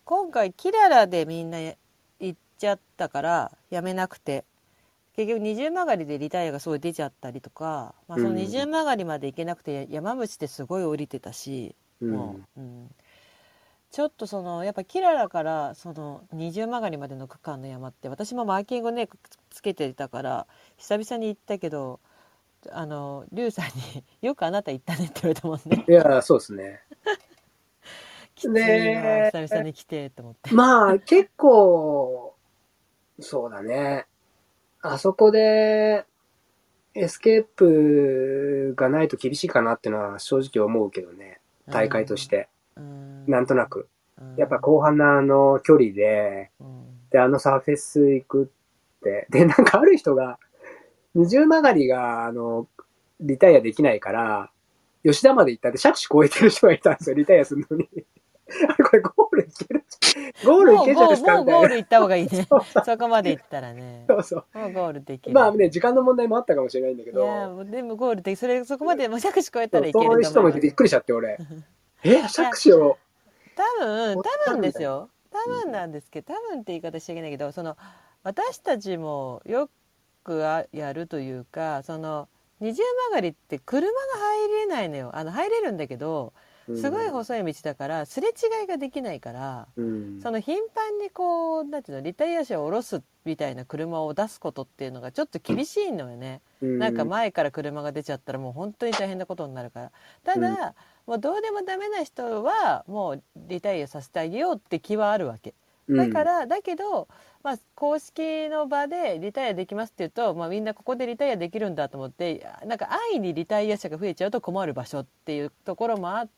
今回キララでみんな行っちゃったからやめなくて、結局二重曲がりでリタイアがすごい出ちゃったりとか、まあ、その二重曲がりまで行けなくて山道ですごい降りてたし、もう、ちょっとやっぱキララからその二重曲がりまでの区間の山って私もマーキングねつけてたから久々に行ったけど、リュウさんによくあなた行ったねって言われたもんね。 いやそうですね。 きついな、久々に来てと思って。 まあ結構そうだね。あそこでエスケープがないと厳しいかなっていうのは正直思うけどね。大会として。なんとなく。やっぱ後半の距離で、で、サーフェス行くって。で、なんかある人が、二重曲がりが、リタイアできないから、吉田まで行ったって杓子超えてる人がいたんですよ、リタイアするのに。あれこれゴール行けるゴール行けちゃうんですかみたいな。 もうゴール行った方がいいね。そこまで行ったらね。 そうそう。 もうゴールできる。 まあね、時間の問題もあったかもしれないんだけど。 いや、でもゴールで、そこまでもう杓子超えたらいけると思う。 そういう人もいてびっくりしちゃって、俺。杓子を。 多分ですよ。多分なんですけど、多分って言い方しちゃいけないけど、私たちもよくやるというか、二重曲がりって車が入れないのよ。入れるんだけど、すごい細い道だからすれ違いができないから、頻繁になんていうの、リタイア車を下ろすみたいな車を出すことっていうのがちょっと厳しいのよね。なんか前から車が出ちゃったらもう本当に大変なことになるから。ただ、もうどうでもダメな人はもうリタイアさせてあげようって気はあるわけ。だけど、まあ、公式の場でリタイアできますって言うと、まあ、みんなここでリタイアできるんだと思って、なんか安易にリタイア者が増えちゃうと困る場所っていうところもあって、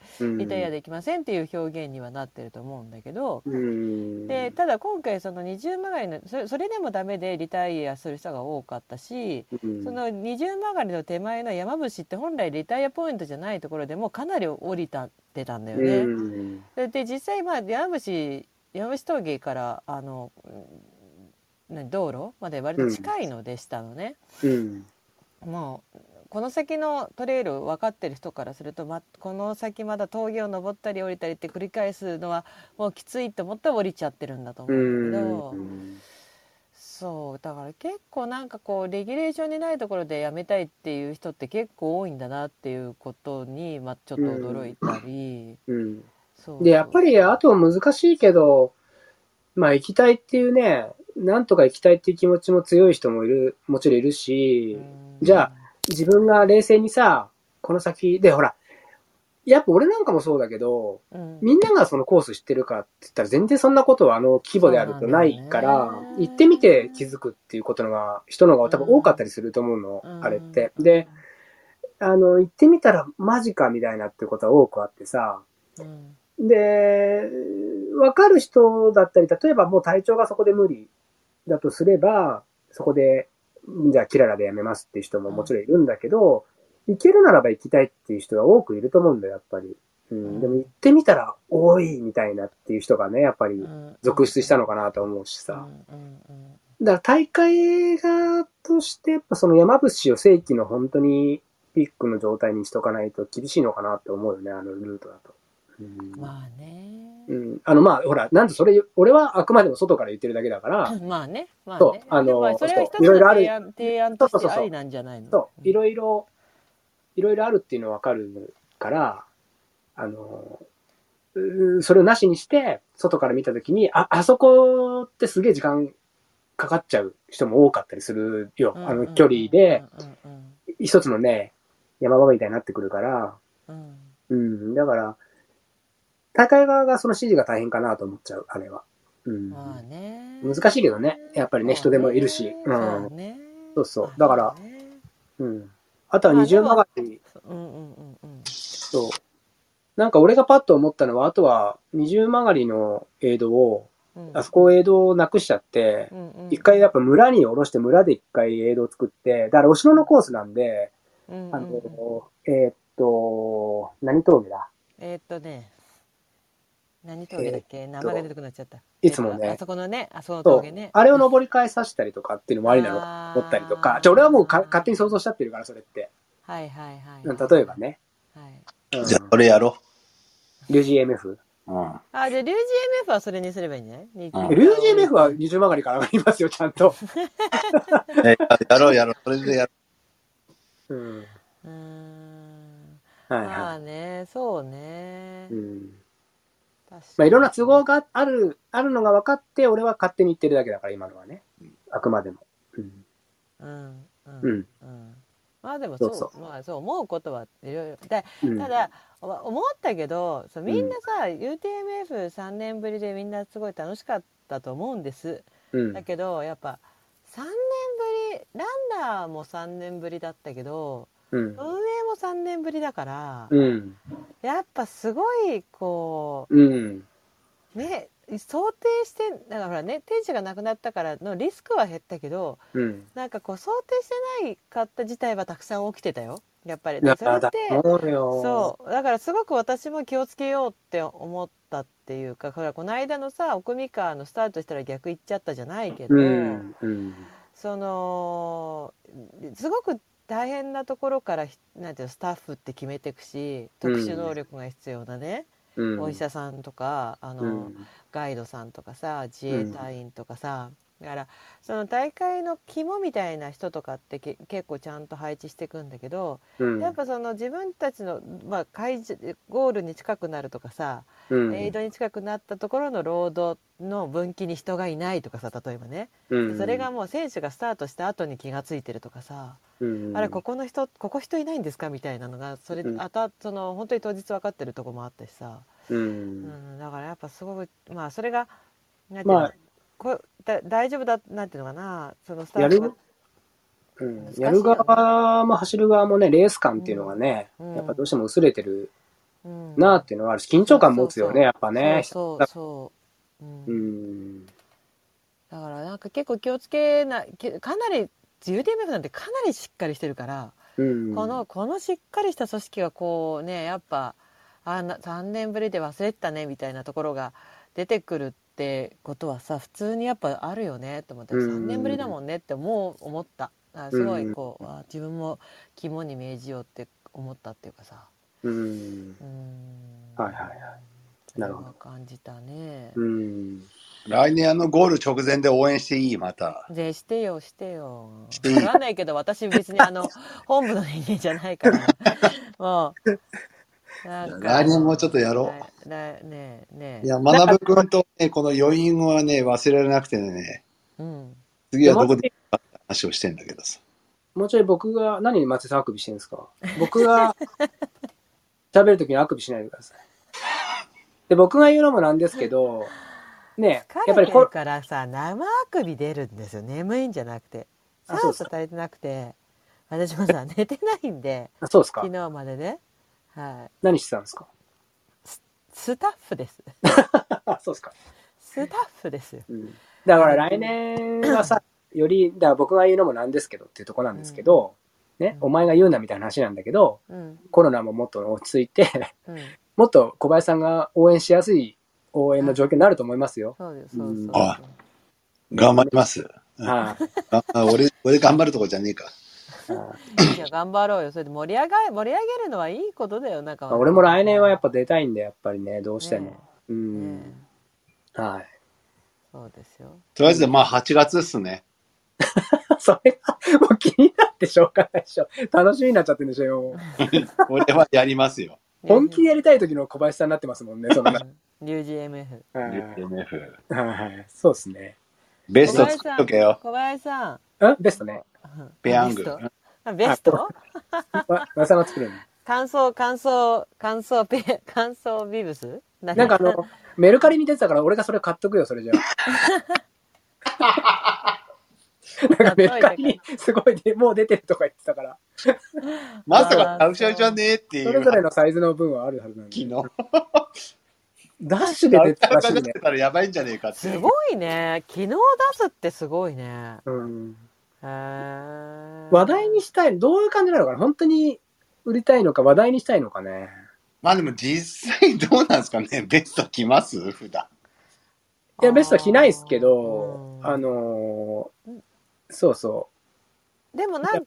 リタイアできませんっていう表現にはなってると思うんだけど、でただ今回その二重曲がりのそれでもダメでリタイアする人が多かったし、その二重曲がりの手前の山伏って本来リタイアポイントじゃないところでもかなり降りてたんだよね。で実際まあ山伏峠から道路まで割と近いのでしたのね。もうこの先のトレイル分かってる人からすると、この先まだ峠を登ったり降りたりって繰り返すのはもうきついと思って降りちゃってるんだと思うんだけど、そうだから結構なんかレギュレーションにないところでやめたいっていう人って結構多いんだなっていうことに、ちょっと驚いたり。 で、やっぱり、あと難しいけど、まあ行きたいっていうね、なんとか行きたいっていう気持ちも強い人ももちろんいるし、じゃあ、自分が冷静にさ、この先で、ほら、やっぱ俺なんかもそうだけど、みんながそのコース知ってるかって言ったら全然そんなことは規模であるとないから、行ってみて気づくっていうことのが、人の方が多分多かったりすると思うの、あれって。で、行ってみたらマジかみたいなっていうことは多くあってさ、で、わかる人だったり、例えばもう体調がそこで無理だとすれば、そこで、じゃあキララでやめますっていう人ももちろんいるんだけど、行けるならば行きたいっていう人が多くいると思うんだよ、やっぱり。でも行ってみたら多いみたいなっていう人がね、やっぱり続出したのかなと思うしさ。だから大会側として、やっぱその山伏を正規の本当にピックの状態にしとかないと厳しいのかなって思うよね、ルートだと。 まあね。 まあ、ほら、なんで俺はあくまでも外から言ってるだけだから。 まあね。 そう、 それは一つの提案としてありなんじゃないの？ そう、いろいろあるっていうのはわかるから、それをなしにして、外から見たときに、あそこってすげえ時間かかっちゃう人も多かったりするよ。距離で、一つのね、山場みたいになってくるから、だから、大会側がその指示が大変かなと思っちゃう、あれは。 まあね。 難しいけどね。やっぱりね、人でもいるし。そうそう。だから、あとは二重曲がり。そう。なんか俺がパッと思ったのは、あとは二重曲がりのエイドを、あそこエイドをなくしちゃって、一回やっぱ村に下ろして村で一回エイドを作って、だからお城のコースなんで、何峠だ？ 何峠だっけ？名前が出てくなっちゃった。 いつもね。 あそこのね、あその峠ね。 あれを登り返させたりとかっていうのもありなのか思ったりとか。俺はもう勝手に想像しちゃってるから、それって。 はい。 例えばね。 じゃあ、それやろう。リュウジ MF。 うん。 じゃあ、リュウジ MF はそれにすればいいんじゃない？リュウジ MF は20曲がりから上がりますよ、ちゃんと。 やろう。それでやる。うん。 まあね、そうね。 うん。まあ、いろんな都合があるのが分かって、俺は勝手に言ってるだけだから、今のはね。あくまでも。 まあでもまあそう思うことはいろいろ。ただ、思ったけど、みんなさ、UTMF3 年ぶりでみんなすごい楽しかったと思うんです。だけど、やっぱ、3年ぶり、ランナーも3年ぶりだったけど、運営も3年ぶりだから、やっぱすごいこう、ね、想定してだからほらね、天使が亡くなったからのリスクは減ったけど、なんかこう想定してないかった自体はたくさん起きてたよ、やっぱり。それってそうだからすごく私も気をつけようって思ったっていうか、この間のさ、奥三河のスタートしたら逆行っちゃったじゃないけど、そのすごく大変なところからなんていうの、スタッフって決めていくし、特殊能力が必要なね、お医者さんとかガイドさんとかさ、自衛隊員とかさ、だからその大会の肝みたいな人とかって結構ちゃんと配置していくんだけど、やっぱその自分たちの、まあ、ゴールに近くなるとかさ、エイドに近くなったところのロードの分岐に人がいないとかさ、例えばね、それがもう選手がスタートした後に気がついてるとかさ、あれここ人いないんですかみたいなのがそれ、その本当に当日分かってるとこもあったしさ、だからやっぱすごく、まあそれがなんていうの、大丈夫だなんていうのかな、そのスタッフがやる側も走る側もね、レース感っていうのがね、やっぱどうしても薄れてるなっていうのはあるし、緊張感持つよね、やっぱね。だからなんか結構気をつけな、かなり UTMF なんてかなりしっかりしてるから、このしっかりした組織がこうね、やっぱ3年ぶりで忘れてたねみたいなところが出てくるってことはさ、普通にやっぱあるよねと思って、3年ぶりだもんねって思った。すごいこう、自分も肝に銘じようって思ったっていうかさ、なるほど、感じたね。 来年ゴール直前で応援していい？またしてよ分かんないけど、私別に本部の人間じゃないからもう来年もうちょっとやろう。いや、学君とね、この余韻はね、忘れられなくてね、次はどこで話をしてんだけどさ。 もうちょい僕が、何に松井さんあくびしてるんですか？僕が喋るときにあくびしないでください。で、僕が言うのもなんですけど、ね、 やっぱりこれからさ、生あくび出るんですよ。眠いんじゃなくて。酸素足りてなくて、私もさ、寝てないんで、 そうですか。 昨日までね。 何してたんですか？ スタッフです。 そうですか。 スタッフですよ。 だから来年はさ、より、だから僕が言うのもなんですけどっていうところなんですけど、ね、お前が言うなみたいな話なんだけど、コロナももっと落ち着いて、もっと小林さんが応援しやすい応援の状況になると思いますよ。 そう。 頑張ります。俺頑張るとこじゃねえか。 いや、頑張ろうよ。それで盛り上げるのはいいことだよ。なんか俺も来年はやっぱ出たいんで、やっぱりね、どうしても。はい。 そうですよ。 とりあえずまあ8月っすね。 それがもう気になってしょうがないでしょ。楽しみになっちゃってるんでしょよ。 俺はやりますよ。 本気でやりたい時の小林さんになってますもんね、その。 リュウジ MF。 はい。そうですね。 ベスト作っとけよ。 小林さん。 ベストね。 ペヤング。 ベスト？ 小林さんが作るの。 乾燥ビブス？ なんかメルカリに出てたから俺がそれ買っとくよ、それじゃあ。なんかメルカリにすごいもう出てるとか言ってたから。 まさか買うしゃうじゃねえっていう。 それぞれのサイズの分はあるはずなんで。 昨日。 ダッシュで出てたらしいね。 出たらやばいんじゃねえかって。 すごいね。昨日出すってすごいね。 話題にしたい。どういう感じなのかな？本当に売りたいのか話題にしたいのかね。 まあでも実際どうなんですかね。ベスト着ます普段。 いや、ベスト着ないですけど、そうそう。 でもなん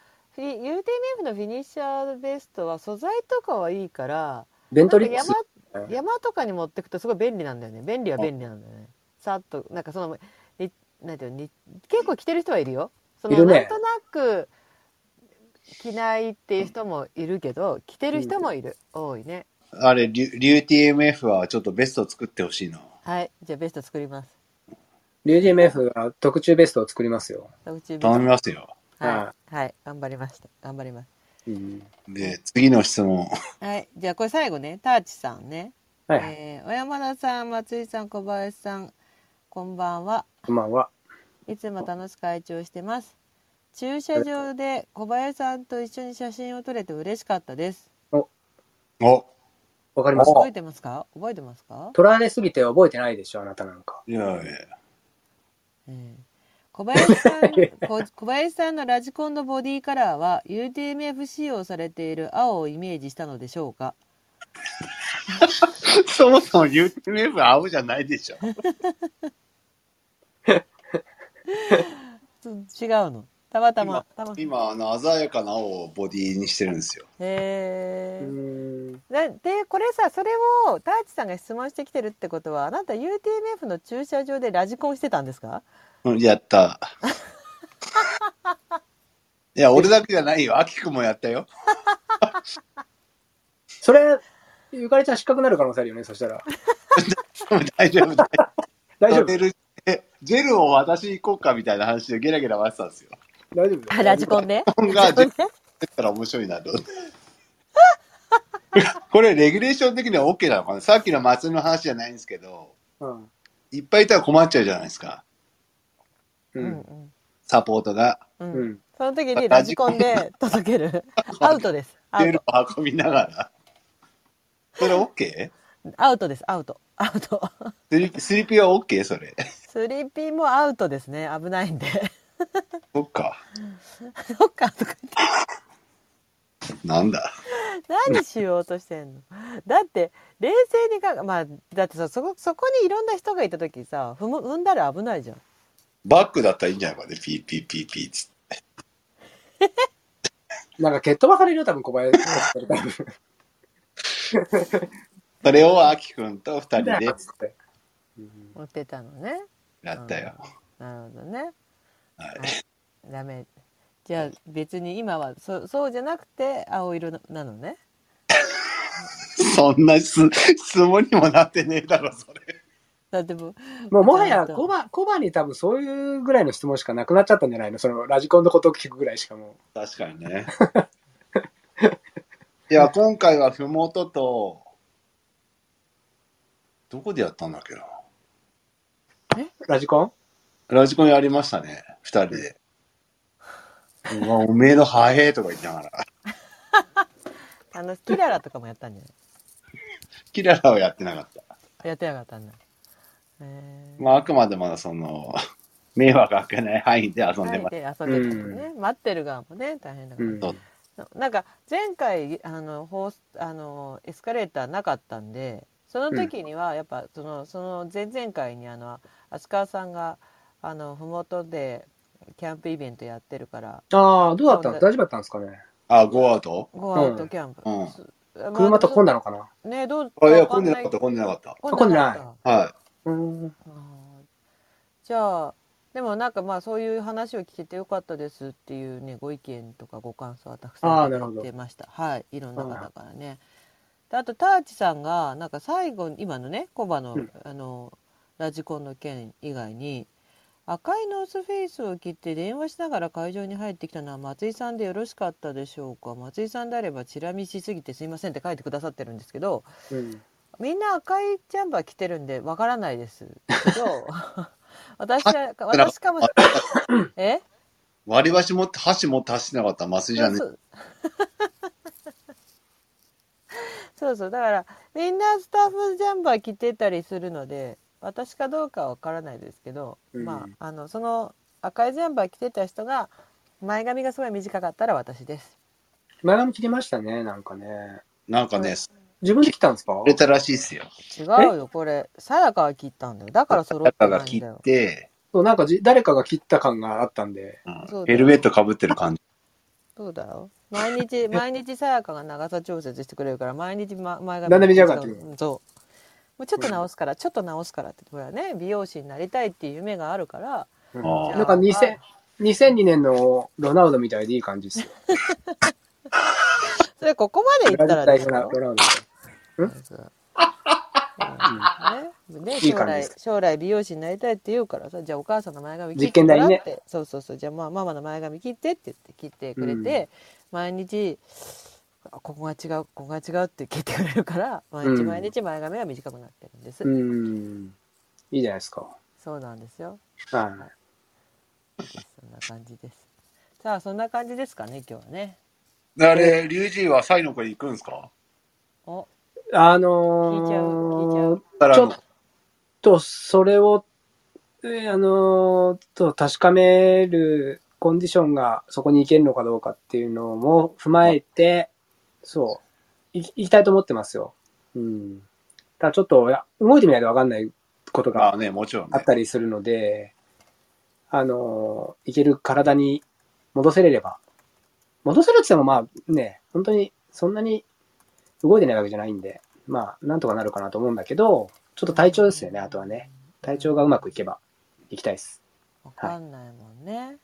か、UTMF のフィニッシャーベストは素材とかはいいから、 ベントリックス。 山とかに持ってくとすごい便利なんだよね。便利は便利なんだよね。さっと、なんかその、なんていうの、結構着てる人はいるよ。その、なんとなく着ないっていう人もいるけど、着てる人もいる。多いね。 あれ、リュー TMF はちょっとベストを作ってほしいな。 はい。じゃあベスト作ります。 リュー TMF は特注ベストを作りますよ。 特注ベスト。 頼みますよ。 はい。はい。頑張りました。頑張ります。 で、次の質問。 はい。じゃあこれ最後ね、ターチさんね。 はい。 小山田さん、松井さん、小林さん、こんばんは。 こんばんは。 いつも楽しく拝聴してます。駐車場で小林さんと一緒に写真を撮れて嬉しかったです。 わかります覚えてますか？覚えてますか？ 撮られすぎて覚えてないでしょ、あなたなんか。 いや小林さんのラジコンのボディカラーは UTMF 使用されている青をイメージしたのでしょうか？ そもそも UTMF 青じゃないでしょ。 違うの。たまたま。 今鮮やかな青をボディにしてるんですよ。 へー。で、これさ、それをターチさんが質問してきてるってことは、あなた UTMF の駐車場でラジコンしてたんですか？ やった。いや、俺だけじゃないよ。アキくんもやったよ。 それ、ゆかりちゃん失格になる可能性あるよね、そしたら。 大丈夫。 大丈夫。 ジェルを渡しに行こうかみたいな話でゲラゲラ回ってたんですよ。 大丈夫。 ラジコンね。 がジェルったら面白いなと。これレギュレーション的には OK なのかな。さっきの松の話じゃないんですけど、いっぱいいたら困っちゃうじゃないですか。サポートが。 その時にラジコンで届ける。アウトです。 ジェルを運びながら。それ OK？ アウトです。アウト。 スリピは OK？ それ。 スリピもアウトですね。危ないんで。 そっか。 そっかとか言って。 なんだ。 何しようとしてんの。だって冷静にだってさ、そこにいろんな人がいた時さ、踏んだら危ないじゃん。 バックだったらいいんじゃないかね。ピーピーピーピーつって。 なんか蹴っ飛ばされるよ、多分小林。 それをアキくんと二人で持ってたのね。 やったよ。 なるほどね。 はい。 ダメ。じゃあ別に今はそうじゃなくて青色なのね。 そんな質問にもなってねえだろそれ。 だってもはやコバに多分そういうぐらいの質問しかなくなっちゃったんじゃないの？そのラジコンのことを聞くぐらいしかもう。 確かにね。いや今回はふもととどこでやったんだっけな。 ラジコンやりましたね。二人で。おめえのハエとか言いながら。キララとかもやったんじゃない？ キララはやってなかった。 やってなかったんだ。 あくまでもその迷惑がかけない範囲で遊んでます。 遊んでたもんね。待ってる側もね大変だから。なんか前回エスカレーターなかったんで、その時にはやっぱその前々回に足川さんがふもとでキャンプイベントやってるから。 ああ、どうだったの？大丈夫だったんですかね。 ゴーアウトキャンプ。 車と混んだのかな。 ね、どう？ いや混んでなかった。 混んでない。 はい。 じゃあでもなんかそういう話を聞けてよかったですっていうねご意見とかご感想はたくさんいただいてました。はい、いろんな方からね。であとターチさんがなんか最後に今のねコバのラジコンの件以外に赤いノースフェイスを着て電話しながら会場に入ってきたのは松井さんでよろしかったでしょうか。松井さんであればチラ見しすぎてすいませんって書いてくださってるんですけど、みんな赤いジャンバー着てるんでわからないですけど私かも割り箸持って箸持って走ってなかった麻酔じゃねそうだからみんなスタッフジャンバー着てたりするので私かどうかはわからないですけど、その赤いジャンバー着てた人が前髪がすごい短かったら私です。 前髪切りましたね。なんかね自分で切ったんですか？ 切れたらしいっすよ。 違うよ、これさやかが切ったんだよ。だから揃ってないんだよ。 さやかが切ってそうなんか誰かが切った感があったんで、 ヘルメットかぶってる感じ。 そうだよ。毎日さやかが長さ調節してくれるから、毎日、前髪なんで短かったの？ そう。もうちょっと直すから、ちょっと直すからって、ほらね、美容師になりたいっていう夢があるから、 なんか2002年のロナウドみたいでいい感じですよ。 それここまでいったらですよ。ね、将来美容師になりたいって言うからさ、じゃあお母さんの前髪切ってもらって、ね、そうじゃあママの前髪切ってって言って切ってくれて、毎日ここが違うって切ってくれるから、毎日前髪が短くなってるんです。 いいじゃないですか。 そうなんですよ。 はい。 そんな感じです。さあ、そんな感じですかね、今日はね。 あれ、リュウジはサイの子に行くんですか？ 聞いちょっと、それを、確かめるコンディションがそこに行けるのかどうかっていうのも踏まえて、そう、行きたいと思ってますよ。ただちょっと、動いてみないと分かんないことがあったりするので、行ける体に戻せれれば。戻せるって言ってもまあね、本当にそんなに動いてないわけじゃないんで、まあなんとかなるかなと思うんだけど、ちょっと体調ですよね、あとはね。体調がうまくいけば行きたいです。 わかんないもんね。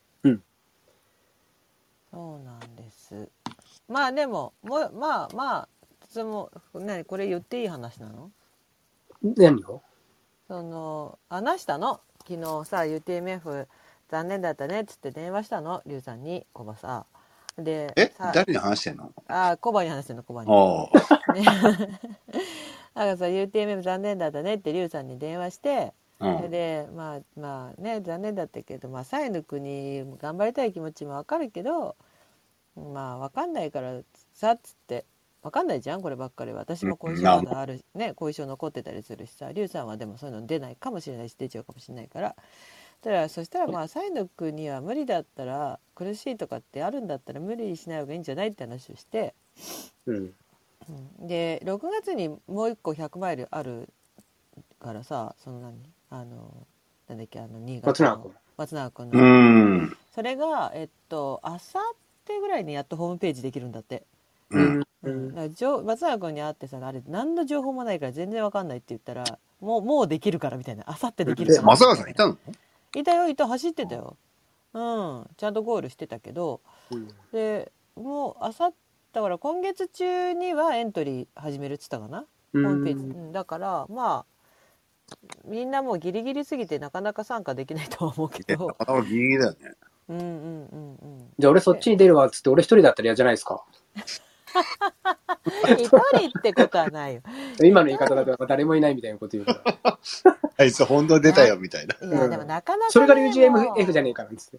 そうなんです。まあでも、まあ、これ言っていい話なの？ 何を？ 話したの。昨日さ、UTMF 残念だったねっつって電話したの、リュウさんに、コバさ。で、 誰に話してんの？ コバに話してんの、コバに。ね、だからさ、UTMF 残念だったねってリュウさんに電話して、で、まあね、残念だったけど、サイの国頑張りたい気持ちもわかるけど、まあわかんないからさっつって、わかんないじゃんこればっかりは。私も後遺症まだあるね、後遺症残ってたりするしさ、リュウさんはでもそういうの出ないかもしれないし、出ちゃうかもしれないから。そしたらサイの国は無理だったら、苦しいとかってあるんだったら無理しない方がいいんじゃないって話をして、で6月にもう一個100マイルあるからさ、なんだっけ、新潟の松永君の、それがあさってぐらいにやっとホームページできるんだって。松永君に会ってさ、あれ何の情報もないから全然わかんないって言ったら、もうできるからみたいな、あさってできるから。 松永さんいたの？ いたよ、走ってたよ。ちゃんとゴールしてたけど、でもうあさってだから今月中にはエントリー始めるっつったかな、ホームページ。だからまあみんなもうギリギリすぎてなかなか参加できないとは思うけど。 ギリギリだよね。 じゃあ俺そっちに出るわっつって、俺一人だったら嫌じゃないですか。 一人ってことはないよ。 今の言い方だと誰もいないみたいなこと言うから。 あいつ本当出たよみたいな。 いやでもなかなか、ね、 それが UGMF じゃねえかなんつって。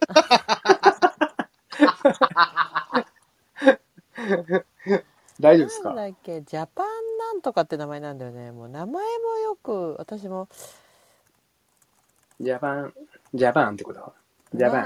大丈夫ですか？ なんだっけ、ジャパンなんとかって名前なんだよね。もう名前もよく私もジャパンってこと？ジャパン。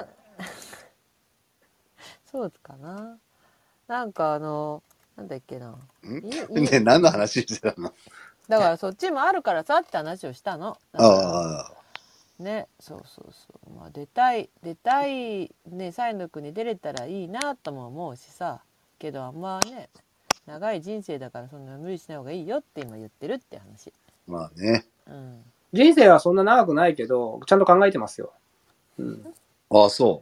そうかな。なんかなんだっけな。 ね、何の話してたの？ だからそっちもあるからさって話をしたの。ね、そう。まあ出たいね、サイの国出れたらいいなとも思うしさ。けどあんまね、長い人生だからそんな無理しない方がいいよって今言ってるって話。 まあね。 人生はそんな長くないけど、ちゃんと考えてますよ。 ああ、そう。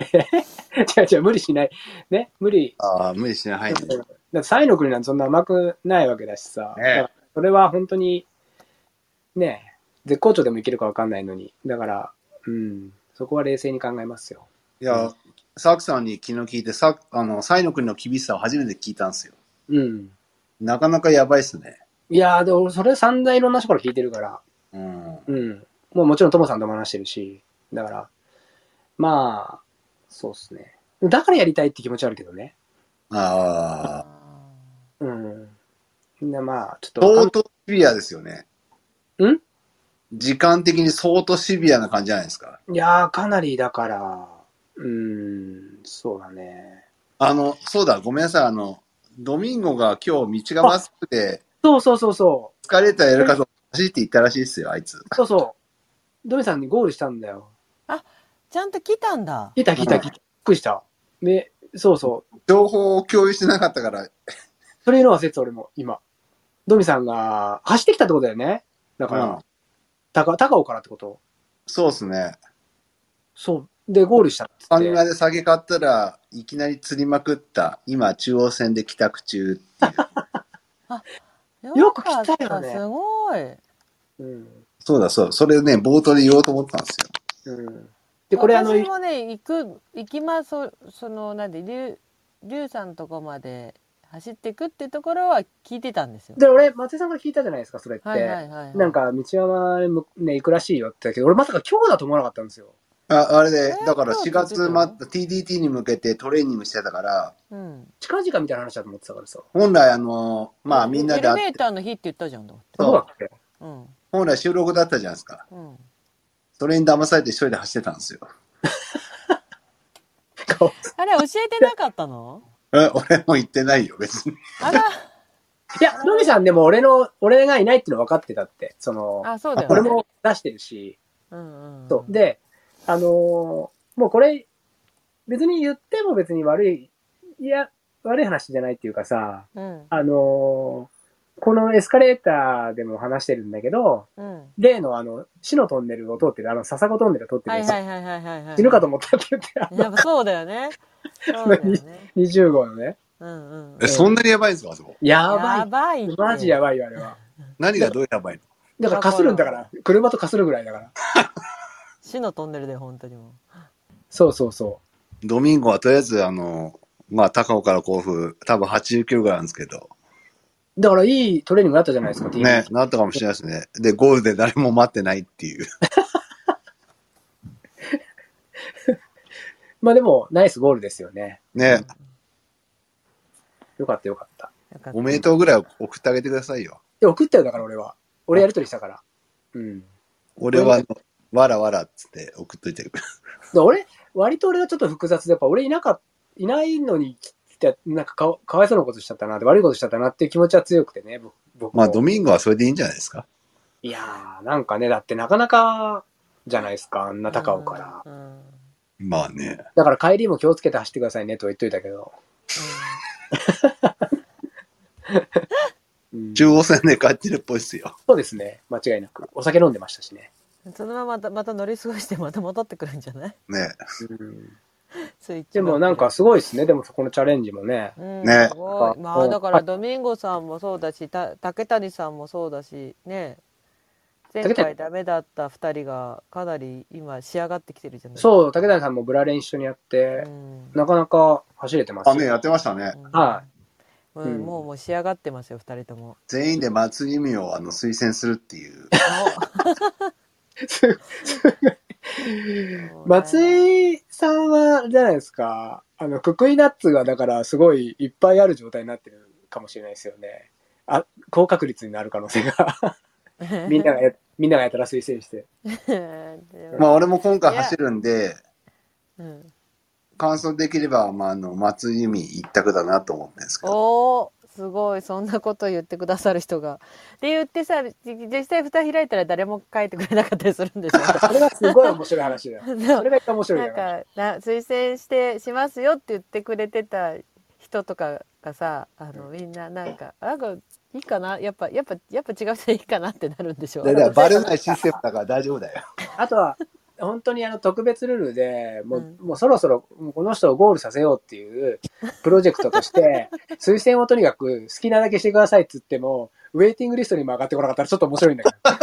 違う、無理しない。ね、無理しない。はい。 だってサイの国なんてそんな甘くないわけだしさ。だからそれは本当に、ね、絶好調でもいけるか分かんないのに。だから、そこは冷静に考えますよ。 いや、サクさんに昨日聞いて、サイの国の厳しさを初めて聞いたんですよ。なかなかやばいっすね。 いやー、でもそれ散々いろんな人から聞いてるから。もちろんトモさんとも話してるし。だから、まあ、そうっすね。だからやりたいって気持ちあるけどね。まあ、ちょっと。 相当シビアですよね。時間的に相当シビアな感じじゃないですか。 いやー、かなりだから、そうだね。 そうだ、ごめんなさい。ドミンゴが今日道がまっすぐで、 そう。 疲れたやるかと走って行ったらしいですよ、あいつ。 そう。ドミさんにゴールしたんだよ。 あ、ちゃんと来たんだ。 来た。びっくりした。で、 そうそう。 情報を共有してなかったから。 それいうのは説俺も今。ドミさんが走ってきたってことだよね。だから、高尾からってこと？ そうですね。 そう。で、ゴールしたっつって。 半額で酒買ったらいきなり釣りまくった。今、中央線で帰宅中っていう。 あ、 よく来たよね。 すごい。 うん。 そうだそう。それね、冒頭で言おうと思ったんですよ。うん。で、これ私もね、行きます、なんで、龍さんのとこまで走っていくってところは聞いてたんですよ。 で、俺、松井さんから聞いたじゃないですか、それって。なんか、道山ね、行くらしいよって言ったけど、俺まさか今日だと思わなかったんですよ。 あれで、だから4月TDT に向けてトレーニングしてたから、 近々みたいな話だと思ってたからさ。 本来まあみんなでエレベーターの日って言ったじゃんだって。 そうだっけ？ 本来収録だったじゃないですか。それに騙されて一人で走ってたんですよ。 あれ、教えてなかったの？ 俺も言ってないよ、別に。 あら。 いや、のみさんでも俺がいないっていうの分かってたって。 あ、そうだよね。 俺も出してるし。そう。で、もうこれ、別に言っても別に悪い話じゃないっていうかさ、このエスカレーターでも話してるんだけど、例の死のトンネルを通ってる、笹子トンネルを通ってるやつ。死ぬかと思ったって言って。 やっぱそうだよね。そうだよね。 20号のね。 そんなにやばいんですか、あそこ。 やばい。マジやばいよ、あれは。 何がどうやばいの？ だからかするんだから。車とかするぐらいだから。 死のトンネルで本当にも。 そうそうそう。 ドミンゴはとりあえずまあ、高尾から甲府、多分80キロぐらいなんですけど。 だからいいトレーニングあったじゃないですか、 ね、なったかもしれないですね。で、ゴールで誰も待ってないっていう。 まあでも、ナイスゴールですよね。 ね。 よかったよかった。 おめでとうぐらい送ってあげてくださいよ。 送ったよ、だから俺は。俺やりとりしたから。うん。 俺は、わらわらっつって送っといてる。 割と俺がちょっと複雑で、やっぱ俺いないのに、なんかかわいそうなことしちゃったなって、悪いことしちゃったなっていう気持ちは強くてね、僕まあ、ドミンゴはそれでいいんじゃないですか。 いやー、なんかね、だってなかなかじゃないですか、あんな高尾から。 まあね。 だから帰りも気をつけて走ってくださいねとは言っといたけど。 中央線で帰ってるっぽいっすよ。 そうですね、間違いなく。お酒飲んでましたしね。 そのまままた乗り過ごしてまた戻ってくるんじゃない？ ね。 でもなんかすごいですね。でもそこのチャレンジもね。 ね。 まあだからドミンゴさんもそうだし、竹谷さんもそうだしね。前回ダメだった2人がかなり今仕上がってきてるじゃないですか。 そう、竹谷さんもブラレン一緒にやって、なかなか走れてますよ。 ね、やってましたね。 はい。 もう仕上がってますよ、2人とも。 全員で松井由実を推薦するっていう。 松井さんは、じゃないですか。ククイナッツがだからすごいいっぱいある状態になってるかもしれないですよね。高確率になる可能性が。みんながやったら推薦して。 まあ俺も今回走るんで、完走できれば、まあ松井由実一択だなと思ってるんですけど。 すごい、そんなこと言ってくださる人が。で言ってさ、実際蓋開いたら誰も書いてくれなかったりするんでしょ。 それがすごい面白い話だよ。それが面白いなんか推薦しますよって言ってくれてた人とかがさ、みんななんかいいかな、やっぱ違う人でいいかなってなるんでしょ。 だからバレないシステムだから大丈夫だよ。 あとは本当に特別ルールでもうそろそろこの人をゴールさせようっていうプロジェクトとして推薦をとにかく好きなだけしてくださいって言ってもウェイティングリストにも上がってこなかったらちょっと面白いんだけど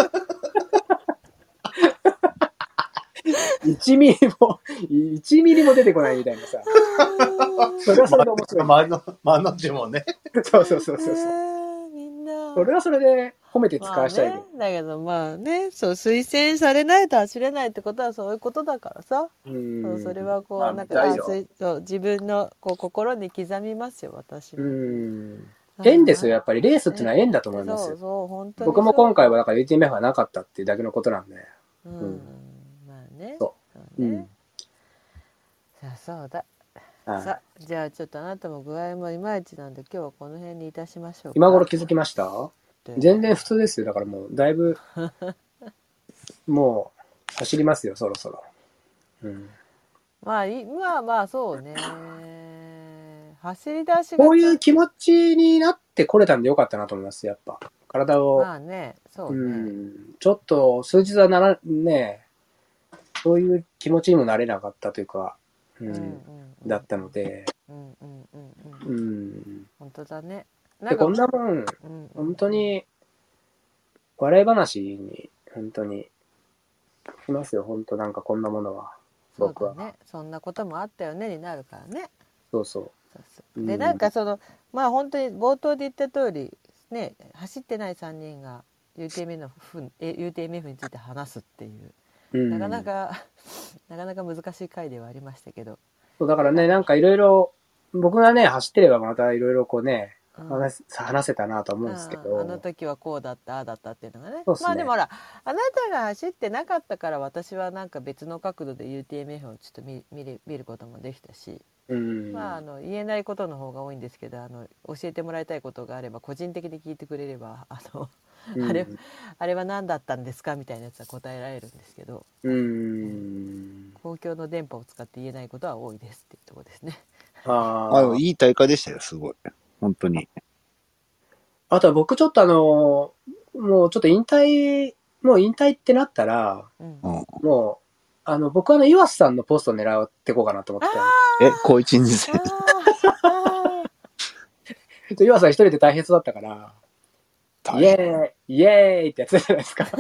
1ミリも出てこないみたいなさそれはそれで面白い。 間の字もね。 そう。それはそれで褒めて使わしたい、 だけどまあね、そう推薦されないと走れないってことはそういうことだからさ。そうそれはこうなんか自分の心に刻みますよ私も。縁ですよやっぱりレースっていうのは縁だと思いますよ。そう本当に僕も今回はだから UTMF はなかったっていうだけのことなんで。 まあね。そうだ。さあじゃあちょっとあなたも具合もいまいちなんで今日はこの辺にいたしましょうか。 今頃気づきました？全然普通ですよ。だからもうだいぶもう走りますよそろそろ。 まあそうね。 走り出しがこういう気持ちになってこれたんでよかったなと思います。やっぱ体を、 まあね、そうね、 ちょっと数日はね、そういう気持ちにもなれなかったというか、だったので、 本当だね。 でこんなもん、本当に笑い話に本当にしますよ。本当なんかこんなものは。僕は。 そうだね。そんなこともあったよねになるからね。 そうそう。 でなんかまあ本当に冒頭で言った通りね、走ってない3人が UTMF について話すっていう、なかなか難しい回ではありましたけど。 そうだからね、なんかいろいろ僕がね走ってればまたいろいろこうね。話せたなと思うんですけど、 あの時はこうだったああだったっていうのがね。まあでもほら、あなたが走ってなかったから私はなんか別の角度で UTMF をちょっと見ることもできたし、まあ言えないことの方が多いんですけど、教えてもらいたいことがあれば個人的に聞いてくれればあれは何だったんですかみたいなやつは答えられるんですけど、公共の電波を使って言えないことは多いですっていうところですね。 いい大会でしたよ、すごい。本当に。 あとは僕ちょっともうちょっと引退ってなったら、もう、僕は岩瀬さんのポストを狙っていこうかなと思って。 高一二世。 岩瀬さん一人で大変そうだったから、イエーイイエーイってやつじゃないですか。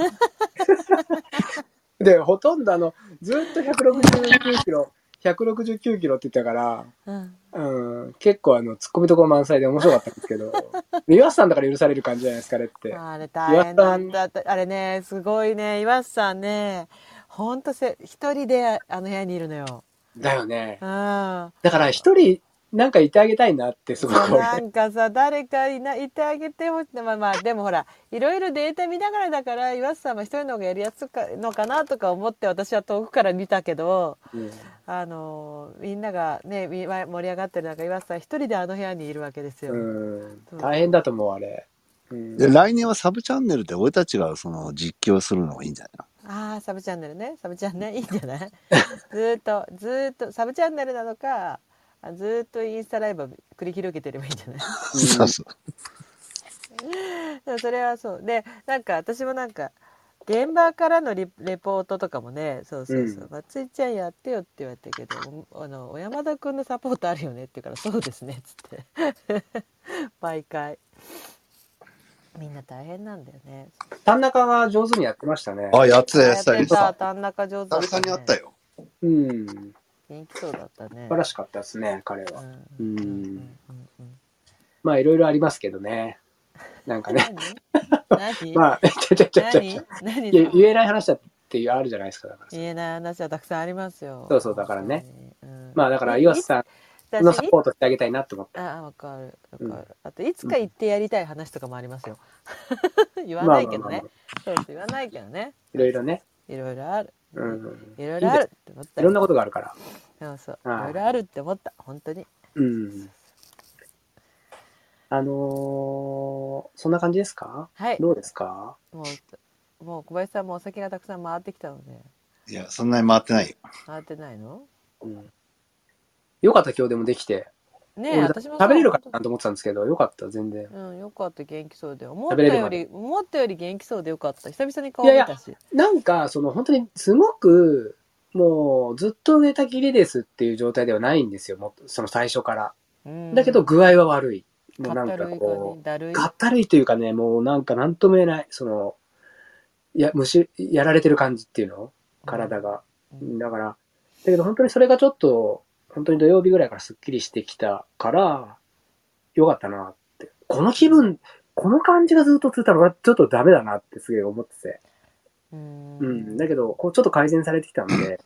で、ほとんどずっと169キロって言ったから、結構突っ込みどころ満載で面白かったんですけど、岩瀬さんだから許される感じじゃないですかねって。 あれ大変だった。あれね、すごいね、岩瀬さんね、ほんと一人で部屋にいるのよ。 だよね。だから一人なんかいてあげたいなってすごくなんかさ、誰かいてあげてほしい。まあでもほら、いろいろデータ見ながらだから岩瀬さんは一人の方がやりやすいのかなとか思って私は遠くから見たけど、みんながね盛り上がってる中、岩瀬さん一人で部屋にいるわけですよ。 大変だと思うあれ。 で来年はサブチャンネルで俺たちが実況するのがいいんじゃないの？ サブチャンネルね、サブチャンネルいいんじゃない？ずっとサブチャンネルなのか、ずっとインスタライブを繰り広げてればいいんじゃない？ そうそう。 でもそれはそうで、なんか私もなんか現場からのレポートとかもね、そう松井ちゃんやってよって言われたけど、小山田君のサポートあるよねって言うから、そうですねっつって毎回みんな大変なんだよね。 田中が上手にやってましたね。 やってた。 田中上手だったね。 久々にやったよ。 元気そうだったね。 素晴らしかったですね、彼は。まあいろいろありますけどね。なんかね。まあ、言えない話だっていうあるじゃないですか。 言えない話はたくさんありますよ。 そうだからね。まあだから岩瀬さんのサポートしてあげたいなと思って。 わかる。あといつか言ってやりたい話とかもありますよ。言わないけどね。言わないけどね。 いろいろね。 いろいろある。いろいろあるって思った。 いろんなことがあるから。 そう。いろいろあるって思った。本当に。 そんな感じですか？ はい。 どうですか？ もう小林さんもお酒がたくさん回ってきたので。 いや、そんなに回ってないよ。 回ってないの？ よかった、今日でもできて。 ね、私も食べれるかなと思ってたんですけど、よかった、全然。 よかった、元気そうで。思ったより元気そうでよかった。久々に顔見たし。 なんか、本当にすごく、もうずっと寝たきりですっていう状態ではないんですよ、もその最初から。だけど具合は悪い。もうなんかこう、かったるいというかね、もうなんかなんとも言えない、やられてる感じっていうの？体が。だから、だけど本当にそれがちょっと、本当に土曜日ぐらいからスッキリしてきたから、よかったなって。この気分、この感じがずっと続いたらちょっとダメだなってすげえ思ってて。だけど、こうちょっと改善されてきたんで、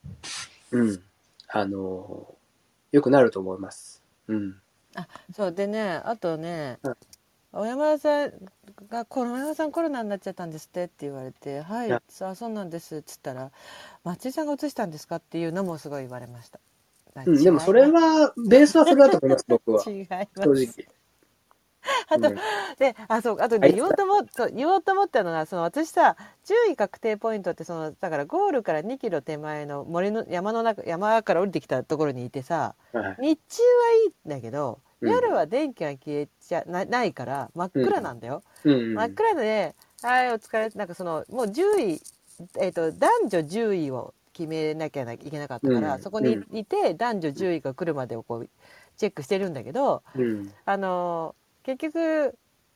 良くなると思います。 そうでね、あとね、小山田さんが小山田さんコロナになっちゃったんですってって言われて、はい、そうなんですっつったら、松井さんが移したんですかっていうのもすごい言われました。 でもそれはベースはそれだと思います僕は。 違います。 正直。 あと、で、そう、あとね、言おうと思ったのが、私さ、10位確定ポイントって、だからゴールから2キロ手前の山から降りてきたところにいてさ、日中はいいんだけど、夜は電気が消えちゃないから真っ暗なんだよ。真っ暗で、はい、お疲れ、なんかもう10位、男女10位を決めなきゃいけなかったから、そこにいて、男女10位が来るまでをこう、チェックしてるんだけど、結局、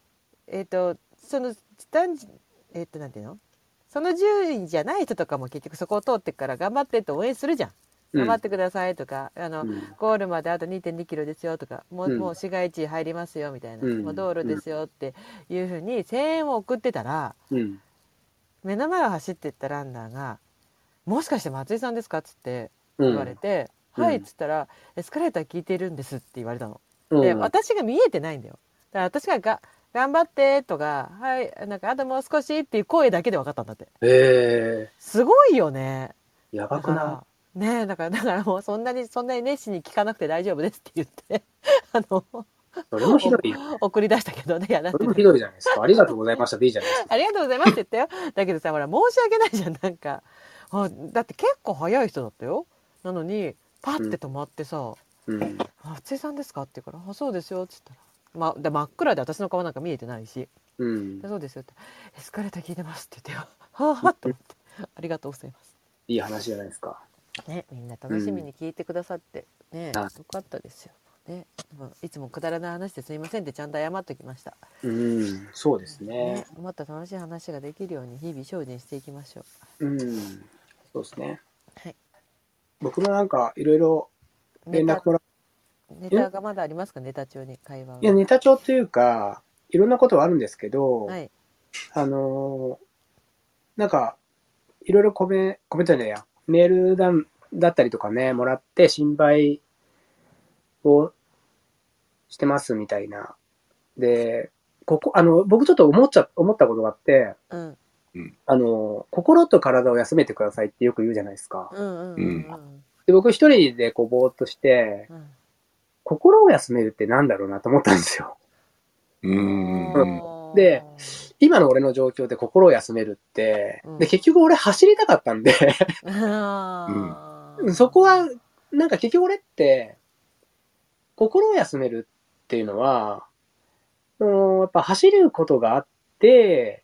なんていうの、その10位じゃない人とかも結局そこを通ってから頑張ってって応援するじゃん。頑張ってくださいとか、ゴールまであと 2.2 キロですよとか、もう市街地入りますよみたいな、もう道路ですよっていうふうに声援を送ってたら、目の前を走っていったランナーが、もしかして松井さんですかっつって言われて、はいっつったら、エスカレーター聞いてるんですって言われたの。で、私が見えてないんだよ。だから私が頑張ってとか、はい、なんかあともう少しっていう声だけで分かったんだって。すごいよね。 やばくない？ ね、だからもうそんなに熱心に聞かなくて大丈夫ですって言ってそれもひどいよ。 送り出したけどね。 それもひどいじゃないですか。ありがとうございましたでいいじゃないですか。 ありがとうございますって言ったよ。だけどさ、ほら申し訳ないじゃん。なんかだって結構早い人だったよ。なのにパッて止まってさ「松井さんですか?」って言うから「あ、そうですよ」って言ったら、真っ暗で私の顔なんか見えてないし「そうですよ」って「エスカレーター聞いてます」って言ってよ。はあと思ってありがとうございます。 いい話じゃないですか。 ね、みんな楽しみに聞いてくださってね、よかったですよ。ね、いつもくだらない話ですみませんってちゃんと謝っておきました。 そうですね。 もっと楽しい話ができるように日々精進していきましょう。 そうですね。 はい。 僕もなんかいろいろ連絡もらネタがまだありますか？ネタ帳に会話は。 いや、ネタ帳というか、いろんなことはあるんですけど、 はい、 なんか、いろいろコメントや、メールだったりとかね、もらって心配をしてますみたいな。で、僕ちょっと思ったことがあって、心と体を休めてくださいってよく言うじゃないですか。で、僕一人でこうぼーっとして、心を休めるってなんだろうなと思ったんですよ。で、今の俺の状況で心を休めるって、で、結局俺走りたかったんでそこは、なんか結局俺って、心を休めるっていうのは、やっぱ走ることがあって、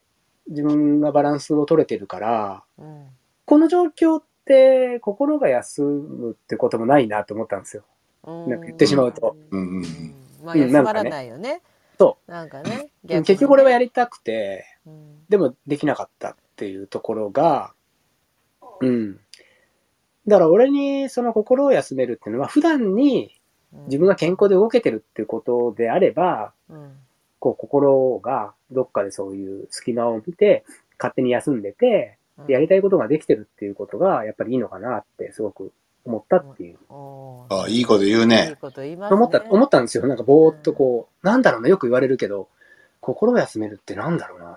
自分がバランスを取れてるから、この状況って心が休むってこともないなと思ったんですよ。なんか言ってしまうと。 まあ休まらないよね。 そう。 なんかね。 結局俺はやりたくて、でもできなかったっていうところが、だから俺にその心を休めるっていうのは普段に自分が健康で動けてるっていうことであれば、こう心がどっかでそういう隙間を見て勝手に休んでて、やりたいことができてるっていうことがやっぱりいいのかなってすごく思ったっていう。 いいこと言うね。 いいこと言いますね。 思ったんですよ。なんかぼーっとこう、なんだろうな、よく言われるけど、心を休めるってなんだろうなって、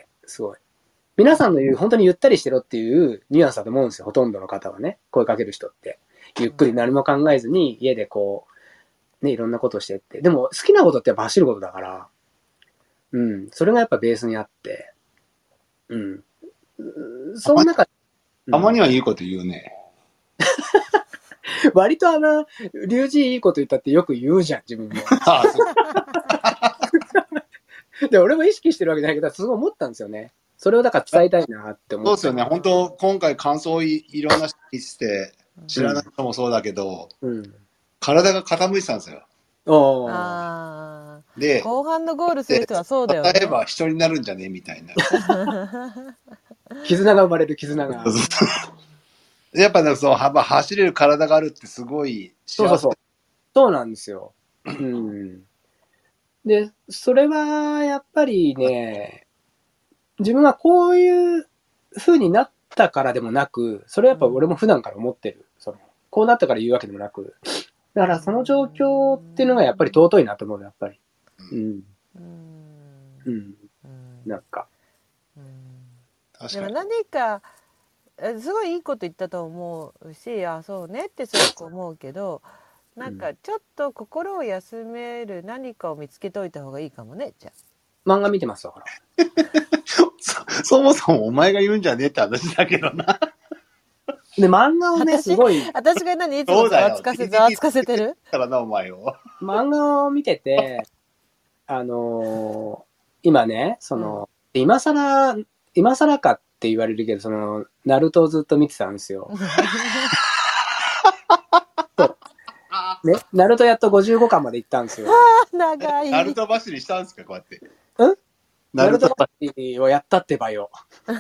すごい。皆さんの言う、本当にゆったりしてろっていうニュアンスだと思うんですよ。ほとんどの方はね。声かける人って。ゆっくり何も考えずに家でこう、ね、いろんなことしてって。でも好きなことってやっぱ走ることだから、それがやっぱベースにあって、その中で。 たまにはいいこと言うね。 割と龍神いいこと言ったってよく言うじゃん、自分も。で、俺も意識してるわけじゃないけど、すごい思ったんですよね。それをだから伝えたいなって思って。 そうですよね。本当今回感想いろんな人にして、知らない人もそうだけど、体が傾いてたんですよ。 で、後半のゴールする人はそうだよね。 例えば人になるんじゃねみたいな。 絆が生まれる、絆が。 やっぱね、そう、走れる体があるってすごい幸せ。 そうなんですよ。で、それはやっぱりね、自分はこういう風になったからでもなく、それはやっぱ俺も普段から思ってる。こうなったから言うわけでもなく。だからその状況っていうのがやっぱり尊いなと思う、やっぱり。なんか。 でも何か、すごいいいこと言ったと思うし、そうねってすごく思うけど、 なんかちょっと心を休める何かを見つけといた方がいいかもね、じゃあ。漫画見てますだから。 そもそもお前が言うんじゃねえって話だけどな。 で、漫画をね、すごい。 私が何いつもざわつかせてるからな、お前を。 漫画を見てて、今ね、今更かって言われるけど、ナルトをずっと見てたんですよ。ね、ナルトやっと55巻まで行ったんですよ。 長い。 ナルト走りしたんですか、こうやって。 ナルト走りをやったってばよ。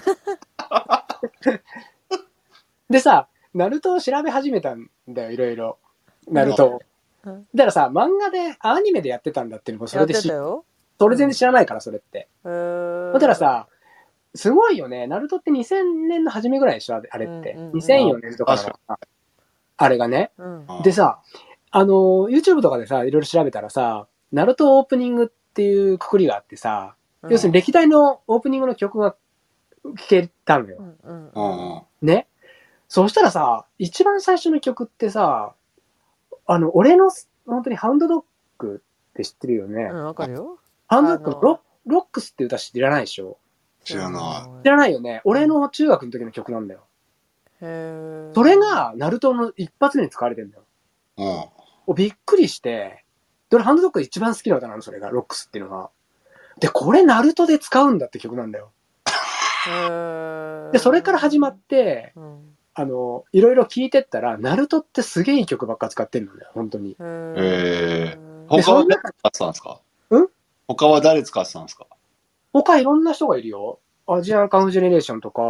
でさ、ナルトを調べ始めたんだよ、いろいろ。ナルトを。だからさ、漫画で、アニメでやってたんだっていうのもそれでそれ全然知らないから、それって。だからさ、すごいよね。ナルトって2000年の初めぐらいでしょ、あれって。2004年とかのあれがね。でさ、YouTube とかでさ、いろいろ調べたらさ、ナルトオープニングっていうくくりがあってさ、要するに歴代のオープニングの曲が聴けたのよ。ね。そうしたらさ、一番最初の曲ってさ、俺の本当にハウンドドッグって知ってるよね。 わかるよ。 ハウンドドッグのロックスって歌知らないでしょ。 知らない。 知らないよね。俺の中学の時の曲なんだよ。それが、ナルトの一発目に使われてんだよ。びっくりして、俺ハウンドドッグで一番好きな歌なの、それが、ロックスっていうのが。で、これナルトで使うんだって曲なんだよ。で、それから始まって、いろいろ聞いてったら、ナルトってすげえいい曲ばっか使ってるのね、本当に。 他は誰使ってたんですか？他は誰使ってたんですか？ 他いろんな人がいるよ。アジアンカンフジェネレーションとか、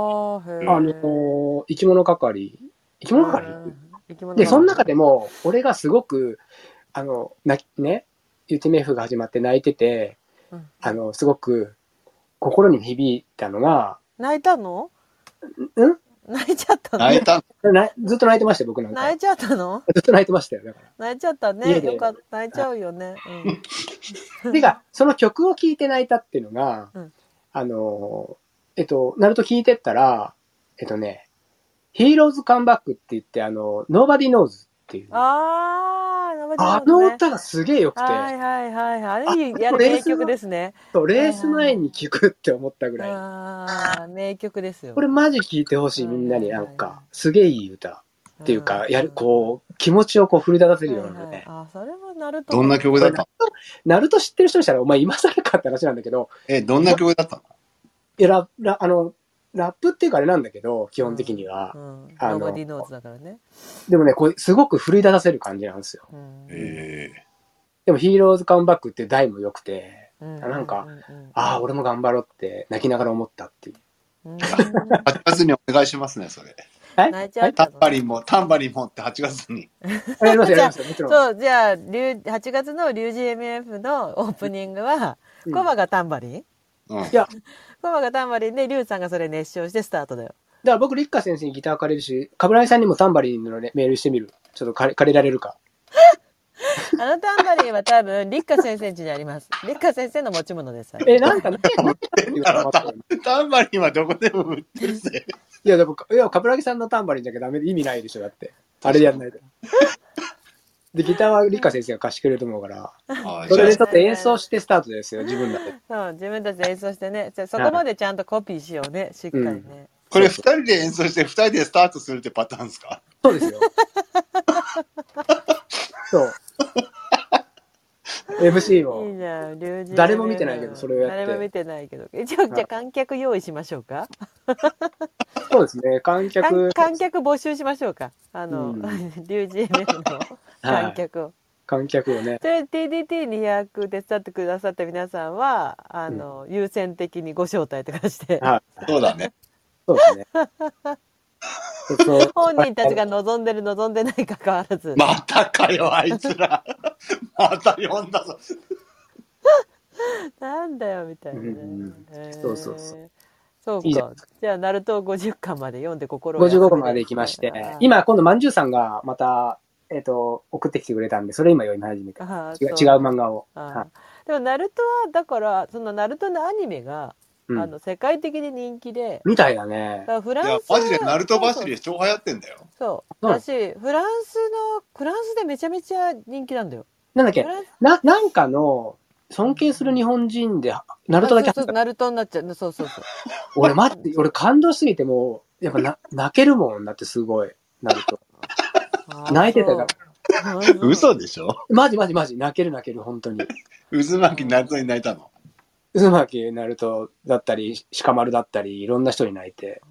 生き物係で、その中でも、俺がすごく、UTMF が始まって泣いてて、すごく心に響いたのが。 泣いたの？泣いちゃったの？ ずっと泣いてましたよ、僕なんか。 泣いちゃったの？ ずっと泣いてましたよ、だから。 泣いちゃったね。よかった。泣いちゃうよね。 てか、その曲を聴いて泣いたっていうのが、ナルト聴いてったら、Heroes Come Back って言って、Nobody Knows っていう。あの歌がすげえ良くて。 はいはいはい。あれやる名曲ですね。 そう、レース前に聴くって思ったぐらい。 ああ、名曲ですよ。 これマジ聴いてほしい、みんなになんか、すげえいい歌。っていうか、気持ちを奮い立たせるようなね。 それはナルト。 どんな曲だったの？ ナルト知ってる人にしたら、お前今更かって話なんだけど。 どんな曲だったの？ いや、ラップっていうかあれなんだけど、基本的には。 Nobody knows だからね。でもね、これすごく奮い立たせる感じなんですよ。でも、ヒーローズカムバックっていう題も良くて、なんか、俺も頑張ろうって泣きながら思ったっていう。 8月にお願いしますね、それ。タンバリンもって8月に。 やりますよ、もちろん。 そう、じゃあ、8月のリュウジ MF のオープニングは、コバがタンバリン？いや、コバがタンバリンで、リュウさんがそれ熱唱してスタートだよ。 だから僕、リッカ先生にギター借りるし、カブラギさんにもタンバリンのメールしてみる。ちょっと借りられるか。 タンバリンは多分、リッカ先生家にあります。リッカ先生の持ち物です。 なんかね。 タンバリンはどこでも売ってるぜ。 いや、でも、カブラギさんのタンバリンじゃダメで意味ないでしょ、だって。あれやんないと。で、ギターはリカ先生が貸してくれると思うから、それでちょっと演奏してスタートですよ、自分だけ。 そう、自分たちで演奏してね。そこまでちゃんとコピーしようね、しっかりね。 これ2人で演奏して2人でスタートするってパターンですか？ そうですよ。そう。MC を。いいじゃん、誰も見てないけど、それをやって。 誰も見てないけど。じゃあ観客用意しましょうか。 そうですね、観客募集しましょうか。リュウジ MF の観客を。 観客をね。 それ TDT200 手伝ってくださった皆さんは、優先的にご招待とかして。 そうだね。 そうですね。 本人たちが望んでる望んでないかかわらず。 またかよ、あいつら。また呼んだぞ。 なんだよ、みたいなね。 そうそうそう。 そうか。じゃあ、ナルト50巻まで読んで心を55巻まで行きまして、今、今度、まんじゅうさんがまた、送ってきてくれたんで、それ今読み始めて。違う漫画を。 でも、ナルトは、だから、そのナルトのアニメが、 世界的に人気で。 みたいだね。 フランス。 マジでナルト走り超流行ってんだよ。 そう。だし、フランスでめちゃめちゃ人気なんだよ。 なんだっけ、なんかの、尊敬する日本人で、ナルトだけ。 そう、ナルトになっちゃう。そう。 俺感動しすぎてもう、やっぱ泣けるもんだってすごい、ナルト。泣いてたから。 嘘でしょ？ マジ、泣ける、本当に。 渦巻きナルトに泣いたの？ 渦巻きナルトだったり、鹿丸だったり、いろんな人に泣いて。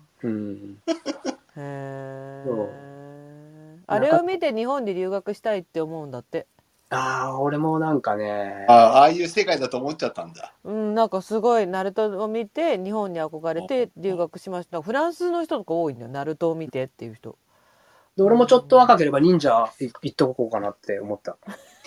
あれを見て日本に留学したいって思うんだって。 俺もなんかね。 ああいう世界だと思っちゃったんだ。 なんかすごい、ナルトを見て、日本に憧れて留学しました。フランスの人とか多いんだよ、ナルトを見てっていう人。 で、俺もちょっと若ければ忍者行っとこうかなって思った。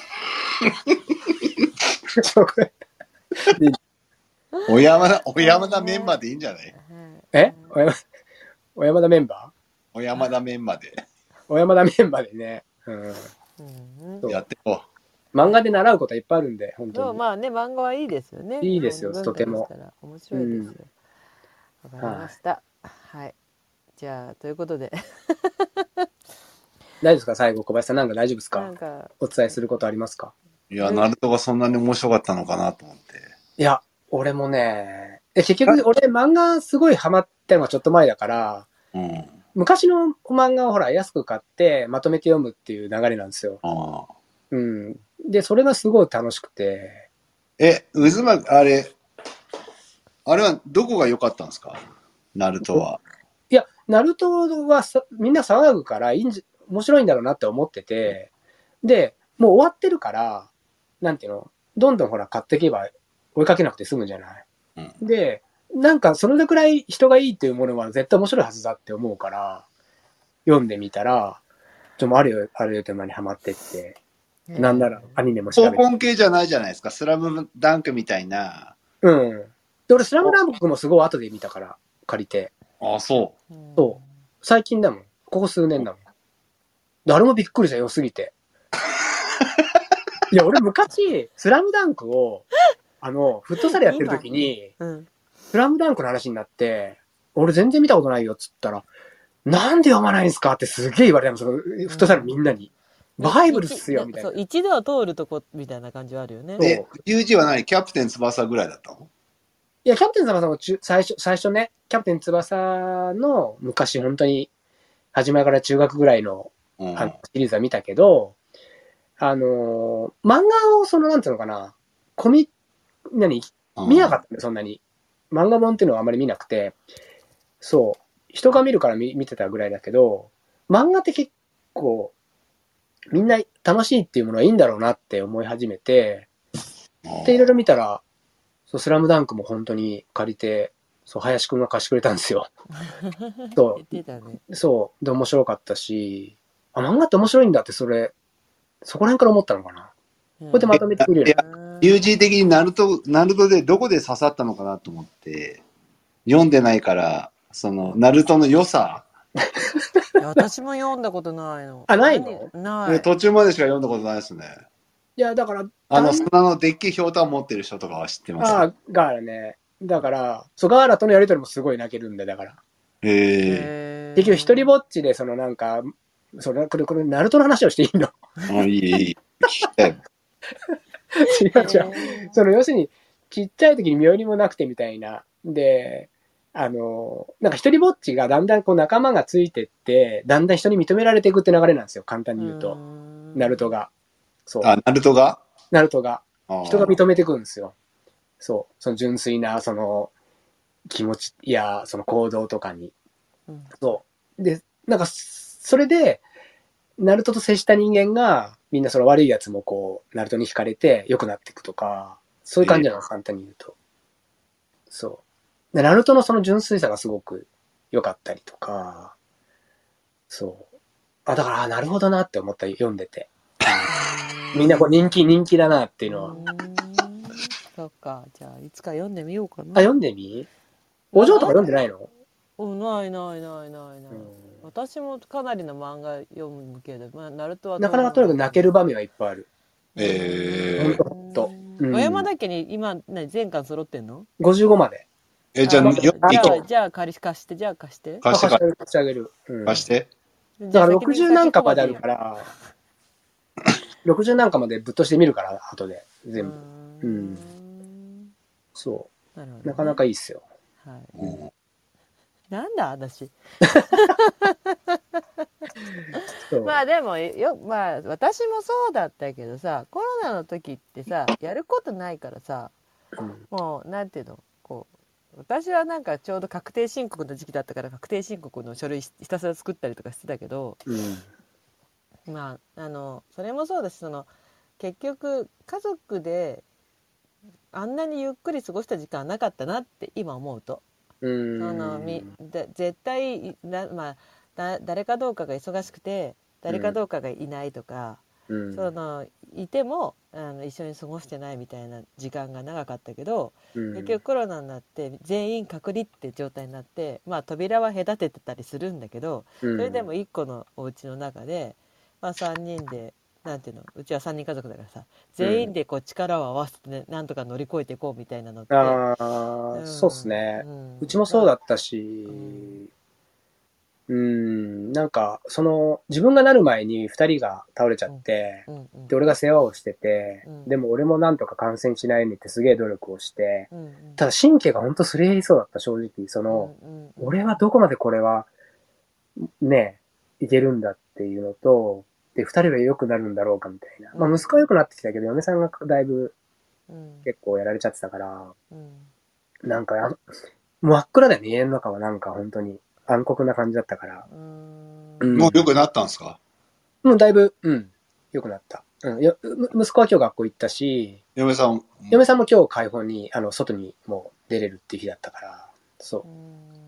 小山田メンバーでいいんじゃない？ 小山田メンバー？小山田メンバーで。 小山田メンバーでね。 やってこう。漫画で習うことはいっぱいあるんで、本当に。 まあね、漫画はいいですよね。 いいですよ、とても。 面白いですよ。わかりました。はい。じゃあ、ということで。 大丈夫ですか、最後、小林さん、なんか大丈夫ですか？お伝えすることありますか？ いや、ナルトがそんなに面白かったのかなと思って。 いや、俺もね、結局、俺漫画すごいハマったのはちょっと前だから、昔の漫画をほら、安く買って、まとめて読むっていう流れなんですよ。で、それがすごい楽しくて。 渦巻き、あれはどこが良かったんですか？ナルトは。 いや、ナルトはみんな騒ぐから面白いんだろうなって思ってて、で、もう終わってるから、なんていうの、どんどんほら買っていけば追いかけなくて済むじゃない。で、なんかそれくらい人がいいっていうものは絶対面白いはずだって思うから、読んでみたら、あるよって間にハマってって、なんならアニメも調べて。 高校系じゃないじゃないですか、スラムダンクみたいな。 で、俺スラムダンクもすごい後で見たから、借りて。 そう。 そう。最近だもん。ここ数年だもん。誰もびっくりしたよすぎて。いや、俺昔、スラムダンクを、フットサルやってる時に、スラムダンクの話になって、俺全然見たことないよっつったら、なんで読まないんですかってすげえ言われたの、そのフットサルみんなに。バイブルっすよ、みたいな。 一度は通るとこ、みたいな感じはあるよね。 UG は何？キャプテン翼ぐらいだったの？ いや、キャプテン翼も最初ね、キャプテン翼の昔本当に、始まりから中学ぐらいの、シリーズは見たけど、漫画をなんていうのかな、見なかったんだよ、そんなに。漫画本っていうのはあまり見なくて、そう、人が見るから見てたぐらいだけど、漫画って結構、みんな楽しいっていうものはいいんだろうなって思い始めて、で、いろいろ見たら、スラムダンクも本当に借りて、林くんが貸してくれたんですよ。そう。で、面白かったし、漫画って面白いんだって、そこら辺から思ったのかな。こうやってまとめてくれる。 UG 的にナルトでどこで刺さったのかなと思って、読んでないから、ナルトの良さ。 私も読んだことないの。 ないの？ ない。 途中までしか読んだことないですね。 いや、だから、 砂のデッキひょうたん持ってる人とかは知ってます。 ガーラね。だから、ガーラとのやりとりもすごい泣けるんで、だから。結局、一人ぼっちで、なんか、これ、ナルトの話をしていいの？ いい。聞きたい。 違う。要するに、ちっちゃい時に身寄りもなくてみたいな。で、なんか一人ぼっちがだんだん仲間がついてって、だんだん人に認められていくって流れなんですよ、簡単に言うと。ナルトが。そう。 ナルトが人が認めていくんですよ。そう。その純粋な、気持ちや、行動とかに。そう。で、なんか、それで、ナルトと接した人間が、みんな悪いやつもナルトに惹かれて良くなっていくとか、そういう感じなの、簡単に言うと。そう。で、ナルトの純粋さがすごく良かったりとか、そう。だから、なるほどなって思った、読んでて。みんな人気だなっていうのは。 そっか。じゃあ、いつか読んでみようかな。 読んでみ？お嬢とか読んでないの？ ない。私もかなりの漫画読むけど、ナルトはなかなかとにかく泣ける場面はいっぱいある。ほんと。 小山田家に今、全巻揃ってんの？ 55まで。 じゃあ、 じゃあ貸して。 貸してあげる。 貸して。 だから60何かまであるから、60何かまでぶっ通してみるから、後で。全部。うん。そう。なかなかいいっすよ。はい。 なんだ私。まあでもまあ私もそうだったけどさ、コロナの時ってさ、やることないからさ、もうなんていうの、こう私はなんかちょうど確定申告の時期だったから確定申告の書類ひたすら作ったりとかしてたけど、まあそれもそうだし、結局家族であんなにゆっくり過ごした時間はなかったなって今思うと。絶対まあ、誰かどうかが忙しくて誰かどうかがいないとか、いても一緒に過ごしてないみたいな時間が長かったけど、結局コロナになって全員隔離って状態になって、まあ、扉は隔ててたりするんだけど、それでも1個のお家の中で、まあ、3人でなんていうの、うちは3人家族だからさ、全員でこう力を合わせて、ね、なんとか乗り越えていこうみたいなのって、 そうっすね、うちもそうだったし、なんか自分がなる前に2人が倒れちゃって、で俺が世話をしてて、でも俺もなんとか感染しないようにってすげえ努力をして、ただ神経がほんとすり減りそうだった。正直俺はどこまでこれはねいけるんだっていうのと、で、2人が良くなるんだろうかみたいな。まあ息子は良くなってきたけど、嫁さんがだいぶ結構やられちゃってたから、なんか真っ暗だよね、家の中は。なんか本当に暗黒な感じだったから。 もう良くなったんですか？ もうだいぶ、良くなった。息子は今日学校行ったし、嫁さんも今日開放に、外にもう出れるっていう日だったから、そう。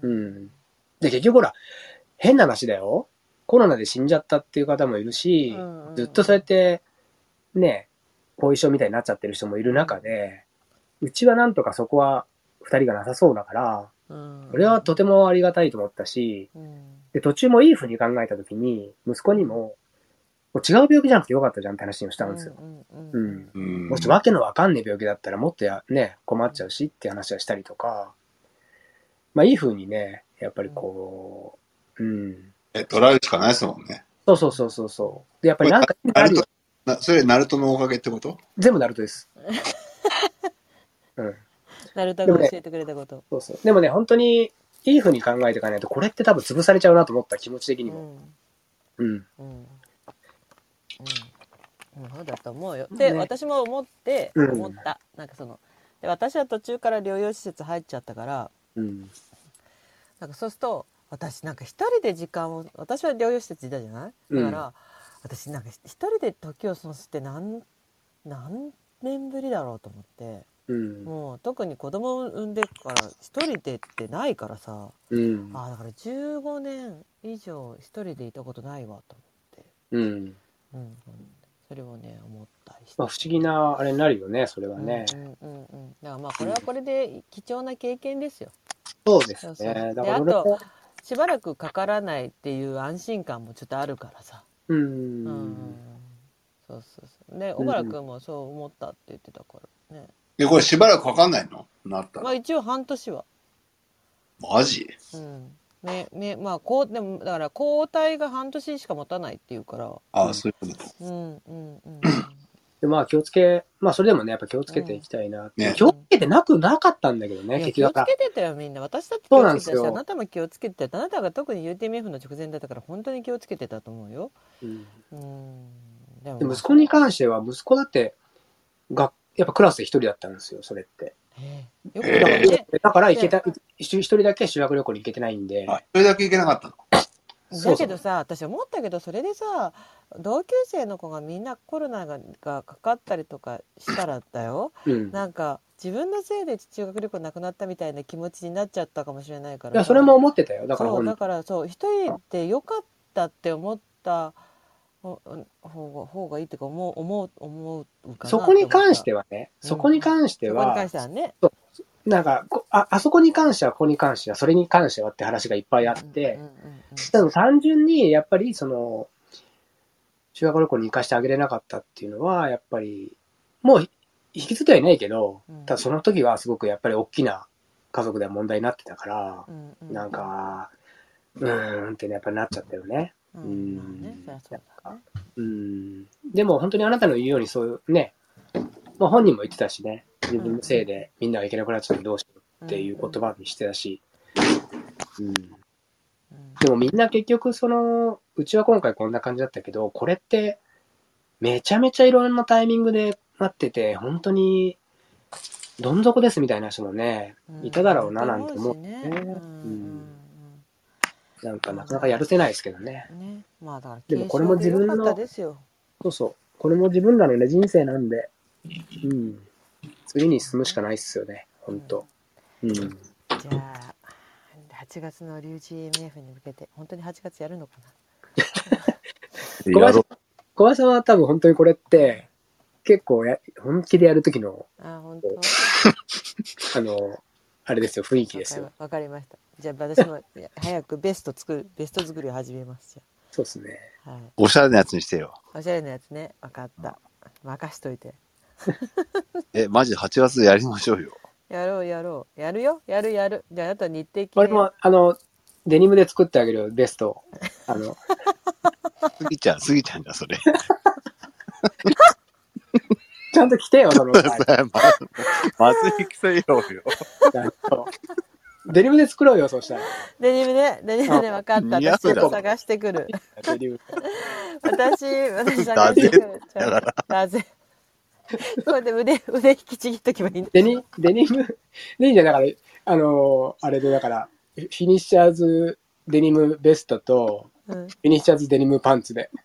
で、結局ほら、変な話だよ。コロナで死んじゃったっていう方もいるし、ずっとそうやって、ね、後遺症みたいになっちゃってる人もいる中で、うちはなんとかそこは2人がなさそうだから、俺はとてもありがたいと思ったし、で、途中もいい風に考えたときに、息子にも、違う病気じゃなくてよかったじゃんって話をしたんですよ。もしわけのわかんない病気だったらもっとね、困っちゃうしって話はしたりとか、まあいい風にね、やっぱりこう、 捉えるしかないですもんね。 そう。で、やっぱりなんかあるよ。 それ、ナルトのおかげってこと？ 全部ナルトです。 ナルトが教えてくれたこと。 そう。でもね、本当にいい風に考えていかないと、これって多分潰されちゃうなと思った、気持ち的にも。 そうだと思うよ。で、私も思った。なんかで、私は途中から療養施設入っちゃったから、なんかそうすると、私なんか一人で時間を、私は療養施設いたじゃない？だから、私なんか一人で時を過ごすって何年ぶりだろうと思って、もう特に子供を産んでから一人でってないからさ、だから15年以上一人でいたことないわと思って、それをね思ったりして、 まあ不思議なあれになるよね、それはね。 だからまあこれはこれで貴重な経験ですよ。 そうですね。 だからあとしばらくかからないっていう安心感もちょっとあるからさ。そうね、小原君もそう思ったって言ってたからね。 で、これしばらくかかんないの？なったら。 まあ一応半年は。 マジ？ まあでもだから抗体が半年しか持たないっていうから。 そういうこと。 で、まあ気をつけ、まあそれでもね、やっぱ気をつけていきたいな。気をつけてなかったんだけどね、 気をつけてたよみんな。私だって気をつけてたし、あなたも気をつけてた。あなたが特に UTMF の直前だったから本当に気をつけてたと思うよ。 で息子に関しては、息子だって、やっぱクラスで一人だったんですよ、それって。だから一人だけ修学旅行に行けてないんで。 一人だけ行けなかったの？ だけどさ、私思ったけど、それでさ、同級生の子がみんなコロナがかかったりとかしたらだよ、なんか自分のせいで修学旅行なくなったみたいな気持ちになっちゃったかもしれないから。 いや、それも思ってたよ。だから一人でよかったって思った方がいいっていうか思うかな。 そこに関してはね、なんか、あそこに関しては、ここに関しては、それに関してはって話がいっぱいあって、単純に、やっぱり、修学旅行に行かしてあげれなかったっていうのは、やっぱり、もう、引きずってはいないけど、ただその時はすごくやっぱり大きな家族では問題になってたから、なんか、ってね、やっぱりなっちゃったよね。でも本当にあなたの言うようにそういうね、まあ、本人も言ってたしね、自分のせいでみんながいけなくなっちゃってどうしようっていう言葉にしてたし、でもみんな結局うちは今回こんな感じだったけど、これってめちゃめちゃいろんなタイミングでなってて、本当にどん底ですみたいな人もね、いただろうななんて思ってね。なんかなかなかやるせないですけどね。 まあだからでもこれも自分の、そうそう、これも自分らのね、人生なんで、次に進むしかないっすよね、本当。じゃあ、8月のリュウジ MF に向けて、本当に8月やるのかな。小林さんは多分本当にこれって、結構本気でやるときの、 本当あれですよ、雰囲気ですよ。 わかりました。じゃあ私も早くベスト作りを始めます。 そうですね。 おしゃれなやつにしてよ。 おしゃれなやつね。わかった。任しといて。 マジで8月やりましょうよ。 やろう。やるよ。やる。じゃああとは日程決め。俺もデニムで作ってあげるよ、ベスト。 スギちゃんじゃん、それ。 ちゃんと着てよ、その。祭り着せようよ。 デニムで作ろうよ、そうしたら。 デニムで分かった。私ちょっと探してくる。私探してくる。なぜこれで腕引きちぎっとけばいいんだ。 デニムでいいじゃん。だから、あれでだから、フィニッシャーズデニムベストと、フィニッシャーズデニムパンツで。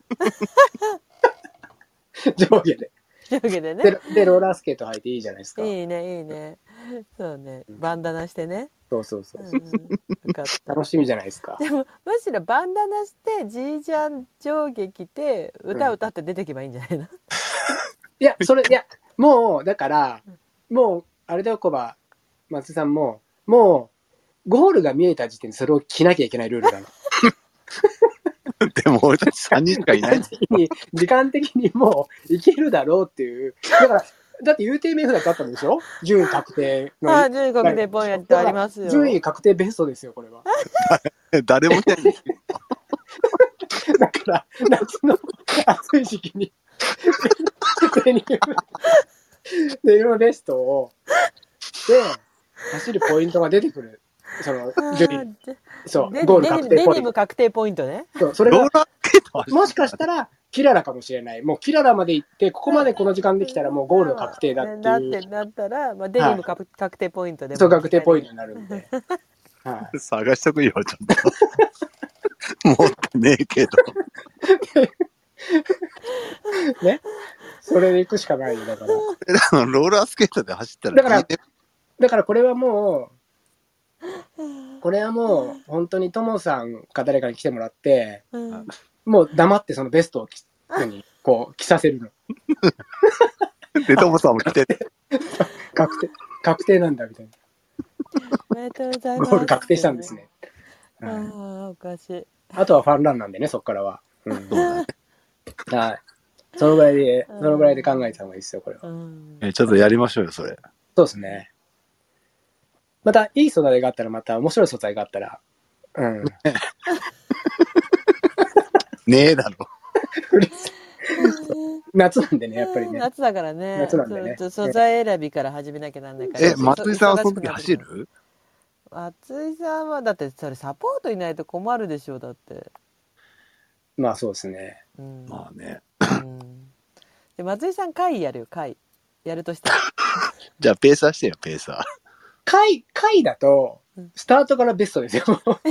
上下で。 ね。 で、ローラースケート履いていいじゃないですか。 いいね。そうね。バンダナしてね。 そう。楽しみじゃないですか。 でも、むしろバンダナして、ジージャン上下着て、歌って出てけばいいんじゃないの？ いや、もう、だから、もう、あれだよ、松井さんも、ゴールが見えた時点でそれを着なきゃいけないルールなの。 でも俺たち3人しかいない。 時間的にもういけるだろうっていう。だって UTMF だってあったんでしょ？順位確定の。 順位確定ポイントありますよ。 順位確定ベストですよ、これは。 誰もね。 だから、夏の暑い時期に、デニムベストを、で、走るポイントが出てくる。順位。そう、ゴール確定ポイント。 デニム確定ポイントね。 そう、それが、もしかしたら、キララかもしれない。もうキララまで行って、ここまでこの時間できたらもうゴールの確定だっていう。 なったら、デニム確定ポイントでも。 そう、確定ポイントになるんで。 探しとくよ、ちょっと。持ってねえけど。 ね。それで行くしかないよ、だから。 ローラースケートで走ったら。 だからこれはもう、本当にトモさんか誰かに来てもらって、もう黙ってそのベストを着させるの。 で、トモさんも来て。 確定なんだ、みたいな。 おめでとうございます。 ゴール確定したんですね。 おかしい。 あとはファンランなんでね、そっからは。はい。そのぐらいで考えた方がいいですよ、これは。 ちょっとやりましょうよ、それ。 そうですね。また、いい素材があったら、また面白い素材があったら、 ねえだろ。 夏なんでね、やっぱりね。 夏だからね。 夏なんでね。 素材選びから始めなきゃなんないから。 松井さんはその時走る？ 松井さんは、だってそれサポートいないと困るでしょ、だって。 まあそうですね。 まあね。 で、松井さん、会やるよ、会。やるとしたら。 じゃあ、ペーサーしてよ、ペーサー。 会だと、スタートからベストですよ。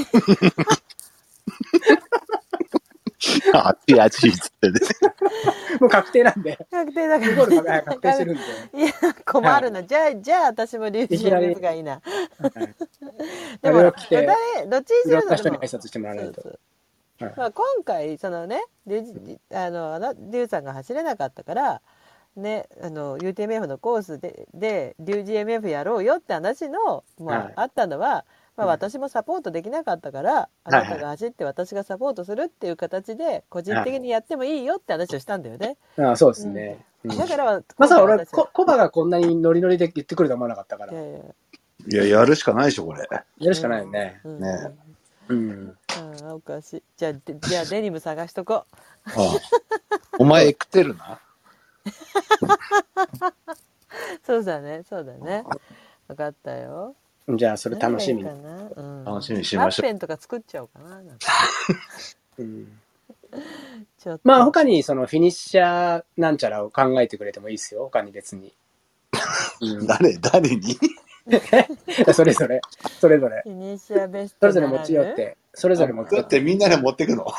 熱いっつってね。 もう確定なんで。 確定だから。 ゴールが確定してるんで。 いや、困るな。じゃあ私もリュウジのやつがいいな。 でも、どっちにするのいろんな人に挨拶してもらわないと。 まあ今回、そのね、リュウさんが走れなかったから、ね、UTMF のコースでリュウジ MF やろうよって話の、あったのは、私もサポートできなかったから、あなたが走って私がサポートするっていう形で個人的にやってもいいよって話をしたんだよね。 そうですね。 だからまさか俺コバがこんなにノリノリで言ってくると思わなかったから。 いや、やるしかないでしょ、これ。 やるしかないよね。 ね。 うん。 ああ、おかしい。じゃあデニム探しとこう。 ああお前エクテルな。 そうだね、そうだね。分かったよ。 じゃあそれ楽しみに。 楽しみにしましょう。 ワッペンとか作っちゃおうかな。なんかうん、 ちょっとまあ他にそのフィニッシャーなんちゃらを考えてくれてもいいですよ。他に別に。 うん、誰にそれぞれ。フィニッシャーベストそれぞれ持ち寄って。それぞれ持ち寄って。みんなで持ってくの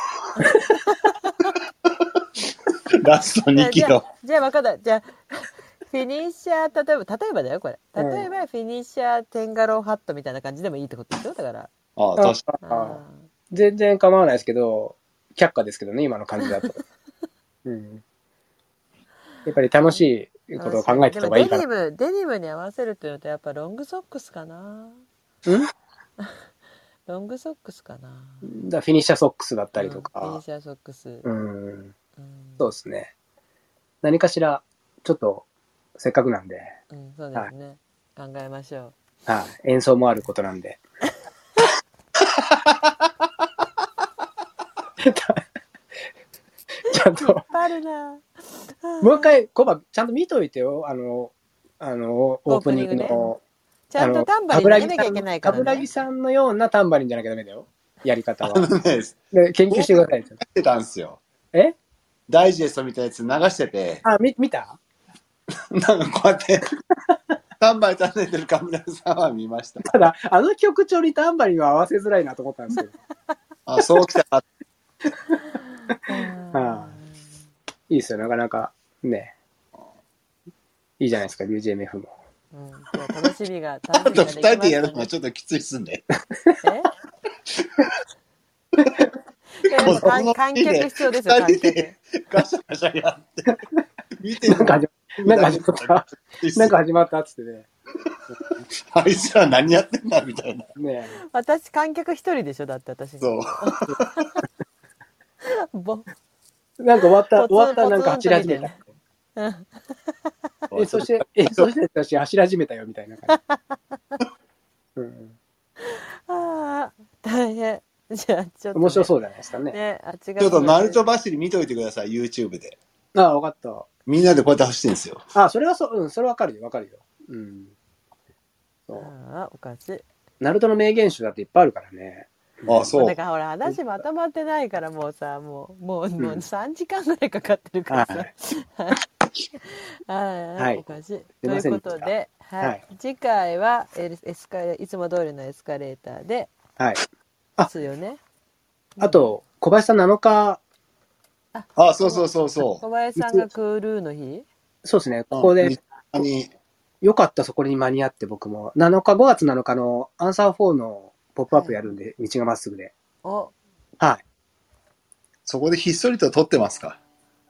ラスト2キロ。 じゃあ分かった。じゃあフィニッシャー、例えばだよこれ。例えばフィニッシャーテンガローハットみたいな感じでもいいってことでしょ。だから。 ああ、確かに。全然構わないですけど、却下ですけどね、今の感じだと。うん、やっぱり楽しいことを考えてた方がいいから。 デニムに合わせるというとやっぱロングソックスかな。ロングソックスかな。 だフィニッシャーソックスだったりとか。 フィニッシャーソックス。 そうですね。何かしら、ちょっと、せっかくなんで。 そうですね。考えましょう。はい。演奏もあることなんで。ちゃんと。もう一回、コバ、ちゃんと見といてよ。オープニングの。 ちゃんとタンバリン投げなきゃいけないからね。 冠城さんのようなタンバリンじゃなきゃダメだよ。やり方は。で研究してください。 見てたんですよ。ダイジェストみたいなやつ流してて。 あ、見たなんかこうやって、タンバリン立ててる冠城さんは見ました。 ただ、あの曲調にタンバリンは合わせづらいなと思ったんですけど。 あ、そうきたか。 いいですよ、なかなか。ね。いいじゃないですか、BGMF も。 楽しみが。 あと2人でやるのはちょっときついっすね。 観客必要ですよ、観客。 ガシャガシャやって。見てるなんか始まったっつってね。 あいつら何やってんだみたいな。 ね私、観客一人でしょ、だって私。 そう。 なんか終わったなんか走り始めた。そして私走り始めたよみたいな感じ。 ああ、大変。じゃあちょっと、 面白そうじゃないですかね。 ちょっとナルト走り見といてください、YouTube で。 ああ、分かった。 みんなでこうやって走ってるんですよ。 あ、それはそれ分かるよ。 あ、おかしい。 ナルトの名言集だっていっぱいあるからね。 あ、そう。 だからほら、話まとまってないからもうさ、もう3時間ぐらいかかってるからさ。はい、おかしい。ということで、次回はいつも通りのエスカレーターで、ですよね。 あと、小林さん7日。 あ、そう。小林さんがクールーの日？ そうですね、ここで。よかった、そこに間に合って僕も。5月7日のアンサー4のポップアップやるんで、道がまっすぐで。はい。 そこでひっそりと撮ってますか？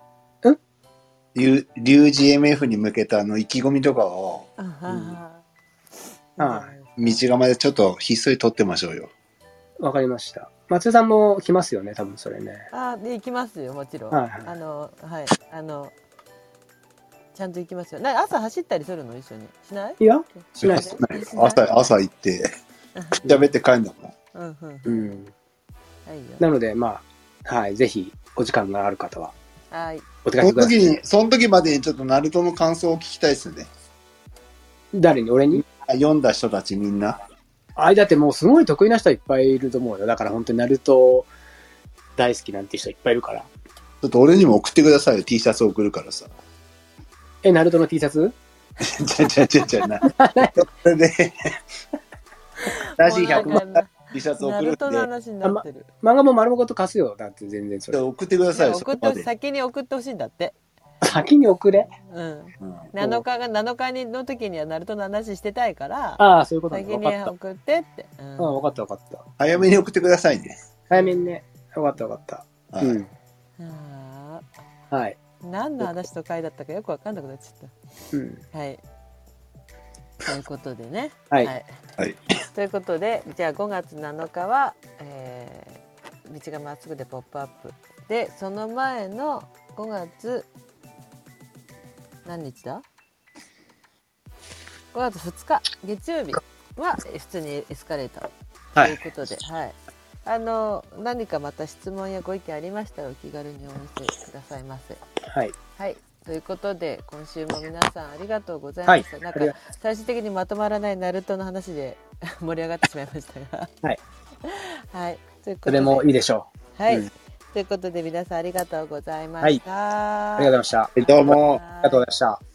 リュウ GMF に向けた意気込みとかを、道がまでちょっとひっそり撮ってましょうよ。 わかりました。松井さんも来ますよね、多分それね。 行きますよ、もちろん。ちゃんと行きますよ。朝走ったりするの一緒にしない？ いや、しないです。 朝行って喋って帰るんだもん。 なのでぜひお時間がある方はお出かけください。 その時までにちょっとナルトの感想を聞きたいですね。 誰に？俺に？ 読んだ人たちみんな。 だってもうすごい得意な人いっぱいいると思うよ。だから本当にナルト大好きなんて人いっぱいいるから。 ちょっと俺にも送ってくださいよ。T シャツ送るからさ。 ナルトの T シャツ？ じゃな。それで、ラジ100万 T シャツ送るんで。 漫画も丸ごと貸すよ。だって全然それ。 送ってくださいよ。 先に送ってほしいんだって。 先に送れ。 7日の時にはナルトの話してたいから。 ああ、そういうことね。 先に送ってって。 分かった。 早めに送ってくださいね。 早めにね。分かった。はい。 何の話と回だったかよく分かんなくなっちゃった。はい。ということでね。 はい。 ということで、じゃあ5月7日は、道がまっすぐでポップアップ。で、その前の5月、何日だ？ 5 月2日、月曜日は普通にエスカレーターということで、はい。何かまた質問やご意見ありましたらお気軽にお寄せくださいませ。 はい。 はい。ということで、今週も皆さんありがとうございました。はい、なんか、最終的にまとまらないナルトの話で盛り上がってしまいましたが。はい。はい。ということで。 それもいいでしょう。はい。ということで、皆さんありがとうございました。 はい。ありがとうございました。 どうも。 ありがとうございました。